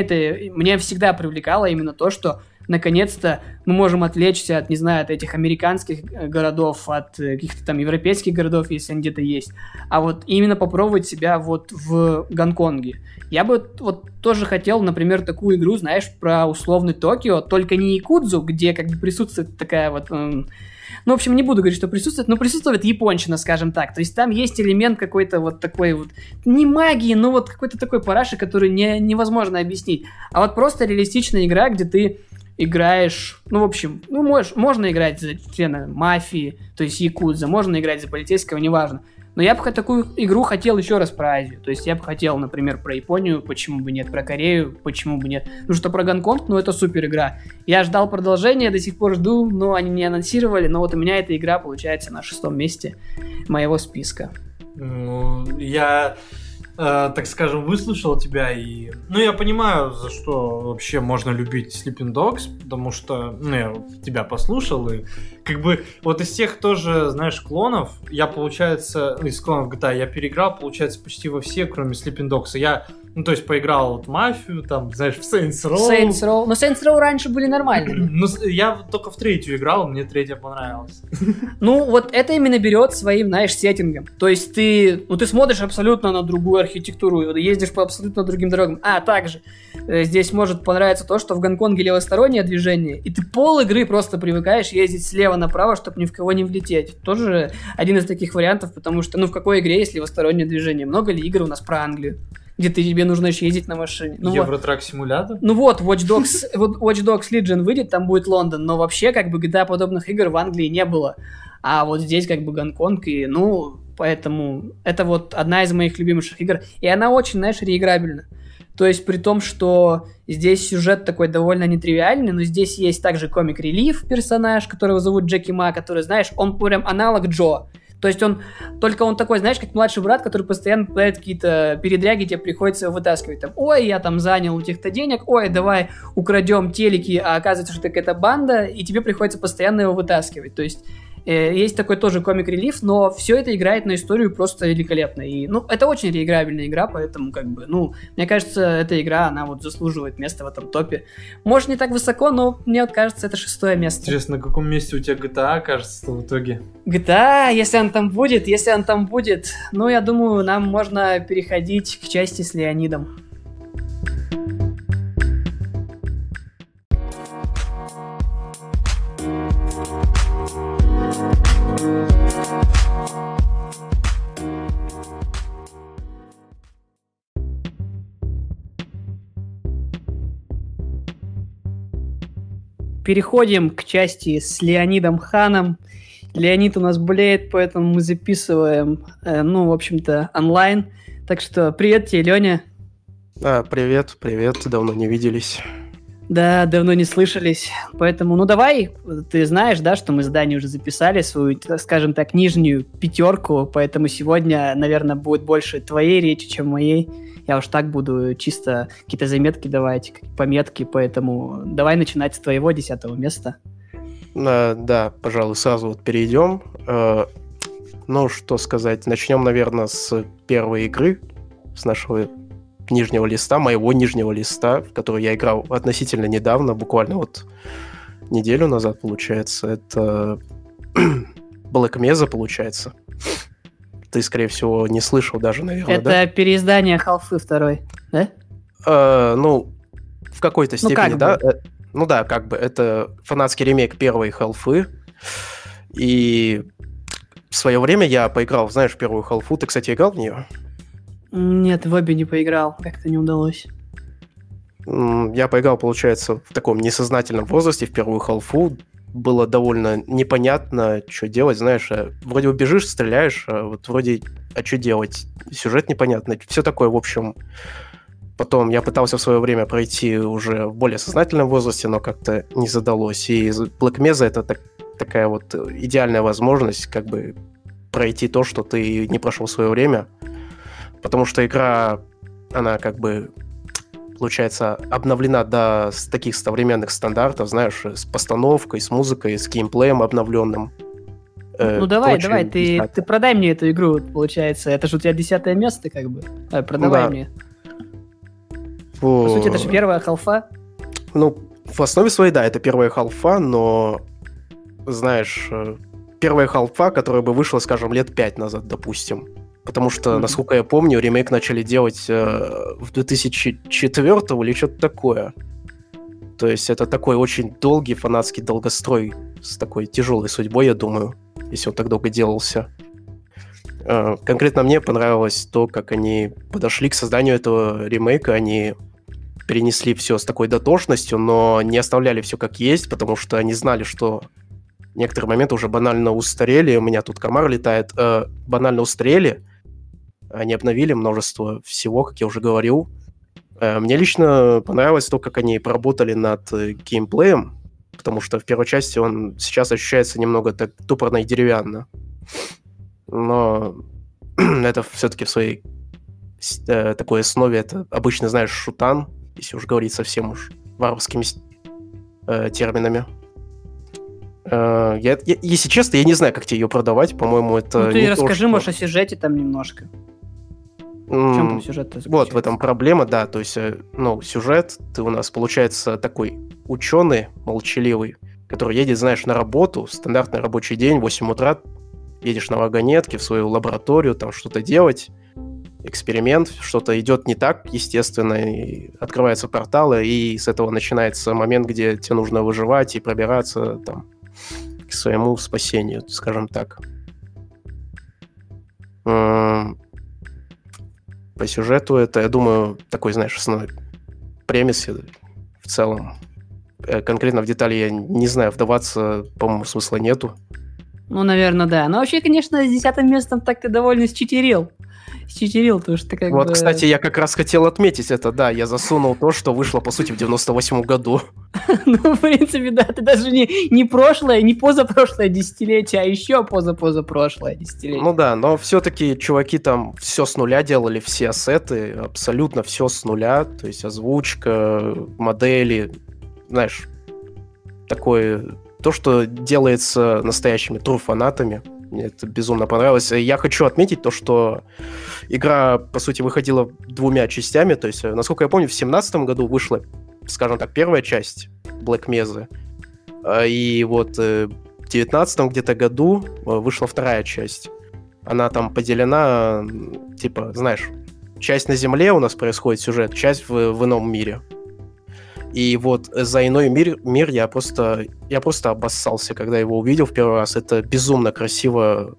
Speaker 1: меня всегда привлекало именно то, что наконец-то мы можем отвлечься от, не знаю, от этих американских городов, от каких-то там европейских городов, если они где-то есть, а вот именно попробовать себя вот в Гонконге. Я бы вот тоже хотел, например, такую игру, знаешь, про условный Токио, только не Якудзу, где как бы присутствует такая вот... Ну, в общем, не буду говорить, что присутствует, но присутствует японщина, скажем так. То есть там есть элемент какой-то вот такой вот, не магии, но вот какой-то такой параши, который невозможно объяснить. А вот просто реалистичная игра, где ты играешь, ну, в общем, ну, можно играть за члена мафии, то есть якудза, можно играть за полицейского, неважно. Но я бы такую игру хотел еще раз про Азию. То есть я бы хотел, например, про Японию, почему бы нет, про Корею, почему бы нет. Ну что, про Гонконг, ну это супер игра. Я ждал продолжения, до сих пор жду, но они не анонсировали. Но вот у меня эта игра получается на 6-м месте моего списка.
Speaker 2: Ну, я, так скажем, выслушал тебя и... Ну, я понимаю, за что вообще можно любить Sleeping Dogs, потому что, ну, я тебя послушал, и как бы вот из тех тоже, знаешь, клонов, я, получается, из клонов GTA я переиграл, получается, почти во все, кроме Sleeping Dogs. Я, ну, то есть, поиграл вот Мафию, там, знаешь, в Saints Row.
Speaker 1: Saints Row. Но Saints Row раньше были нормальными.
Speaker 2: Ну, я только в третью играл, мне третья понравилась.
Speaker 1: Ну, вот это именно берет своим, знаешь, сеттингом. То есть ты смотришь абсолютно на другую архитектуру, ездишь по абсолютно другим дорогам. А также здесь может понравиться то, что в Гонконге левостороннее движение, и ты пол игры просто привыкаешь ездить слева направо, чтобы ни в кого не влететь. Тоже один из таких вариантов, потому что, ну, в какой игре есть левостороннее движение? Много ли игр у нас про Англию, где тебе нужно еще ездить на машине? Ну,
Speaker 2: Евротрак симулятор?
Speaker 1: Ну вот, Watch Dogs Legion выйдет, там будет Лондон, но вообще, как бы, GTA подобных игр в Англии не было. А вот здесь, как бы, Гонконг, и, ну, поэтому это вот одна из моих любимейших игр, и она очень, знаешь, реиграбельна. То есть при том, что здесь сюжет такой довольно нетривиальный, но здесь есть также комик-релиф персонаж, которого зовут Джеки Ма, который, знаешь, он прям аналог Джо. То есть он такой, знаешь, как младший брат, который постоянно попадает в какие-то передряги, тебе приходится его вытаскивать. Там, ой, я там занял у тех-то денег, ой, давай украдем телеки, а оказывается, что это какая-то банда, и тебе приходится постоянно его вытаскивать. То есть есть такой тоже комик-релиф, но все это играет на историю просто великолепно. И, ну, это очень реиграбельная игра, поэтому, как бы, ну, мне кажется, эта игра, она вот заслуживает места в этом топе. Может, не так высоко, но мне вот кажется, это 6-е место.
Speaker 2: Интересно, на каком месте у тебя GTA окажется в итоге?
Speaker 1: GTA, если он там будет, ну, я думаю, нам можно переходить к части с Леонидом. Переходим к части с Леонидом Ханом. Леонид у нас болеет, поэтому мы записываем, ну, в общем-то, онлайн. Так что привет тебе, Леня.
Speaker 3: Привет, давно не виделись.
Speaker 1: Да, давно не слышались. Поэтому, ну давай, ты знаешь, да, что мы с Даней уже записали свою, скажем так, нижнюю пятерку, поэтому сегодня, наверное, будет больше твоей речи, чем моей. Я уж так буду чисто какие-то заметки давать, пометки, поэтому давай начинать с твоего 10-го места.
Speaker 3: Да, пожалуй, сразу вот перейдем. Ну, что сказать, начнем, наверное, с первой игры, с нашего нижнего листа, моего нижнего листа, в который я играл относительно недавно, буквально вот неделю назад, получается. Это Black Mesa, получается. Ты, скорее всего, не слышал даже, наверное,
Speaker 1: это
Speaker 3: да?
Speaker 1: переиздание Half-Life 2, да?
Speaker 3: Ну, в какой-то степени, да. Ну да, как бы, это фанатский ремейк первой Half-Life. И в свое время я поиграл, знаешь, в первую Half-Life. Ты, кстати, играл в нее?
Speaker 1: Нет, в обе не поиграл, как-то не удалось.
Speaker 3: Я поиграл, получается, в таком несознательном возрасте в первую Half-Life. Было довольно непонятно, что делать, знаешь, вроде бы бежишь, стреляешь, а вот вроде, а что делать? Сюжет непонятный, все такое, в общем. Потом я пытался в свое время пройти уже в более сознательном возрасте, но как-то не задалось. И Black Mesa — это такая вот идеальная возможность как бы пройти то, что ты не прошел в свое время. Потому что игра, она как бы, получается, обновлена до таких современных стандартов, знаешь, с постановкой, с музыкой, с геймплеем обновленным.
Speaker 1: Ну давай, ты продай мне эту игру, получается. Это же у тебя 10-е место, как бы. Продавай мне. По сути, это же первая халфа.
Speaker 3: Ну, в основе своей, да, это первая халфа, но, знаешь, первая халфа, которая бы вышла, скажем, лет 5 назад, допустим. Потому что, насколько я помню, ремейк начали делать в 2004 или что-то такое. То есть это такой очень долгий фанатский долгострой с такой тяжелой судьбой, я думаю, если он так долго делался. Конкретно мне понравилось то, как они подошли к созданию этого ремейка. Они перенесли все с такой дотошностью, но не оставляли все как есть, потому что они знали, что некоторые моменты уже банально устарели. У меня тут комар летает. Банально устарели. Они обновили множество всего, как я уже говорил. Мне лично понравилось то, как они поработали над геймплеем, потому что в первой части он сейчас ощущается немного так тупорно и деревянно. Но это все-таки в своей такой основе это обычно, знаешь, шутан, если уж говорить совсем уж варварскими терминами. Если честно, я не знаю, как тебе ее продавать. По-моему, это...
Speaker 1: Ну ты расскажи, может, о сюжете там немножко. В чем там сюжет-то заключается?
Speaker 3: Вот в этом проблема, да. То есть, сюжет, ты у нас получается такой ученый молчаливый, который едет, знаешь, на работу, стандартный рабочий день, 8 утра, едешь на вагонетке в свою лабораторию, там что-то делать, эксперимент, что-то идет не так, естественно, и открываются порталы, и с этого начинается момент, где тебе нужно выживать и пробираться там к своему спасению, скажем так. По сюжету это, я думаю, такой, знаешь, основной премис в целом. Конкретно в детали я не знаю, вдаваться, по-моему, смысла нету.
Speaker 1: Ну, наверное, да. Но вообще, конечно, с 10-м местом так ты довольно считерил. Потому что как
Speaker 3: вот, кстати, я как раз хотел отметить это, да. Я засунул то, что вышло, по сути, в 98-м году.
Speaker 1: Ну, в принципе, да. Ты даже не прошлое, не позапрошлое десятилетие, а еще позапрошлое десятилетие.
Speaker 3: Ну да, но все-таки чуваки там все с нуля делали, все ассеты, абсолютно все с нуля. То есть озвучка, модели, знаешь, такое... То, что делается настоящими тру-фанатами, мне это безумно понравилось. Я хочу отметить то, что игра, по сути, выходила 2 частями. То есть, насколько я помню, в 2017 году вышла, скажем так, первая часть Black Mesa. И вот в 2019 где-то году вышла вторая часть. Она там поделена, типа, знаешь, часть на Земле у нас происходит сюжет, часть в ином мире. И вот за иной мир я просто обоссался, когда его увидел в первый раз. Это безумно красиво,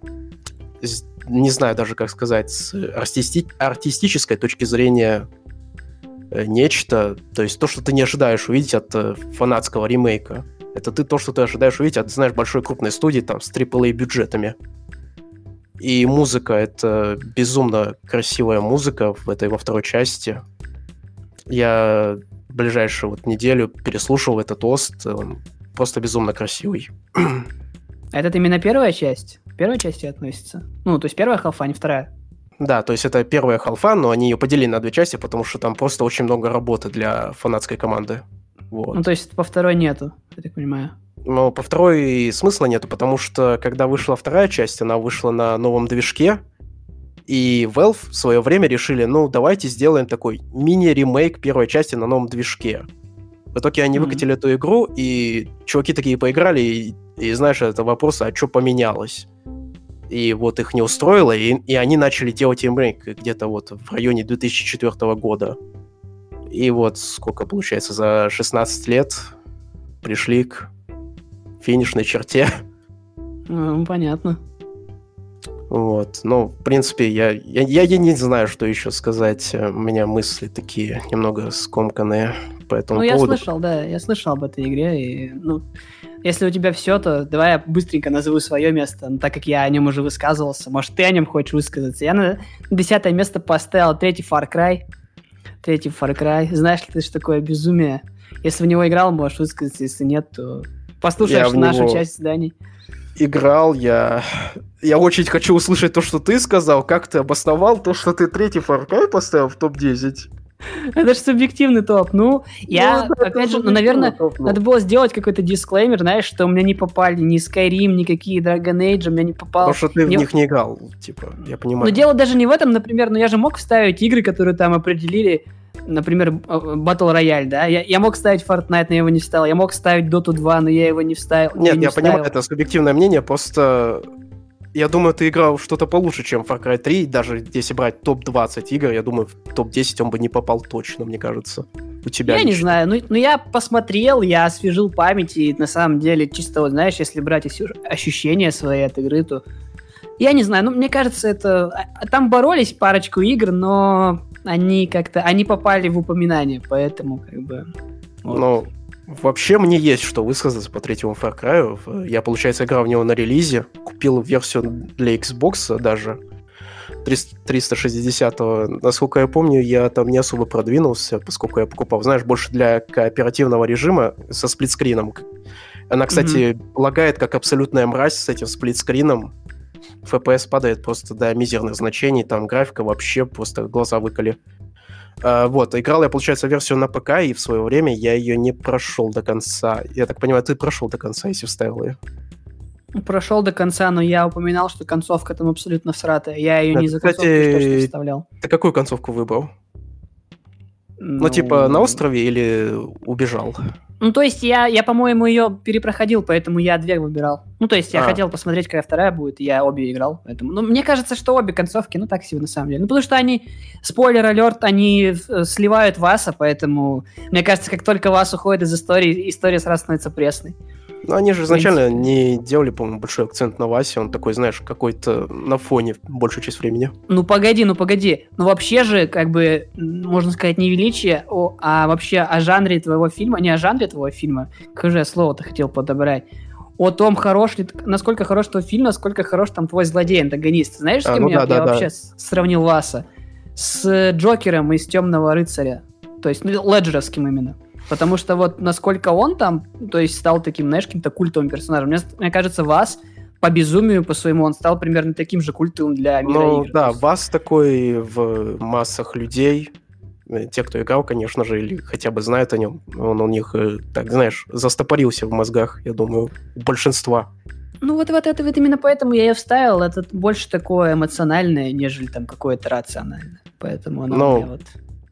Speaker 3: не знаю даже, как сказать, с артистической точки зрения нечто. То есть то, что ты не ожидаешь увидеть от фанатского ремейка. Это то, что ты ожидаешь увидеть от, знаешь, большой крупной студии там с AAA бюджетами. И музыка, это безумно красивая музыка во второй части. Я... ближайшую вот неделю переслушал этот ост, он просто безумно красивый.
Speaker 1: А это именно первая часть? К первой части относится? Ну, то есть первая халфа, а не вторая?
Speaker 3: Да, то есть это первая халфа, но они ее поделили на 2 части, потому что там просто очень много работы для фанатской команды. Вот.
Speaker 1: Ну, то есть по второй нету, я так понимаю.
Speaker 3: Но по второй смысла нету, потому что когда вышла вторая часть, она вышла на новом движке, и Valve в свое время решили, ну, давайте сделаем такой мини-ремейк первой части на новом движке. В итоге они выкатили эту игру, и чуваки такие поиграли, и знаешь, это вопрос, а что поменялось? И вот их не устроило, и они начали делать ремейк где-то вот в районе 2004 года. И вот сколько, получается, за 16 лет пришли к финишной черте.
Speaker 1: Ну, понятно.
Speaker 3: Вот, ну, в принципе, я не знаю, что еще сказать. У меня мысли такие немного скомканные по этому поводу.
Speaker 1: Я слышал об этой игре, и, ну, если у тебя все, то давай я быстренько назову свое место, но так как я о нем уже высказывался, может, ты о нем хочешь высказаться. Я на 10 место поставил третий Far Cry. Знаешь ли ты, что такое безумие? Если в него играл, можешь высказаться, если нет, то послушаешь нашу часть зданий.
Speaker 3: Играл, я очень хочу услышать то, что ты сказал. Как ты обосновал то, что ты третий Far Cry поставил в топ-10?
Speaker 1: Это же субъективный топ. Опять же, наверное, надо было сделать какой-то дисклеймер, знаешь, что у меня не попали ни Skyrim, никакие Dragon Age, у меня не попал...
Speaker 3: Потому что ты в них не играл, типа, я понимаю.
Speaker 1: Но дело даже не в этом, например, я же мог вставить игры, которые там определили, например, Battle Royale, да? Я мог ставить Fortnite, но я его не вставил. Я мог ставить Dota 2, но я его не вставил.
Speaker 3: Нет, я понимаю, это субъективное мнение, просто... Я думаю, ты играл в что-то получше, чем Far Cry 3. Даже если брать топ-20 игр, я думаю, в топ-10 он бы не попал точно, мне кажется. У тебя
Speaker 1: я не знаю. Ну, я посмотрел, я освежил память, и на самом деле, чисто, вот, знаешь, если брать ощущения свои от игры, то... Я не знаю, мне кажется, это... Там боролись парочку игр, но они как-то... Они попали в упоминание, поэтому как бы...
Speaker 3: Вот. Ну, вообще мне есть что высказаться по третьему Far Cry. Я, получается, играл в него на релизе, купил версию для Xbox даже, 360-го. Насколько я помню, я там не особо продвинулся, поскольку я покупал, знаешь, больше для кооперативного режима со сплитскрином. Она, кстати, лагает как абсолютная мразь с этим сплитскрином. FPS падает просто до мизерных значений, там графика вообще просто глаза выколи. Вот, играл я, получается, версию на ПК, и в свое время я ее не прошел до конца. Я так понимаю, ты прошел до конца, если вставил ее.
Speaker 1: Прошел до конца, но я упоминал, что концовка там абсолютно всратая. Я ее не за концовку точно вставлял.
Speaker 3: Ты какую концовку выбрал? Ну, типа, на острове или убежал?
Speaker 1: Ну, то есть я по-моему, ее перепроходил, поэтому я 2 выбирал. Ну, то есть я хотел посмотреть, какая вторая будет, и я обе играл. Поэтому... Ну, мне кажется, что обе концовки, так себе на самом деле. Ну, потому что они, спойлер-алерт, они сливают Васа, поэтому, мне кажется, как только Вас уходит из истории, история сразу становится пресной.
Speaker 3: Ну, они же изначально не делали, по-моему, большой акцент на Васе. Он такой, знаешь, какой-то на фоне большую часть времени.
Speaker 1: Ну, погоди. Ну, вообще же, как бы, можно сказать, не величие, а вообще о жанре твоего фильма, не о жанре твоего фильма, какое же я слово-то хотел подобрать, о том, насколько хорош твой фильм, насколько хорош там твой злодей-антагонист. Знаешь, с кем я вообще сравнил Васа? С Джокером из «Темного рыцаря». То есть, леджеровским именно. Потому что вот насколько он там, то есть стал таким, знаешь, каким-то культовым персонажем. Мне кажется, Вас по безумию, по своему, он стал примерно таким же культовым для мира игр.
Speaker 3: Да, Вас такой в массах людей, те, кто играл, конечно же, или хотя бы знают о нем, он у них, так, знаешь, застопорился в мозгах, я думаю, у большинства.
Speaker 1: Ну вот именно поэтому я ее вставил, это больше такое эмоциональное, нежели там какое-то рациональное. Поэтому оно у меня вот...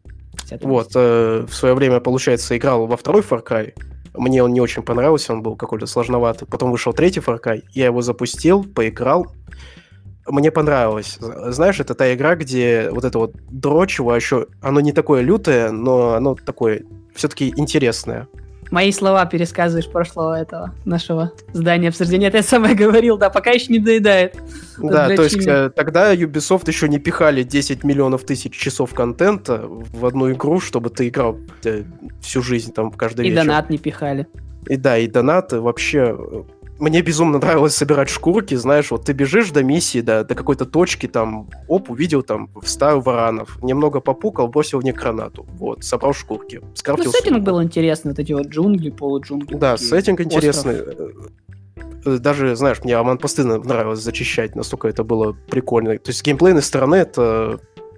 Speaker 3: Вот, в свое время, получается, играл во второй Far Cry. Мне он не очень понравился, он был какой-то сложноватый. Потом вышел третий Far Cry, я его запустил, поиграл. Мне понравилось. Знаешь, это та игра, где вот это вот дрочево еще... Оно не такое лютое, но оно такое все-таки интересное.
Speaker 1: Мои слова пересказываешь прошлого этого нашего здания обсуждения. Это я самое говорил, да, пока еще не доедает.
Speaker 3: Да, то есть тогда Ubisoft еще не пихали 10 миллионов тысяч часов контента в одну игру, чтобы ты играл всю жизнь там каждый вечер.
Speaker 1: И донат не пихали.
Speaker 3: И донаты вообще... Мне безумно нравилось собирать шкурки, знаешь, вот ты бежишь до миссии, до какой-то точки, там, увидел там стаю варанов, немного попукал, бросил в них гранату, вот, собрал шкурки, скрафтил.
Speaker 1: Ну, сеттинг был интересный, вот эти вот джунгли, полуджунгли.
Speaker 3: Да, сеттинг интересный. Даже, знаешь, мне аванпосты нравилось зачищать, настолько это было прикольно. То есть с геймплейной стороны это...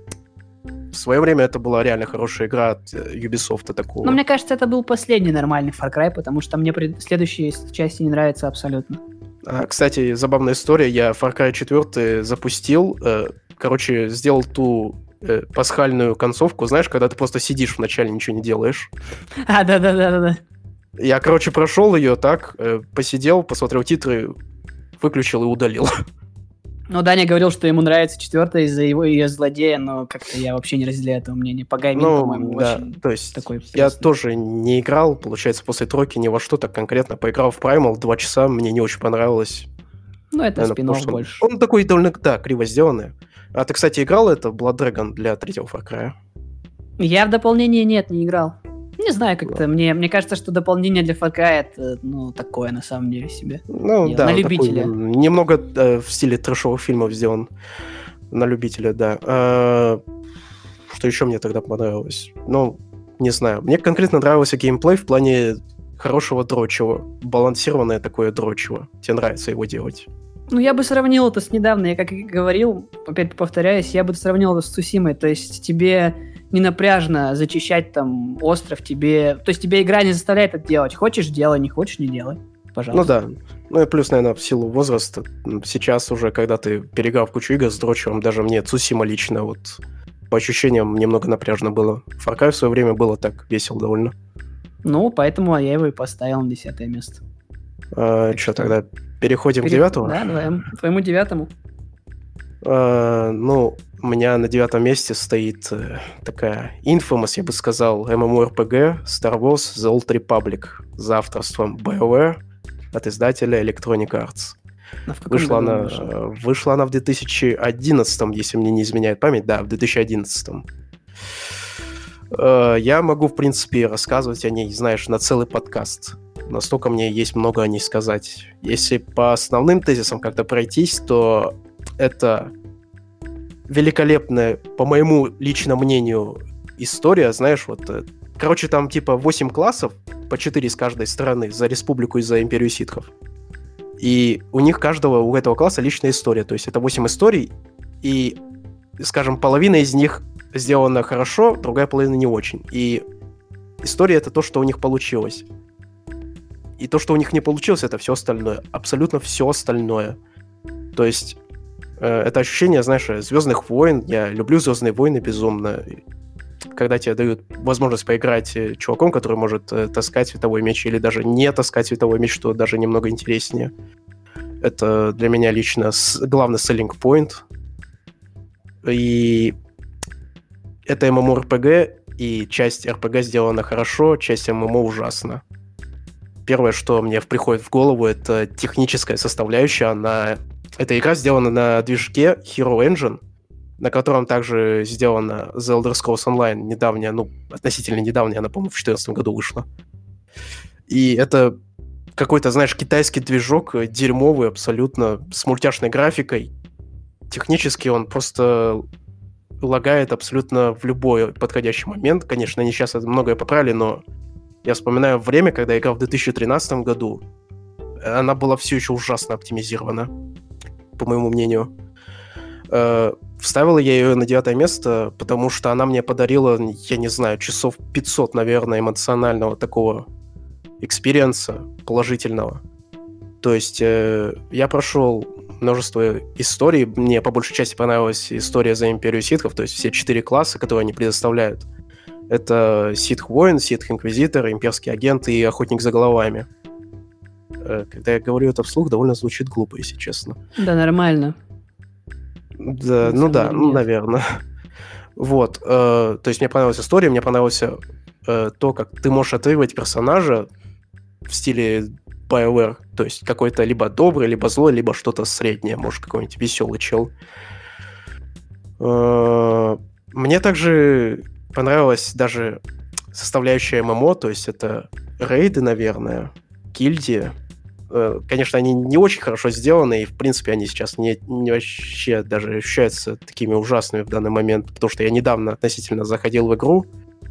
Speaker 3: В свое время это была реально хорошая игра от Ubisoft такого.
Speaker 1: Но мне кажется, это был последний нормальный Far Cry, потому что мне следующие части не нравятся абсолютно.
Speaker 3: Кстати, забавная история. Я Far Cry 4 запустил, сделал ту пасхальную концовку, знаешь, когда ты просто сидишь вначале, ничего не делаешь.
Speaker 1: Да.
Speaker 3: Я, прошел ее так, посидел, посмотрел титры, выключил и удалил.
Speaker 1: Ну, Даня говорил, что ему нравится 4 из-за ее злодея, но как-то я вообще не разделяю этого мнения. Погаймин, по-моему,
Speaker 3: да,
Speaker 1: очень
Speaker 3: то есть
Speaker 1: такой
Speaker 3: я
Speaker 1: пресный.
Speaker 3: тоже не играл, получается, после тройки ни во что так конкретно. Поиграл в Primal 2 часа, мне не очень понравилось.
Speaker 1: Ну, это спин-офф больше.
Speaker 3: Он такой довольно, криво сделанный. А ты, кстати, играл это Blood Dragon для 3-го Far Cry?
Speaker 1: Я в дополнение не играл. Не знаю, как-то мне кажется, что дополнение для Far Cry это, такое на самом деле себе.
Speaker 3: Ну,
Speaker 1: на любителя.
Speaker 3: Такой, немного в стиле трэшовых фильмов сделан. На любителя, да. Что еще мне тогда понравилось? Ну, не знаю. Мне конкретно нравился геймплей в плане хорошего дрочева. Балансированное такое дрочево. Тебе нравится его делать?
Speaker 1: Ну, я бы сравнил это с недавно. Я как и говорил, опять повторяюсь, я бы сравнил это с Цусимой. То есть тебе не напряжно зачищать там остров тебе. То есть тебе игра не заставляет это делать. Хочешь — делай, не хочешь — не делай. Пожалуйста.
Speaker 3: Ну да. Ну и плюс, наверное, в силу возраста. Сейчас уже, когда ты переиграл в кучу игр с дрочером, даже мне Цусима лично, вот по ощущениям, немного напряжно было. Far Cry в свое время было так весело довольно.
Speaker 1: Ну, поэтому я его и поставил на 10 место.
Speaker 3: Что тогда? Переходим к 9-му?
Speaker 1: Да, давай. Твоему 9-му.
Speaker 3: Ну, у меня на 9-м месте стоит такая infamous, я бы сказал, MMORPG Star Wars The Old Republic за авторством BioWare от издателя Electronic Arts. Вышла она в 2011, если мне не изменяет память. Да, в 2011. Я могу, в принципе, рассказывать о ней, знаешь, на целый подкаст. Настолько мне есть много о ней сказать. Если по основным тезисам как-то пройтись, то это великолепная, по моему личному мнению, история, знаешь, вот... Короче, там типа 8 классов, по 4 с каждой стороны, за Республику и за Империю ситхов. И у них у этого класса личная история. То есть это 8 историй, и, скажем, половина из них сделана хорошо, другая половина не очень. И история — это то, что у них получилось. И то, что у них не получилось, это все остальное. Абсолютно все остальное. То есть это ощущение, знаешь, «Звездных войн». Я люблю «Звездные войны» безумно. Когда тебе дают возможность поиграть чуваком, который может таскать световой меч или даже не таскать световой меч, что даже немного интереснее. Это для меня лично главный selling point. И это MMORPG, и часть RPG сделана хорошо, часть MMO ужасно. Первое, что мне приходит в голову, это техническая составляющая. Эта игра сделана на движке Hero Engine, на котором также сделана The Elder Scrolls Online недавняя, относительно недавняя, она, по-моему, в 2014 году вышла. И это какой-то, знаешь, китайский движок, дерьмовый абсолютно, с мультяшной графикой. Технически он просто лагает абсолютно в любой подходящий момент. Конечно, они сейчас это многое поправили, но я вспоминаю время, когда я играл в 2013 году. Она была все еще ужасно оптимизирована, по моему мнению. Вставила я ее на 9 место, потому что она мне подарила, я не знаю, часов 500, наверное, эмоционального такого экспириенса положительного. То есть я прошел множество историй. Мне по большей части понравилась история за Империю ситхов, то есть все 4 класса, которые они предоставляют. Это ситх-воин, ситх-инквизитор, имперский агент и охотник за головами. Когда я говорю это вслух, довольно звучит глупо, если честно.
Speaker 1: Да, нормально.
Speaker 3: Да, наверное. Вот. То есть мне понравилась история, мне понравилось то, как ты можешь отыгрывать персонажа в стиле BioWare. То есть какой-то либо добрый, либо злой, либо что-то среднее. Может, какой-нибудь веселый чел. Мне также понравилась даже составляющая ММО, то есть это рейды, наверное, гильдии. Конечно, они не очень хорошо сделаны, и, в принципе, они сейчас не вообще даже ощущаются такими ужасными в данный момент, потому что я недавно относительно заходил в игру.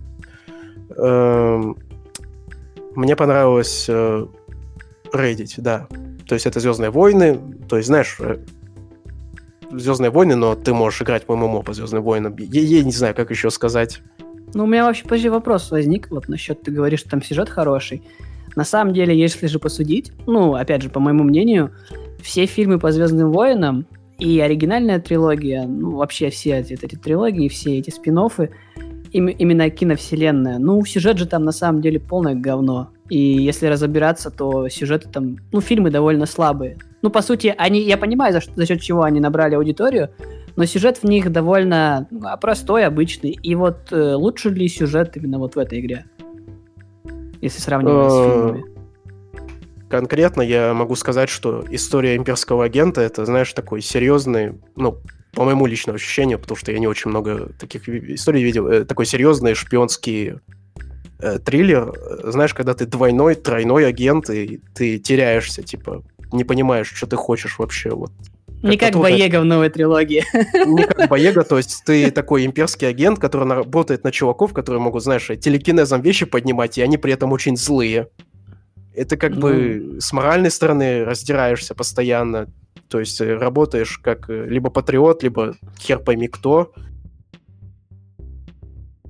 Speaker 3: Мне понравилось рейдить, да. То есть это «Звездные войны», то есть, знаешь, «Звездные войны», но ты можешь играть по ММО по «Звездным войнам». Я не знаю, как еще сказать.
Speaker 1: Ну, у меня вообще позже вопрос возник, вот насчет, ты говоришь, что там сюжет хороший. На самом деле, если же посудить, опять же, по моему мнению, все фильмы по «Звездным войнам» и оригинальная трилогия, вообще все эти трилогии, все эти спин-оффы, именно киновселенная, сюжет же там на самом деле полное говно. И если разбираться, то сюжеты там, фильмы довольно слабые. По сути, я понимаю, за счет чего они набрали аудиторию, но сюжет в них довольно простой, обычный. И вот лучше ли сюжет именно вот в этой игре? Если сравнивать с фильмами.
Speaker 3: Конкретно я могу сказать, что история имперского агента — это, знаешь, такой серьезный, по моему личному ощущению, потому что я не очень много таких историй видел, такой серьезный шпионский триллер. Знаешь, когда ты двойной, тройной агент, и ты теряешься, типа, не понимаешь, что ты хочешь вообще. Вот.
Speaker 1: Не как Боега в новой трилогии.
Speaker 3: Не как Боега, то есть ты такой имперский агент, который работает на чуваков, которые могут, знаешь, телекинезом вещи поднимать, и они при этом очень злые. Это как бы с моральной стороны раздираешься постоянно. То есть работаешь как либо патриот, либо хер пойми кто.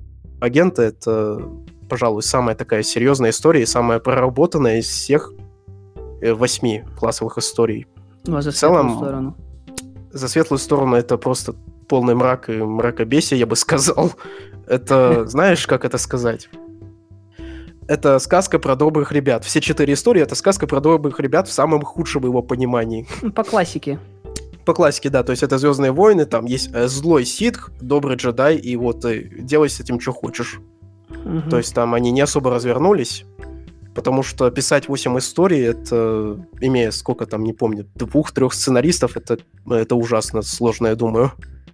Speaker 3: агента» — это, пожалуй, самая такая серьезная история и самая проработанная из всех 8 классовых историй.
Speaker 1: Ну, а за светлую сторону?
Speaker 3: За светлую сторону это просто полный мрак и мракобесие, я бы сказал. Это, знаешь, как это сказать? Это сказка про добрых ребят. Все 4 истории — это сказка про добрых ребят в самом худшем его понимании.
Speaker 1: По классике.
Speaker 3: По классике, да. То есть это «Звездные войны», там есть злой ситх, добрый джедай, и вот делай с этим, что хочешь.
Speaker 1: Угу.
Speaker 3: То есть там они не особо развернулись, потому что писать 8 историй, это, имея сколько там, не помню, 2-3 сценаристов, это ужасно сложно, я думаю.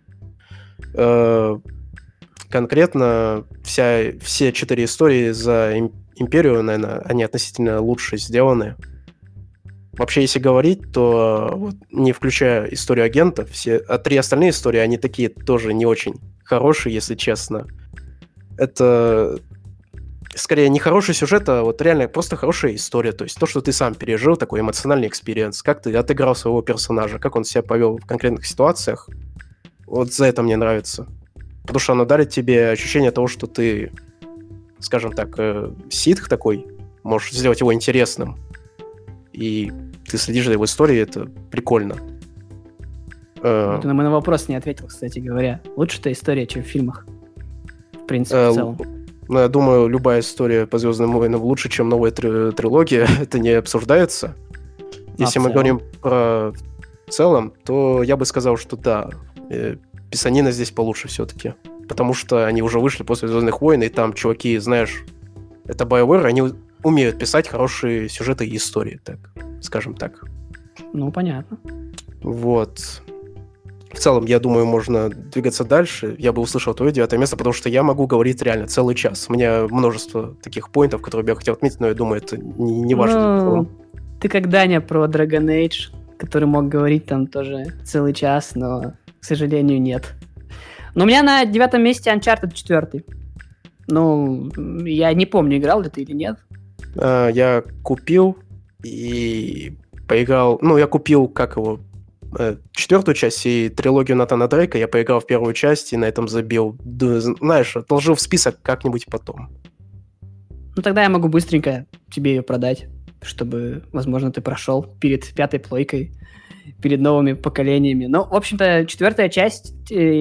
Speaker 3: Конкретно все 4 истории за Империю, наверное, они относительно лучше сделаны. Вообще, если говорить, то вот, не включая историю агента, все 3 остальные истории, они такие тоже не очень хорошие, если честно. Это скорее не хороший сюжет, а вот реально просто хорошая история. То есть то, что ты сам пережил, такой эмоциональный экспириенс, как ты отыграл своего персонажа, как он себя повел в конкретных ситуациях. Вот за это мне нравится. Потому что оно дарит тебе ощущение того, что ты, скажем так, ситх такой, можешь сделать его интересным. И ты следишь за его историей, это прикольно.
Speaker 1: Вот на мой вопрос не ответил, кстати говоря. Лучше-то история, чем в фильмах. В принципе, в целом.
Speaker 3: Ну, я думаю, любая история по «Звездным войнам» лучше, чем новая трилогия. Это не обсуждается. Если мы говорим про в целом, то я бы сказал, что да, писанина здесь получше все-таки. Потому что они уже вышли после «Звездных войн», и там чуваки, знаешь, это BioWare, они умеют писать хорошие сюжеты и истории, так, скажем так.
Speaker 1: Ну, понятно.
Speaker 3: Вот. В целом, я думаю, можно двигаться дальше. Я бы услышал твое 9 место, потому что я могу говорить реально целый час. У меня множество таких поинтов, которые бы я хотел отметить, но я думаю, это не важно.
Speaker 1: Ну, ты как Даня про Dragon Age, который мог говорить там тоже целый час, но, к сожалению, нет. Но у меня на 9 месте Uncharted 4. Ну, я не помню, играл ли ты или нет.
Speaker 3: Я купил и поиграл... Ну, я купил, как его... 4-ю часть и трилогию Натана Дрейка. Я поиграл в 1-ю часть и на этом забил. Знаешь, отложил в список как-нибудь потом.
Speaker 1: Ну, тогда я могу быстренько тебе ее продать, чтобы, возможно, ты прошел перед 5-й плойкой, перед новыми поколениями. Ну, в общем-то, 4-я часть,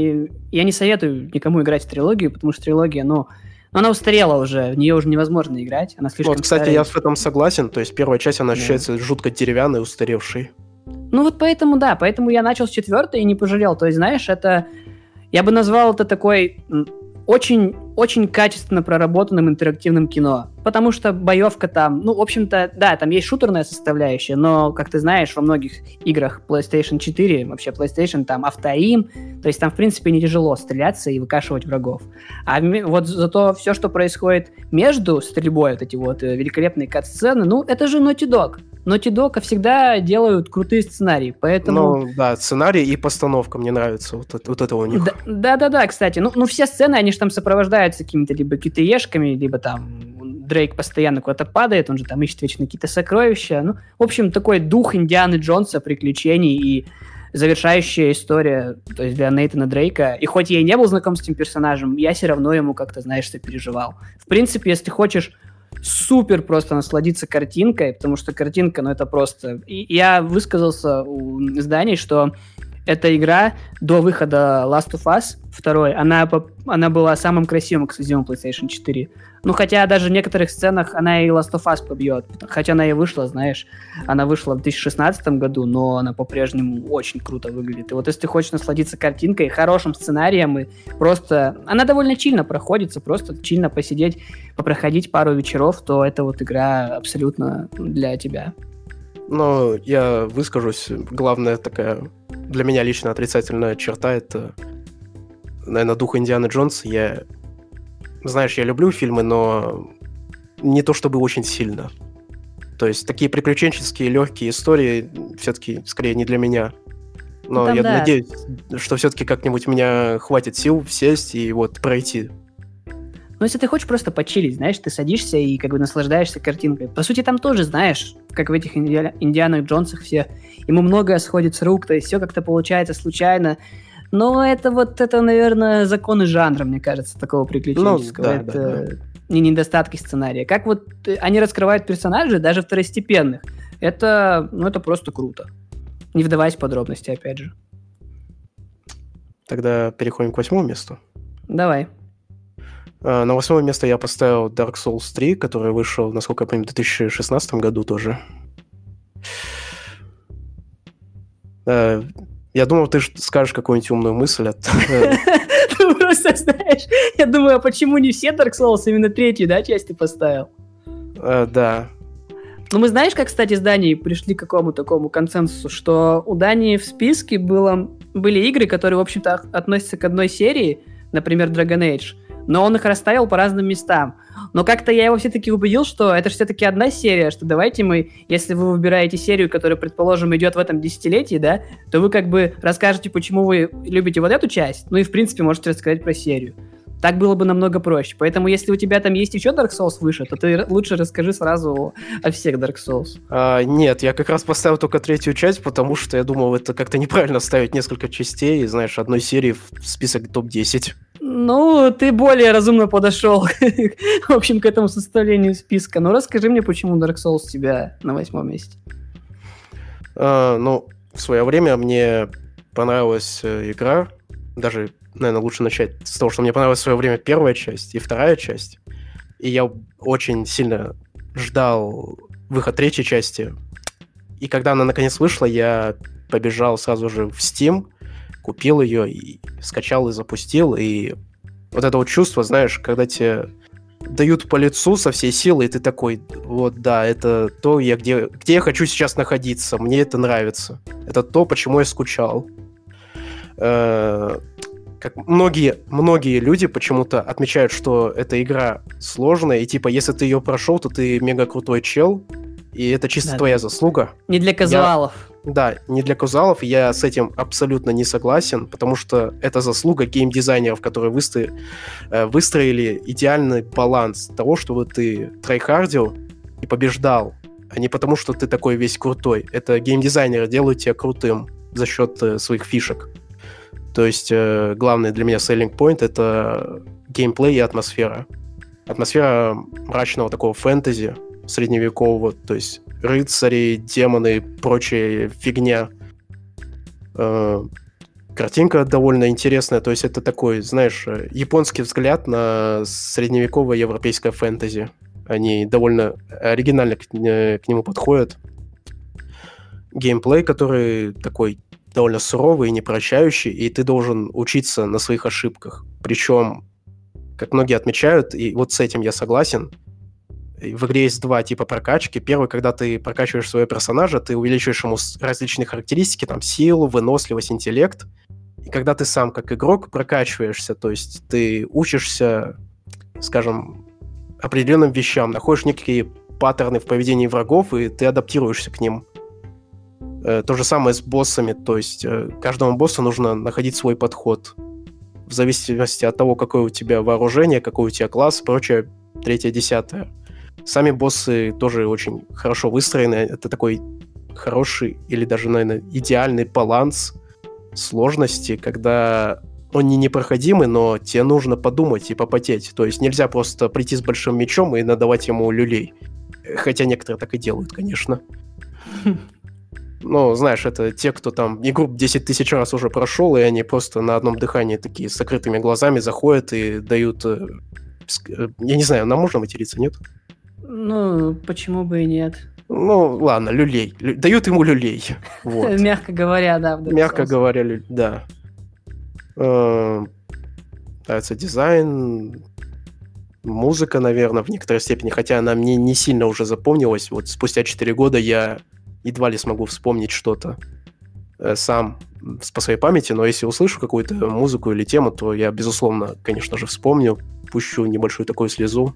Speaker 1: я не советую никому играть в трилогию, потому что трилогия, она устарела уже, в нее уже невозможно играть, она слишком
Speaker 3: вот, кстати,
Speaker 1: старая.
Speaker 3: я в этом согласен, то есть 1-я часть, она ощущается жутко деревянной, устаревшей.
Speaker 1: Ну вот поэтому я начал с 4-й и не пожалел. То есть, знаешь, это... Я бы назвал это такой очень, очень качественно проработанным интерактивным кино. Потому что боевка там... Ну, в общем-то, да, там есть шутерная составляющая, но, как ты знаешь, во многих играх PlayStation 4, вообще PlayStation, там автоим, то есть там, в принципе, не тяжело стреляться и выкашивать врагов. А вот зато все, что происходит между стрельбой, вот эти вот великолепные кат-сцены, ну, это же Naughty Dog. Naughty Dog всегда делают крутые сценарии, поэтому...
Speaker 3: Ну, да, сценарий и постановка мне нравится, вот это у них.
Speaker 1: Да, кстати, ну все сцены, они же там сопровождаются какими-то либо QTE-шками, либо там Дрейк постоянно куда-то падает, он же там ищет вечно какие-то сокровища. Ну, в общем, такой дух Индианы Джонса, приключений и завершающая история, то есть для Нейтана Дрейка. И хоть я и не был знаком с этим персонажем, я все равно ему как-то, знаешь, сопереживал. В принципе, если хочешь супер просто насладиться картинкой, потому что картинка, ну это просто... И я высказался у изданий, что эта игра до выхода Last of Us 2, она была самым красивым эксклюзивом PlayStation 4. Ну, хотя даже в некоторых сценах она и Last of Us побьет. Хотя она и вышла, знаешь, она вышла в 2016 году, но она по-прежнему очень круто выглядит. И вот если ты хочешь насладиться картинкой, хорошим сценарием, и просто... Она довольно чильно проходится, просто чильно посидеть, попроходить пару вечеров, то эта вот игра абсолютно для тебя.
Speaker 3: Ну, я выскажусь. Главная такая для меня лично отрицательная черта — это, наверное, дух Индианы Джонса. Знаешь, я люблю фильмы, но не то чтобы очень сильно. То есть такие приключенческие, легкие истории все-таки скорее не для меня. Но там, я надеюсь, что все-таки как-нибудь меня хватит сил сесть и вот пройти.
Speaker 1: Ну, если ты хочешь просто почилить, знаешь, ты садишься и как бы наслаждаешься картинкой. По сути, там тоже, знаешь, как в этих Индианах Джонсах все, ему многое сходит с рук, то есть все как-то получается случайно. Но это, наверное, законы жанра, мне кажется, такого приключенческого.
Speaker 3: Ну,
Speaker 1: это не недостатки сценария. Как они раскрывают персонажей, даже второстепенных. Это просто круто. Не вдаваясь в подробности, опять же.
Speaker 3: Тогда переходим к 8 месту.
Speaker 1: Давай.
Speaker 3: На 8 место я поставил Dark Souls 3, который вышел, насколько я помню, в 2016 году тоже. Я думал, ты скажешь какую-нибудь умную мысль.
Speaker 1: Ты просто знаешь, я думаю, а почему не все Dark Souls, именно третью, да, часть ты поставил?
Speaker 3: Да.
Speaker 1: Ну, мы знаешь, как, кстати, с Данией пришли к какому такому консенсусу, что у Дании в списке были игры, которые, в общем-то, относятся к одной серии, например, Dragon Age, но он их расставил по разным местам. Но как-то я его все-таки убедил, что это же все-таки одна серия, что давайте мы, если вы выбираете серию, которая, предположим, идет в этом десятилетии, да, то вы как бы расскажете, почему вы любите вот эту часть, ну и, в принципе, можете рассказать про серию. Так было бы намного проще. Поэтому, если у тебя там есть еще Dark Souls выше, то ты лучше расскажи сразу о всех Dark Souls.
Speaker 3: Нет, я как раз поставил только третью часть, потому что я думал, это как-то неправильно ставить несколько частей, знаешь, одной серии в список топ-10.
Speaker 1: Ну, ты более разумно подошел, в общем, к этому составлению списка. Ну, расскажи мне, почему Dark Souls у тебя на 8 месте.
Speaker 3: Ну, в свое время мне понравилась игра, даже, наверное, лучше начать с того, что мне понравилась в свое время первая часть и вторая часть. И я очень сильно ждал выход третьей части. И когда она наконец вышла, я побежал сразу же в Steam, купил ее, и скачал и запустил. И вот это вот чувство, знаешь, когда тебе дают по лицу со всей силы, и ты такой, вот да, это то, где я хочу сейчас находиться, мне это нравится. Это то, почему я скучал. Как многие люди почему-то отмечают, что эта игра сложная, и типа, если ты ее прошел, то ты мега крутой чел, и это чисто твоя заслуга.
Speaker 1: Не для казуалов.
Speaker 3: Да, не для казуалов, я с этим абсолютно не согласен, потому что это заслуга геймдизайнеров, которые выстроили идеальный баланс того, чтобы ты трайхардил и побеждал, а не потому, что ты такой весь крутой. Это геймдизайнеры делают тебя крутым за счет своих фишек. То есть главный для меня selling point — это геймплей и атмосфера. Атмосфера мрачного такого фэнтези средневекового, то есть рыцари, демоны, прочая фигня. Картинка довольно интересная, то есть это такой, знаешь, японский взгляд на средневековое европейское фэнтези. Они довольно оригинально к нему подходят. Геймплей, который такой довольно суровый и непрощающий, и ты должен учиться на своих ошибках. Причем, как многие отмечают, и вот с этим я согласен, в игре есть два типа прокачки. Первый, когда ты прокачиваешь своего персонажа, ты увеличиваешь ему различные характеристики, там, силу, выносливость, интеллект. И когда ты сам как игрок прокачиваешься, то есть ты учишься, скажем, определенным вещам, находишь некие паттерны в поведении врагов, и ты адаптируешься к ним. То же самое с боссами, то есть каждому боссу нужно находить свой подход в зависимости от того, какое у тебя вооружение, какой у тебя класс, прочее, третье, десятое. Сами боссы тоже очень хорошо выстроены, это такой хороший или даже, наверное, идеальный баланс сложности, когда он не непроходимый, но тебе нужно подумать и попотеть, то есть нельзя просто прийти с большим мечом и надавать ему люлей, хотя некоторые так и делают, конечно. Ну, знаешь, это те, кто там игру 10 тысяч раз уже прошел, и они просто на одном дыхании такие с закрытыми глазами заходят и дают... Я не знаю, нам можно материться, нет?
Speaker 1: Ну, почему бы и нет?
Speaker 3: Ну, ладно, люлей. Дают ему люлей. Вот.
Speaker 1: Мягко говоря, да.
Speaker 3: Мягко говоря, да. Нравится дизайн, музыка, наверное, в некоторой степени, хотя она мне не сильно уже запомнилась. Вот спустя 4 года я едва ли смогу вспомнить что-то сам по своей памяти, но если услышу какую-то музыку или тему, то я, безусловно, конечно же, вспомню, пущу небольшую такую слезу.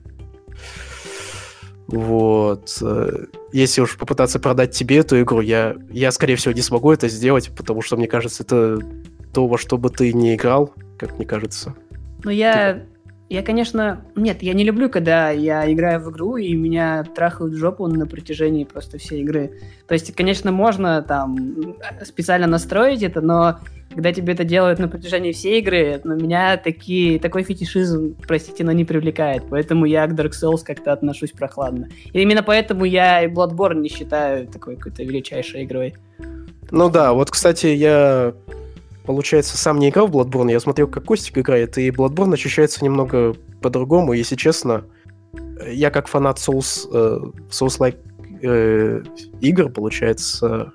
Speaker 3: Вот. Если уж попытаться продать тебе эту игру, я, скорее всего, не смогу это сделать, потому что, мне кажется, это то, во что бы ты не играл, как мне кажется.
Speaker 1: Ну, я Я, конечно... Нет, я не люблю, когда я играю в игру, и меня трахают в жопу на протяжении просто всей игры. То есть, конечно, можно там специально настроить это, но когда тебе это делают на протяжении всей игры, меня такой фетишизм, простите, но не привлекает. Поэтому я к Dark Souls как-то отношусь прохладно. И именно поэтому я и Bloodborne не считаю такой какой-то величайшей игрой.
Speaker 3: Ну да, вот, кстати, я... Получается, сам не играл в Bloodborne, я смотрел, как Костик играет, и Bloodborne ощущается немного по-другому, если честно. Я как фанат Souls-like игр, получается...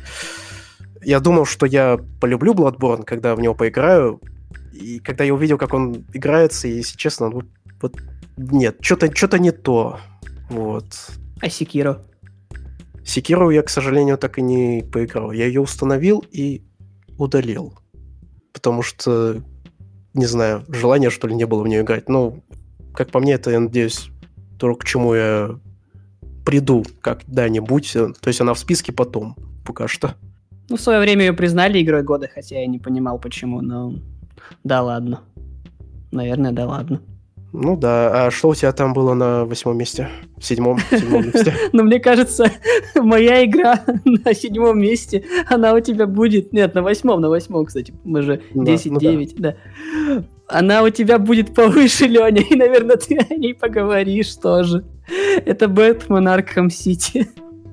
Speaker 3: Я думал, что я полюблю Bloodborne, когда в него поиграю, и когда я увидел, как он играется, и, если честно, вот нет, что-то не то. Вот.
Speaker 1: А Sekiro?
Speaker 3: Sekiro я, к сожалению, так и не поиграл. Я ее установил и удалил. Потому что, не знаю, желания, что ли, не было в нее играть. Ну, как по мне, это, я надеюсь, то, к чему я приду когда-нибудь. То есть она в списке потом, пока что.
Speaker 1: Ну, в свое время ее признали игрой года, хотя я не понимал, почему, но да ладно. Наверное, да ладно.
Speaker 3: Ну да, а что у тебя там было на 8 месте? В седьмом месте?
Speaker 1: Ну, мне кажется, моя игра на 7 месте, она у тебя будет... Нет, на 8, кстати, мы же 10-9, да. Она у тебя будет повыше, Леня, и, наверное, ты о ней поговоришь тоже. Это Бэтмен Аркхэм Сити.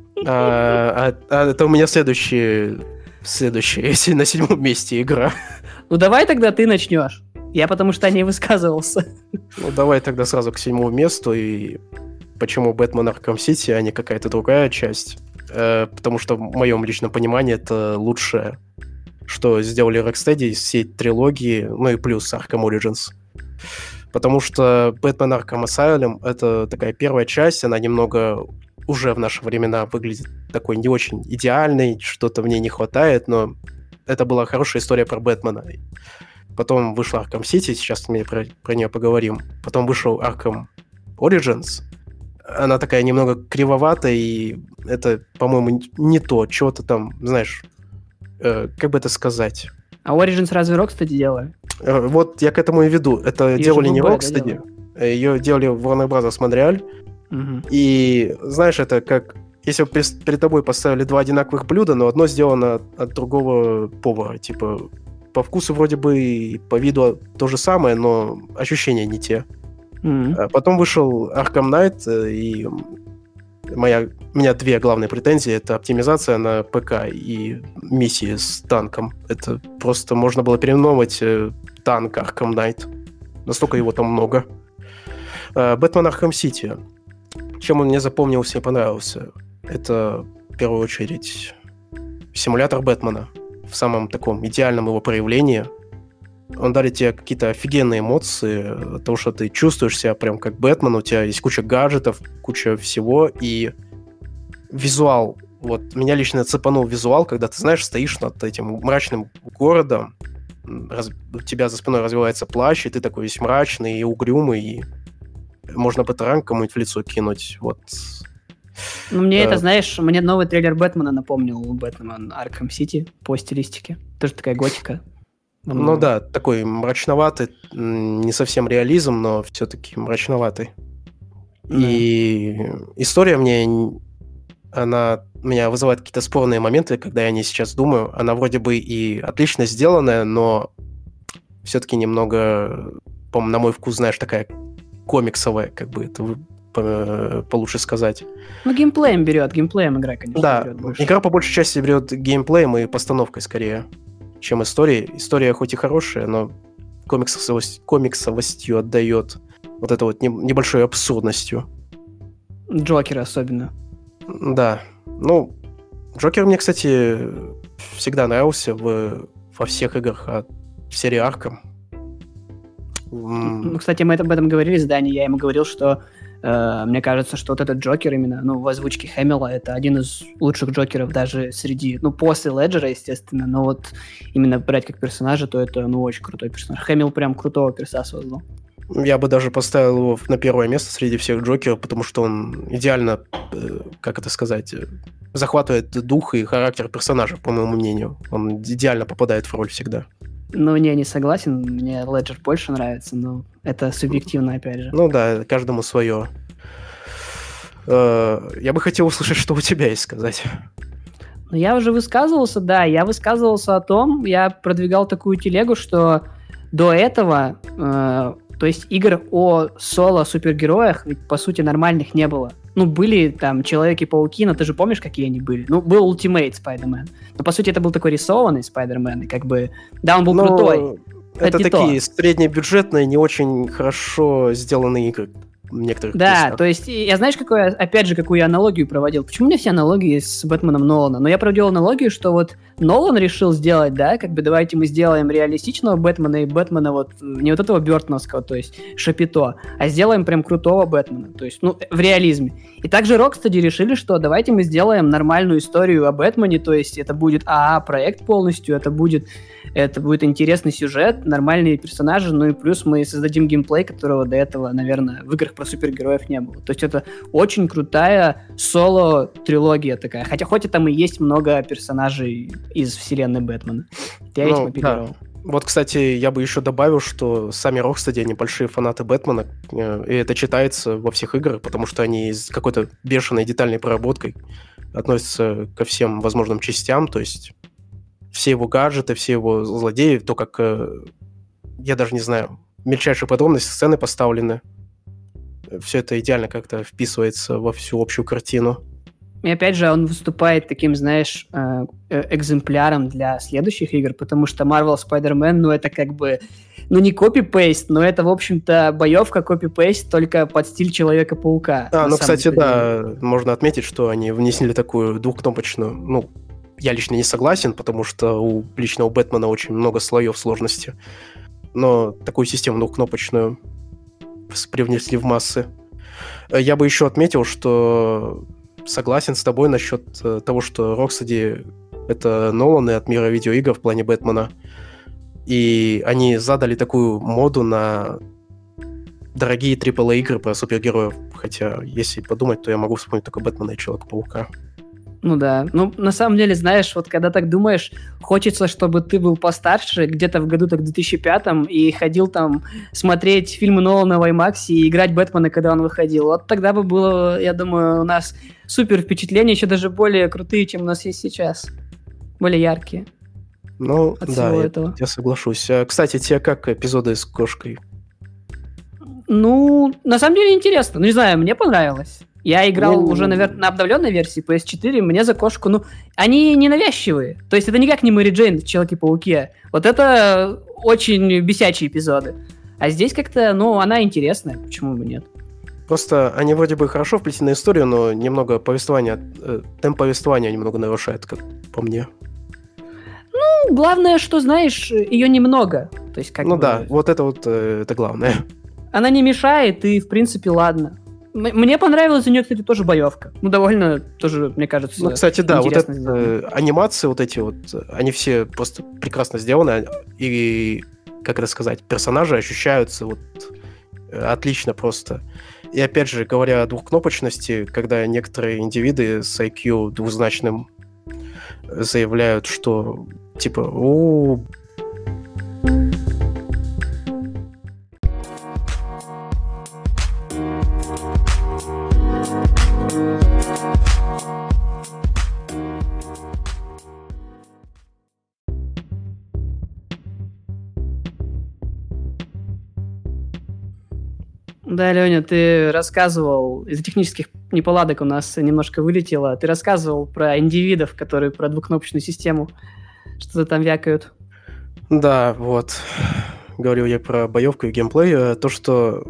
Speaker 3: Это у меня следующая, если на 7 месте игра.
Speaker 1: Ну, давай тогда ты начнешь. Я потому что о ней высказывался.
Speaker 3: Ну, давай тогда сразу к 7 месту. И почему Бэтмен Аркхэм Сити, а не какая-то другая часть? Потому что, в моем личном понимании, это лучшее, что сделали Rocksteady из всей трилогии, ну и плюс Arkham Origins. Потому что Бэтмен Аркхэм Asylum — это такая первая часть, она немного уже в наши времена выглядит такой не очень идеальной, что-то в ней не хватает, но это была хорошая история про Бэтмена. Потом вышла Arkham City, сейчас мы про нее поговорим. Потом вышел Arkham Origins. Она такая немного кривоватая, и это, по-моему, не то, чего-то там, знаешь, как бы это сказать.
Speaker 1: А Origins разве Rocksteady делали?
Speaker 3: Вот я к этому и веду. Это
Speaker 1: Ее
Speaker 3: делали не Rocksteady, ее делали Warner Bros. Montreal.
Speaker 1: Угу.
Speaker 3: И, знаешь, это как... Если бы перед тобой поставили 2 одинаковых блюда, но одно сделано от другого повара, типа... По вкусу вроде бы и по виду то же самое, но ощущения не те.
Speaker 1: Mm-hmm.
Speaker 3: Потом вышел Arkham Knight, и у меня 2 главные претензии. Это оптимизация на ПК и миссии с танком. Это просто можно было переименовать танк Arkham Knight. Настолько его там много. Бэтмен Аркхэм Сити. Чем он мне запомнился и понравился? Это, в первую очередь, симулятор Бэтмена. В самом таком идеальном его проявлении. Он дарит тебе какие-то офигенные эмоции, то, что ты чувствуешь себя прям как Бэтмен, у тебя есть куча гаджетов, куча всего, и визуал. Вот меня лично цепанул визуал, когда ты, знаешь, стоишь над этим мрачным городом, у тебя за спиной развивается плащ, и ты такой весь мрачный и угрюмый, и можно батаранг кому-нибудь в лицо кинуть, вот.
Speaker 1: Ну, мне это, знаешь, мне новый трейлер Бэтмена напомнил Бэтмен Аркхэм Сити по стилистике. Тоже такая готика.
Speaker 3: Ну да, такой мрачноватый, не совсем реализм, но все-таки мрачноватый. Да. И история она меня вызывает какие-то спорные моменты, когда я о ней сейчас думаю. Она вроде бы и отлично сделанная, но все-таки немного, по-моему, на мой вкус, знаешь, такая комиксовая, как бы это получше сказать.
Speaker 1: Ну, геймплеем игра, конечно.
Speaker 3: Да, игра по большей части берет геймплеем и постановкой скорее, чем историей. История хоть и хорошая, но комиксовостью отдает вот это вот небольшой абсурдностью.
Speaker 1: Джокер особенно.
Speaker 3: Да. Ну, Джокер мне, кстати, всегда нравился во всех играх в серии Arkham.
Speaker 1: Ну, кстати, мы об этом говорили с Даней. Я ему говорил, что мне кажется, что вот этот Джокер именно, в озвучке Хэмилла, это один из лучших Джокеров даже среди, после Леджера, естественно, но вот именно брать как персонажа, то это, очень крутой персонаж. Хэмилл прям крутого перса создал.
Speaker 3: Я бы даже поставил его на первое место среди всех Джокеров, потому что он идеально, как это сказать, захватывает дух и характер персонажа, по моему мнению. Он идеально попадает в роль всегда.
Speaker 1: Ну, не согласен, мне Ledger больше нравится, но это субъективно, опять же.
Speaker 3: Ну да, каждому свое. Я бы хотел услышать, что у тебя есть сказать.
Speaker 1: Ну, я уже высказывался, да, я высказывался о том, я продвигал такую телегу, что до этого, то есть игр о соло-супергероях, ведь, по сути, нормальных не было. Ну, были там Человеки-пауки, но ты же помнишь, какие они были? Ну, был Ultimate Spider-Man. Но, по сути, это был такой рисованный Spider-Man, и как бы, да, он был крутой.
Speaker 3: Это такие
Speaker 1: то.
Speaker 3: среднебюджетные, не очень хорошо сделанные игры. Некоторых
Speaker 1: да,
Speaker 3: местах.
Speaker 1: То есть, я знаешь, какую я аналогию проводил? Почему у меня все аналогии с Бэтменом Нолана? Но я проводил аналогию, что вот Нолан решил сделать, да, как бы давайте мы сделаем реалистичного Бэтмена и Бэтмена вот не вот этого бёртоновского, то есть Шапито, а сделаем прям крутого Бэтмена, то есть, ну, в реализме. И также Rocksteady решили, что давайте мы сделаем нормальную историю о Бэтмене, то есть это будет АА-проект полностью, это будет интересный сюжет, нормальные персонажи, ну и плюс мы создадим геймплей, которого до этого, наверное, в играх про супергероев не было. То есть это очень крутая соло-трилогия такая. Хотя хоть и там и есть много персонажей из вселенной Бэтмена. Я этим оперировал.
Speaker 3: Да. Вот, кстати, я бы еще добавил, что сами Rocksteady, они большие фанаты Бэтмена, и это читается во всех играх, потому что они с какой-то бешеной детальной проработкой относятся ко всем возможным частям, то есть все его гаджеты, все его злодеи, то, как, я даже не знаю, мельчайшие подробности, сцены поставлены. Все это идеально как-то вписывается во всю общую картину.
Speaker 1: И опять же, он выступает таким, знаешь, экземпляром для следующих игр, потому что Marvel Spider-Man, ну, это как бы, ну, не копи-пейст, но это, в общем-то, боевка копи-пейст, только под стиль Человека-паука.
Speaker 3: Ну, кстати, да, можно отметить, что они внесли такую двухкнопочную, ну, я лично не согласен, потому что у личного Бэтмена очень много слоев сложности. Но такую систему двухкнопочную привнесли в массы. Я бы еще отметил, что согласен с тобой насчет того, что Rocksteady — это Ноланы от мира видеоигр в плане Бэтмена. И они задали такую моду на дорогие AAA-игры про супергероев. Хотя, если подумать, то я могу вспомнить только Бэтмена и Человека-паука.
Speaker 1: Ну да. Ну, на самом деле, знаешь, вот когда так думаешь, хочется, чтобы ты был постарше, где-то в году так 2005-м, и ходил там смотреть фильмы Нолана в IMAX и играть Бэтмена, когда он выходил. Вот тогда бы было, я думаю, у нас супер впечатления, еще даже более крутые, чем у нас есть сейчас. Более яркие.
Speaker 3: Ну,
Speaker 1: от
Speaker 3: да,
Speaker 1: всего этого.
Speaker 3: Я соглашусь. Кстати, тебе как эпизоды с кошкой?
Speaker 1: Ну, на самом деле интересно. Ну, не знаю, мне понравилось. Я играл уже, наверное, на обновленной версии PS4, мне за кошку, ну, они не навязчивые. То есть это никак не Мэри Джейн в Человеке-пауке. Вот это очень бесячие эпизоды. А здесь как-то, ну, она интересная, почему бы нет.
Speaker 3: Просто они вроде бы хорошо вплетены в историю, но немного повествования, темп повествования немного нарушает, как по мне.
Speaker 1: Ну, главное, что, знаешь, ее немного. То есть, как
Speaker 3: ну
Speaker 1: бы...
Speaker 3: да, вот это главное.
Speaker 1: Она не мешает, и, в принципе, ладно. Мне понравилась у нее, кстати, тоже боевка. Ну, довольно тоже, мне кажется,
Speaker 3: ну, кстати, да, вот
Speaker 1: это,
Speaker 3: анимации вот эти вот, они все просто прекрасно сделаны, и, как это сказать, персонажи ощущаются вот отлично просто. И опять же, говоря о двухкнопочности, когда некоторые индивиды с IQ двузначным заявляют, что типа,
Speaker 1: Да, Леня, ты рассказывал, из-за технических неполадок у нас немножко вылетело, ты рассказывал про индивидов, которые про двухкнопочную систему что-то там вякают.
Speaker 3: Да, вот. Говорил я про боевку и геймплей. То, что...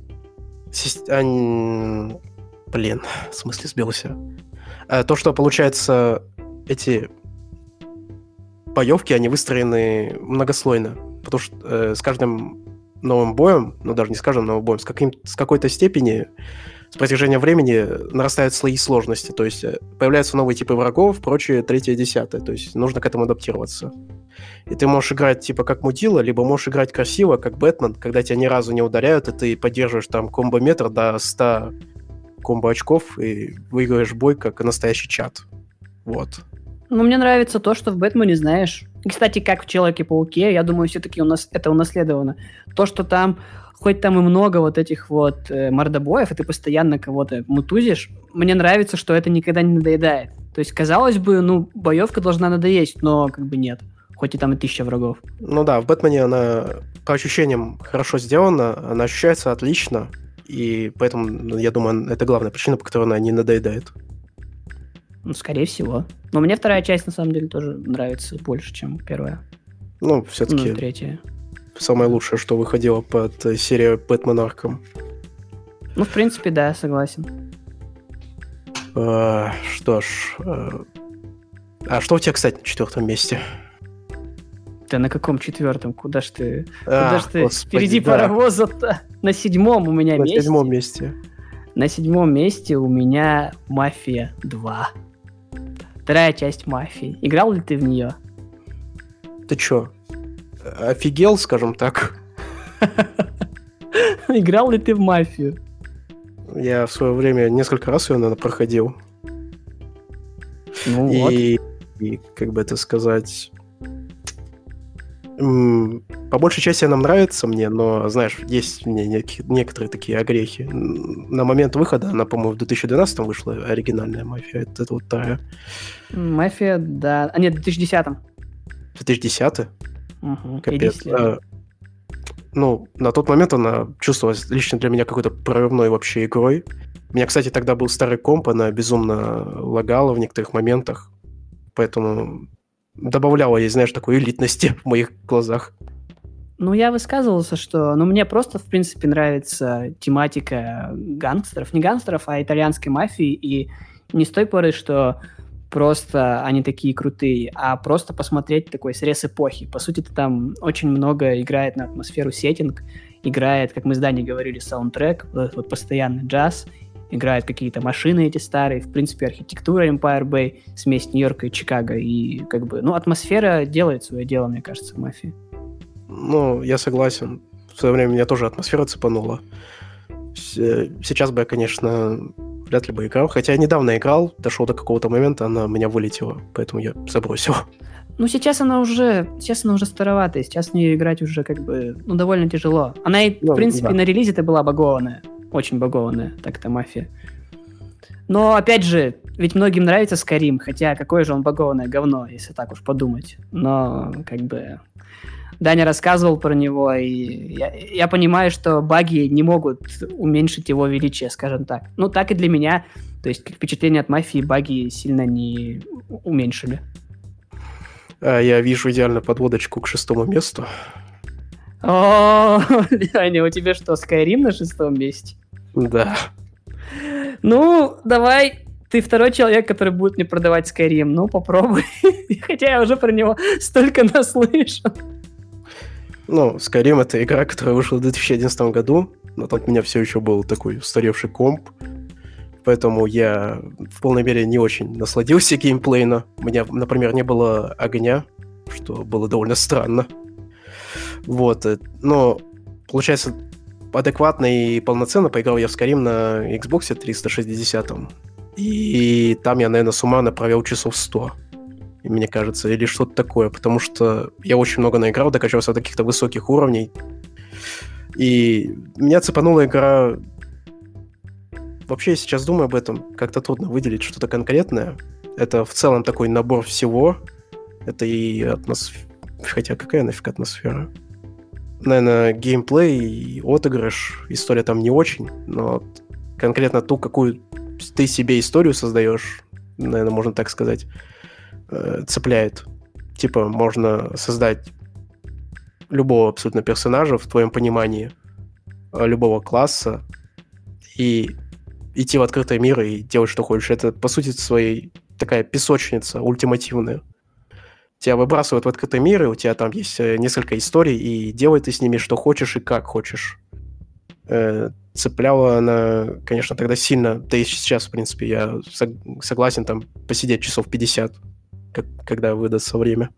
Speaker 3: Блин, в смысле сбился. То, что, получается, эти боевки, они выстроены многослойно. Потому что с каждым новым боем, ну даже не с каждым новым боем, с какой-то степени с протяжением времени нарастают слои сложности. То есть появляются новые типы врагов, прочее, третье, десятое. То есть нужно к этому адаптироваться. И ты можешь играть типа как мудила, либо можешь играть красиво, как Бэтмен, когда тебя ни разу не ударяют, и ты поддерживаешь там комбо-метр до 100 комбо-очков и выиграешь бой как настоящий чат. Вот.
Speaker 1: Ну, мне нравится то, что в Бэтмене, знаешь, И, кстати, как в Человеке-пауке, я думаю, все-таки у нас это унаследовано. То, что там, хоть там и много вот этих вот мордобоев, и ты постоянно кого-то мутузишь, мне нравится, что это никогда не надоедает. То есть, казалось бы, ну, боевка должна надоесть, но как бы нет. Хоть и там и 1000 врагов.
Speaker 3: Ну да, в Бэтмене она по ощущениям хорошо сделана, она ощущается отлично, и поэтому, я думаю, это главная причина, по которой она не надоедает.
Speaker 1: Ну, скорее всего. Но мне вторая часть, на самом деле, тоже нравится больше, чем первая.
Speaker 3: Ну, все-таки
Speaker 1: третья.
Speaker 3: Самое лучшее, что выходило под серию Бэтмен Аркхэм.
Speaker 1: Ну, в принципе, да, согласен.
Speaker 3: Что ж... А что у тебя, кстати, на 4 месте?
Speaker 1: Да на каком 4? Куда ж ты
Speaker 3: Господи,
Speaker 1: впереди паровоза-то? На 7 у меня месте.
Speaker 3: На 7 месте.
Speaker 1: На 7 месте у меня «Мафия 2». Вторая часть «Мафии». Играл ли ты в нее?
Speaker 3: Ты чё? Офигел, скажем так?
Speaker 1: Играл ли ты в «Мафию»?
Speaker 3: Я в свое время несколько раз ее, наверное, проходил.
Speaker 1: Ну
Speaker 3: и как бы это сказать... По большей части она нравится мне, но, знаешь, есть у меня некоторые такие огрехи. На момент выхода, она, по-моему, в 2012 вышла, оригинальная «Мафия». Это вот вторая.
Speaker 1: «Мафия», да. А нет, в 2010-м.
Speaker 3: 2010?
Speaker 1: Угу,
Speaker 3: капец. Ну, на тот момент она чувствовалась лично для меня какой-то прорывной вообще игрой. У меня, кстати, тогда был старый комп, она безумно лагала в некоторых моментах, поэтому добавляла ей, знаешь, такой элитности в моих глазах.
Speaker 1: Ну, я высказывался, что... Ну, мне просто, в принципе, нравится тематика гангстеров. Не гангстеров, а итальянской мафии. И не с той поры, что просто они такие крутые, а просто посмотреть такой срез эпохи. По сути, там очень много играет на атмосферу сеттинг, играет, как мы с Даней говорили, саундтрек, вот постоянный джаз, играют какие-то машины эти старые, в принципе, архитектура Empire Bay, смесь Нью-Йорка и Чикаго, и как бы, ну, атмосфера делает свое дело, мне кажется, в «Мафии».
Speaker 3: Ну, я согласен. В свое время меня тоже атмосфера цепанула. Сейчас бы я, конечно, вряд ли бы играл. Хотя я недавно играл, дошел до какого-то момента, она меня вылетела, поэтому я забросил.
Speaker 1: Ну, сейчас она уже староватая, сейчас в нее играть уже как бы, ну, довольно тяжело. Она и, в принципе, на релизе-то была багованная, очень багованная, так-то «Мафия». Но, опять же, ведь многим нравится Skyrim, хотя какое же он багованное говно, если так уж подумать. Но, как бы... Даня рассказывал про него, и я понимаю, что баги не могут уменьшить его величие, скажем так. Ну, так и для меня. То есть, как впечатление от «Мафии», баги сильно не уменьшили.
Speaker 3: Я вижу идеальную подводочку к 6 месту.
Speaker 1: О, Даня, у тебя что, Skyrim на 6 месте?
Speaker 3: Да.
Speaker 1: Ну, давай, ты второй человек, который будет мне продавать Skyrim. Ну, попробуй. Хотя я уже про него столько наслышал.
Speaker 3: Ну, Skyrim — это игра, которая вышла в 2011 году, но там у меня все еще был такой устаревший комп, поэтому я в полной мере не очень насладился геймплейно. У меня, например, не было огня, что было довольно странно. Вот, но, получается, адекватно и полноценно поиграл я в Skyrim на Xbox 360, и там я, наверное, суммарно провел часов 100. Мне кажется, или что-то такое, потому что я очень много наиграл, докачался до каких-то высоких уровней, и меня цепанула игра. Вообще, я сейчас думаю об этом, как-то трудно выделить что-то конкретное. Это в целом такой набор всего. Это и атмосфера... Хотя какая нафиг атмосфера? Наверное, геймплей и отыгрыш. История там не очень, но конкретно ту, какую ты себе историю создаешь, наверное, можно так сказать, цепляет. Типа, можно создать любого абсолютно персонажа в твоем понимании, любого класса, и идти в открытый мир и делать, что хочешь. Это, по сути, своей такая песочница ультимативная. Тебя выбрасывают в открытый мир, и у тебя там есть несколько историй, и делай ты с ними что хочешь и как хочешь. Цепляла она, конечно, тогда сильно, да и сейчас, в принципе, я согласен там посидеть часов 50, когда выдастся время.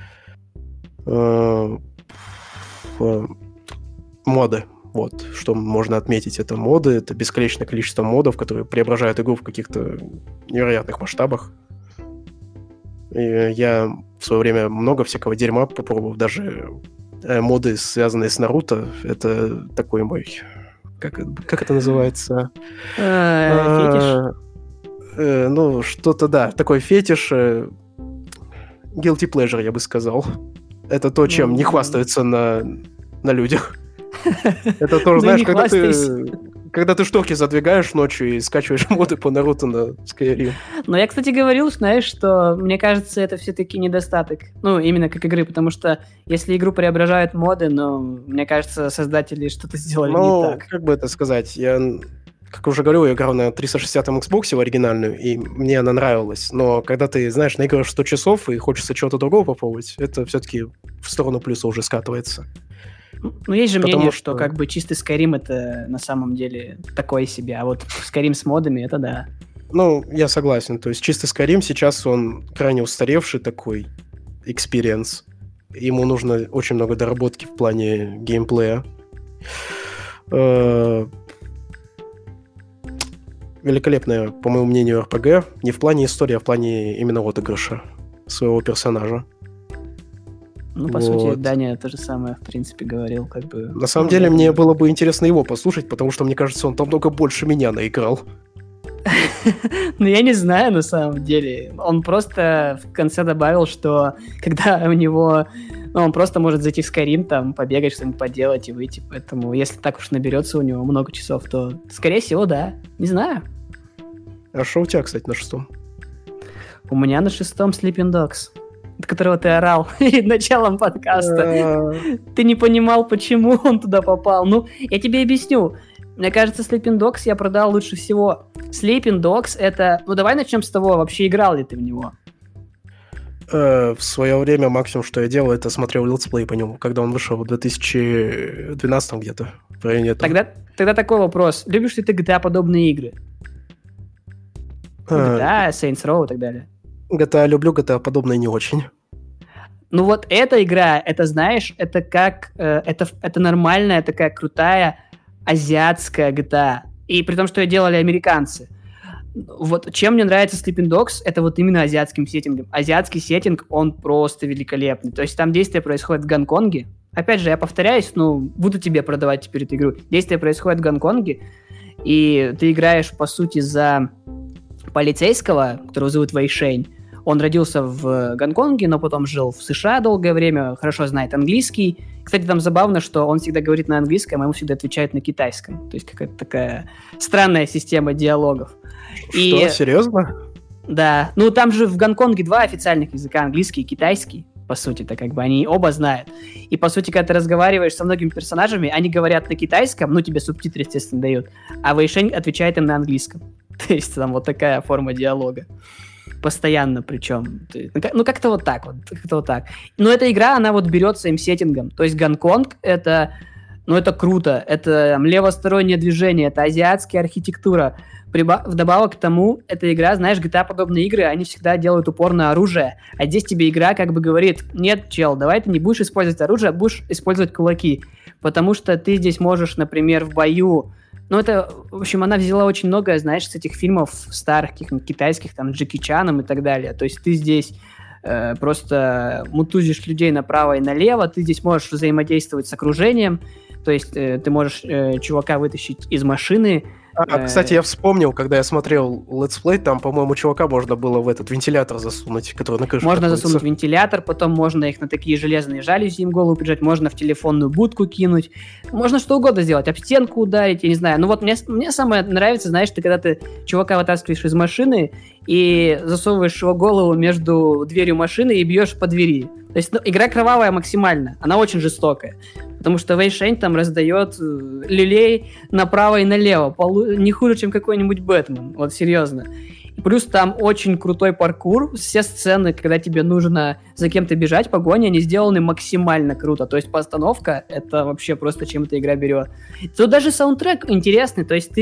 Speaker 3: Моды. Вот, что можно отметить, это моды, это бесконечное количество модов, которые преображают игру в каких-то невероятных масштабах. И я в свое время много всякого дерьма попробовал, даже моды, связанные с Наруто. Это такой мой... Как это называется?
Speaker 1: Фетиш?
Speaker 3: Ну, что-то, да. Такой фетиш. Guilty pleasure, я бы сказал. Это то, чем не хвастаются на людях. Это тоже, знаешь, когда ты шторки задвигаешь ночью и скачиваешь моды по Наруто на Skyrim.
Speaker 1: Но я, кстати, говорил, знаешь, что мне кажется, это все-таки недостаток. Ну, именно как игры, потому что если игру преображают моды, но мне кажется, создатели что-то сделали не так.
Speaker 3: Как бы это сказать, я, как уже говорил, я играл на 360-м Xbox в оригинальную, и мне она нравилась. Но когда ты, знаешь, наиграешь 100 часов и хочется чего-то другого попробовать, это все-таки в сторону плюса уже скатывается.
Speaker 1: Ну, есть же мнение, что как бы чистый Skyrim это на самом деле такое себе, а вот Skyrim с модами это да.
Speaker 3: Ну, я согласен. То есть чистый Skyrim сейчас он крайне устаревший такой экспириенс. Ему нужно очень много доработки в плане геймплея. Великолепная, по моему мнению, RPG. Не в плане истории, а в плане именно отыгрыша своего персонажа.
Speaker 1: Ну, по сути, Даня то же самое, в принципе, говорил, как бы...
Speaker 3: На самом деле, мне было бы интересно его послушать, потому что, мне кажется, он намного больше меня наиграл.
Speaker 1: Ну, я не знаю, на самом деле. Он просто в конце добавил, что когда у него... Ну, он просто может зайти в Skyrim, там, побегать, что-нибудь поделать и выйти. Поэтому, если так уж наберется у него много часов, то, скорее всего, да. Не знаю.
Speaker 3: А что у тебя, кстати, на 6-м?
Speaker 1: У меня на 6-м Sleeping Dogs, от которого ты орал перед началом подкаста. Ты не понимал, почему он туда попал. Ну, я тебе объясню. Мне кажется, Sleeping Dogs я продал лучше всего. Sleeping Dogs это... Ну, давай начнем с того, вообще играл ли ты в него?
Speaker 3: В свое время максимум, что я делал, это смотрел летсплей по нему, когда он вышел в 2012 где-то. В районе этого.
Speaker 1: Тогда такой вопрос. Любишь ли ты GTA-подобные игры? GTA, Saints Row и так далее.
Speaker 3: GTA люблю, GTA подобное не очень.
Speaker 1: Ну вот эта игра, это, знаешь, это как... Это нормальная такая крутая азиатская GTA. И при том, что ее делали американцы. Вот чем мне нравится Sleeping Dogs, это вот именно азиатским сеттингом. Азиатский сеттинг, он просто великолепный. То есть там действие происходит в Гонконге. Опять же, я повторяюсь, буду тебе продавать теперь эту игру. Действие происходит в Гонконге, и ты играешь, по сути, за полицейского, которого зовут Вэй Шэнь. Он родился в Гонконге, но потом жил в США долгое время, хорошо знает английский. Кстати, там забавно, что он всегда говорит на английском, а ему всегда отвечают на китайском. То есть какая-то такая странная система диалогов.
Speaker 3: Что, серьезно?
Speaker 1: Да. Ну, там же в Гонконге два официальных языка, английский и китайский. По сути-то как бы они оба знают. И по сути, когда ты разговариваешь со многими персонажами, они говорят на китайском, тебе субтитры, естественно, дают, а Вэй Шэнь отвечает им на английском. То есть там вот такая форма диалога. Постоянно причем. Как-то вот так вот. Как-то вот так. Но эта игра, она вот берет своим сеттингом. То есть Гонконг это круто. Это левостороннее движение, это азиатская архитектура. Вдобавок к тому, эта игра, знаешь, GTA-подобные игры, они всегда делают упор на оружие. А здесь тебе игра как бы говорит: нет, чел, давай ты не будешь использовать оружие, а будешь использовать кулаки. Потому что ты здесь можешь, например, в бою... в общем, она взяла очень многое, знаешь, с этих фильмов старых, каких-нибудь китайских, там, Джеки Чаном и так далее. То есть ты здесь просто мутузишь людей направо и налево, ты здесь можешь взаимодействовать с окружением, то есть ты можешь чувака вытащить из машины.
Speaker 3: Кстати, я вспомнил, когда я смотрел летсплей, там, по-моему, чувака можно было в этот вентилятор засунуть, который на крыше
Speaker 1: Можно
Speaker 3: находится.
Speaker 1: засунуть вентилятор, потом можно их на такие железные жалюзи им голову прижать, можно в телефонную будку кинуть, можно что угодно сделать, об стенку ударить, я не знаю. Мне самое нравится, знаешь, когда ты чувака вытаскиваешь из машины и засовываешь его голову между дверью машины и бьешь по двери. То есть игра кровавая максимально, она очень жестокая. Потому что Вэй Шэнь там раздает люлей направо и налево. Не хуже, чем какой-нибудь Бэтмен. Вот серьезно. И плюс там очень крутой паркур. Все сцены, когда тебе нужно за кем-то бежать, погони, они сделаны максимально круто. То есть постановка, это вообще просто чем эта игра берет. Тут даже саундтрек интересный. То есть ты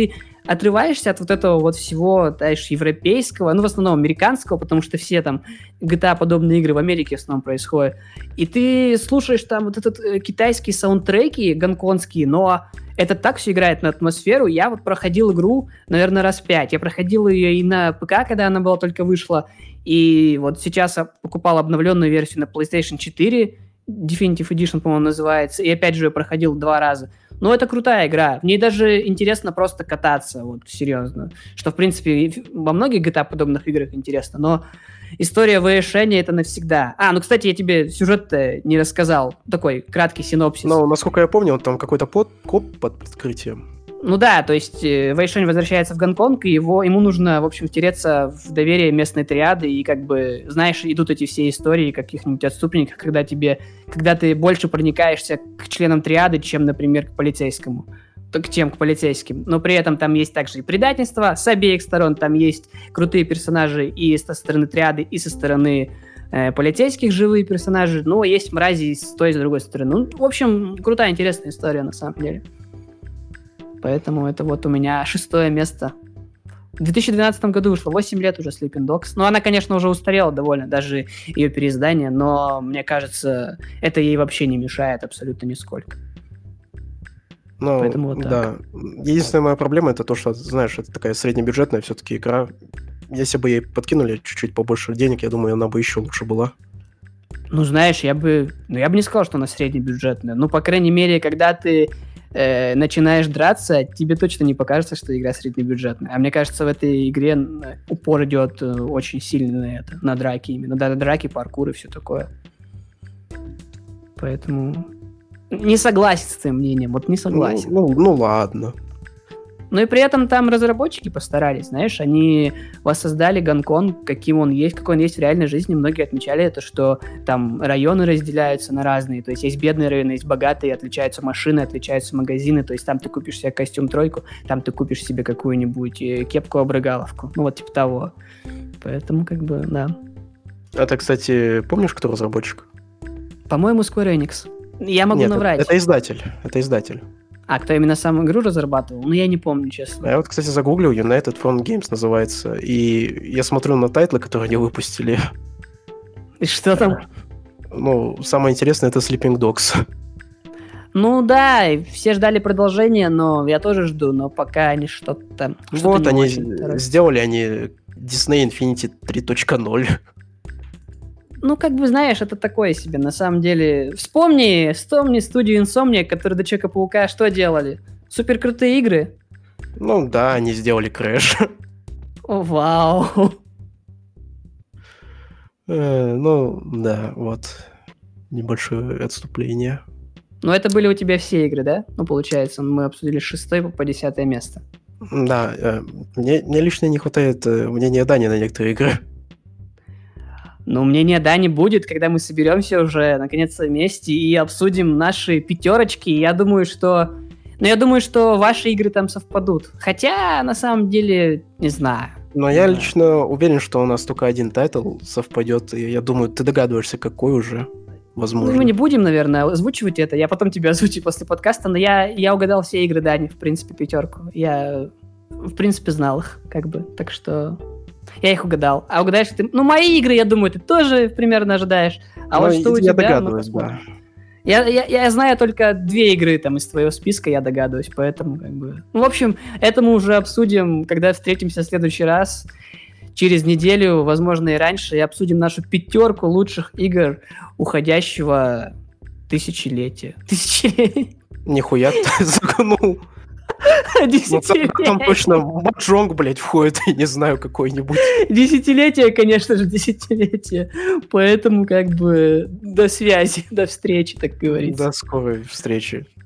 Speaker 1: отрываешься от вот этого вот всего, знаешь, европейского, ну, в основном американского, потому что все там GTA-подобные игры в Америке в основном происходят, и ты слушаешь там вот этот китайские саундтреки гонконгские, но это так все играет на атмосферу. Я вот проходил игру, наверное, раз 5. Я проходил ее и на ПК, когда она была только вышла, и вот сейчас я покупал обновленную версию на PlayStation 4, Definitive Edition, по-моему, называется, и опять же ее проходил 2 раза. Но это крутая игра. В ней даже интересно просто кататься, вот, серьезно. Что, в принципе, во многих GTA-подобных играх интересно, но история возвращения это навсегда. Ну, кстати, я тебе сюжет-то не рассказал. Такой краткий синопсис.
Speaker 3: Ну, насколько я помню, там какой-то коп под прикрытием.
Speaker 1: Ну да, то есть Вэйшэнь возвращается в Гонконг, и ему нужно, в общем, втереться в доверие местной триады, и как бы, знаешь, идут эти все истории каких-нибудь отступников, когда ты больше проникаешься к членам триады, чем, например, к полицейскому. К полицейским. Но при этом там есть также и предательство с обеих сторон, там есть крутые персонажи и со стороны триады, и со стороны полицейских живые персонажи, но есть мрази и с той, и с другой стороны. Ну, в общем, крутая, интересная история на самом деле. Поэтому это вот у меня 6-е место. В 2012 году вышло 8 лет уже Sleeping Dogs. Ну, она, конечно, уже устарела довольно, даже ее переиздание, но, мне кажется, это ей вообще не мешает абсолютно нисколько.
Speaker 3: Ну,
Speaker 1: поэтому вот так.
Speaker 3: Да. Единственная моя проблема это то, что, знаешь, это такая среднебюджетная все-таки игра. Если бы ей подкинули чуть-чуть побольше денег, я думаю, она бы еще лучше была.
Speaker 1: Ну, знаешь, я бы не сказал, что она среднебюджетная. Ну, по крайней мере, когда ты начинаешь драться, тебе точно не покажется, что игра среднебюджетная. А мне кажется, в этой игре упор идет очень сильно на это, на драки именно. Да, драки, паркур и все такое. Поэтому не согласен с твоим мнением, вот не согласен.
Speaker 3: Ну ладно.
Speaker 1: Ну и при этом там разработчики постарались, знаешь, они воссоздали Гонконг, какой он есть в реальной жизни. Многие отмечали это, что там районы разделяются на разные, то есть есть бедные районы, есть богатые, отличаются машины, отличаются магазины, то есть там ты купишь себе костюм-тройку, там ты купишь себе какую-нибудь кепку-обрыгаловку, ну вот типа того. Поэтому как бы, да.
Speaker 3: А ты, кстати, помнишь, кто разработчик?
Speaker 1: По-моему, Square Enix. Я могу наврать.
Speaker 3: Это издатель.
Speaker 1: А кто именно сам игру разрабатывал? Ну, я не помню, честно.
Speaker 3: Я вот, кстати, загуглил, United Front Games называется, и я смотрю на тайтлы, которые они выпустили.
Speaker 1: И что там?
Speaker 3: Ну, самое интересное — это Sleeping Dogs.
Speaker 1: Ну да, все ждали продолжения, но я тоже жду, но пока они что-то
Speaker 3: вот они сделали, Disney Infinity 3.0.
Speaker 1: Ну, как бы, знаешь, это такое себе, на самом деле. Вспомни студию Insomniac, которые до Человека-паука что делали? Супер крутые игры.
Speaker 3: Ну да, они сделали Crash.
Speaker 1: О, вау.
Speaker 3: Ну, да, вот. Небольшое отступление.
Speaker 1: Ну, это были у тебя все игры, да? Ну, получается, мы обсудили с 6 по 10 место.
Speaker 3: Да, мне лично не хватает мнения Дани на некоторые игры.
Speaker 1: Ну, мнение Дани будет, когда мы соберемся уже, наконец-то, вместе и обсудим наши пятерочки. Я думаю, что ваши игры там совпадут. Хотя, на самом деле, не знаю.
Speaker 3: Но я лично уверен, что у нас только один тайтл совпадет. И я думаю, ты догадываешься, какой уже, возможно.
Speaker 1: Ну, мы не будем, наверное, озвучивать это. Я потом тебе озвучу после подкаста. Но я угадал все игры Дани, в принципе, 5. Я, в принципе, знал их, как бы. Так что... Я их угадал. А угадаешь ты... Ну, мои игры, я думаю, ты тоже примерно ожидаешь. А вот что у тебя...
Speaker 3: Я догадываюсь, да.
Speaker 1: Я знаю только 2 игры там из твоего списка, я догадываюсь, поэтому как бы... Ну, в общем, это мы уже обсудим, когда встретимся в следующий раз. Через неделю, возможно, и раньше, и обсудим нашу 5 лучших игр уходящего тысячелетия.
Speaker 3: Нихуя ты загнул.
Speaker 1: Десятилетие.
Speaker 3: Там точно Маджонг, блядь, входит, я не знаю, какой-нибудь.
Speaker 1: Десятилетие, конечно же, десятилетие. Поэтому, как бы, до связи, до встречи, так говорится.
Speaker 3: До скорой встречи.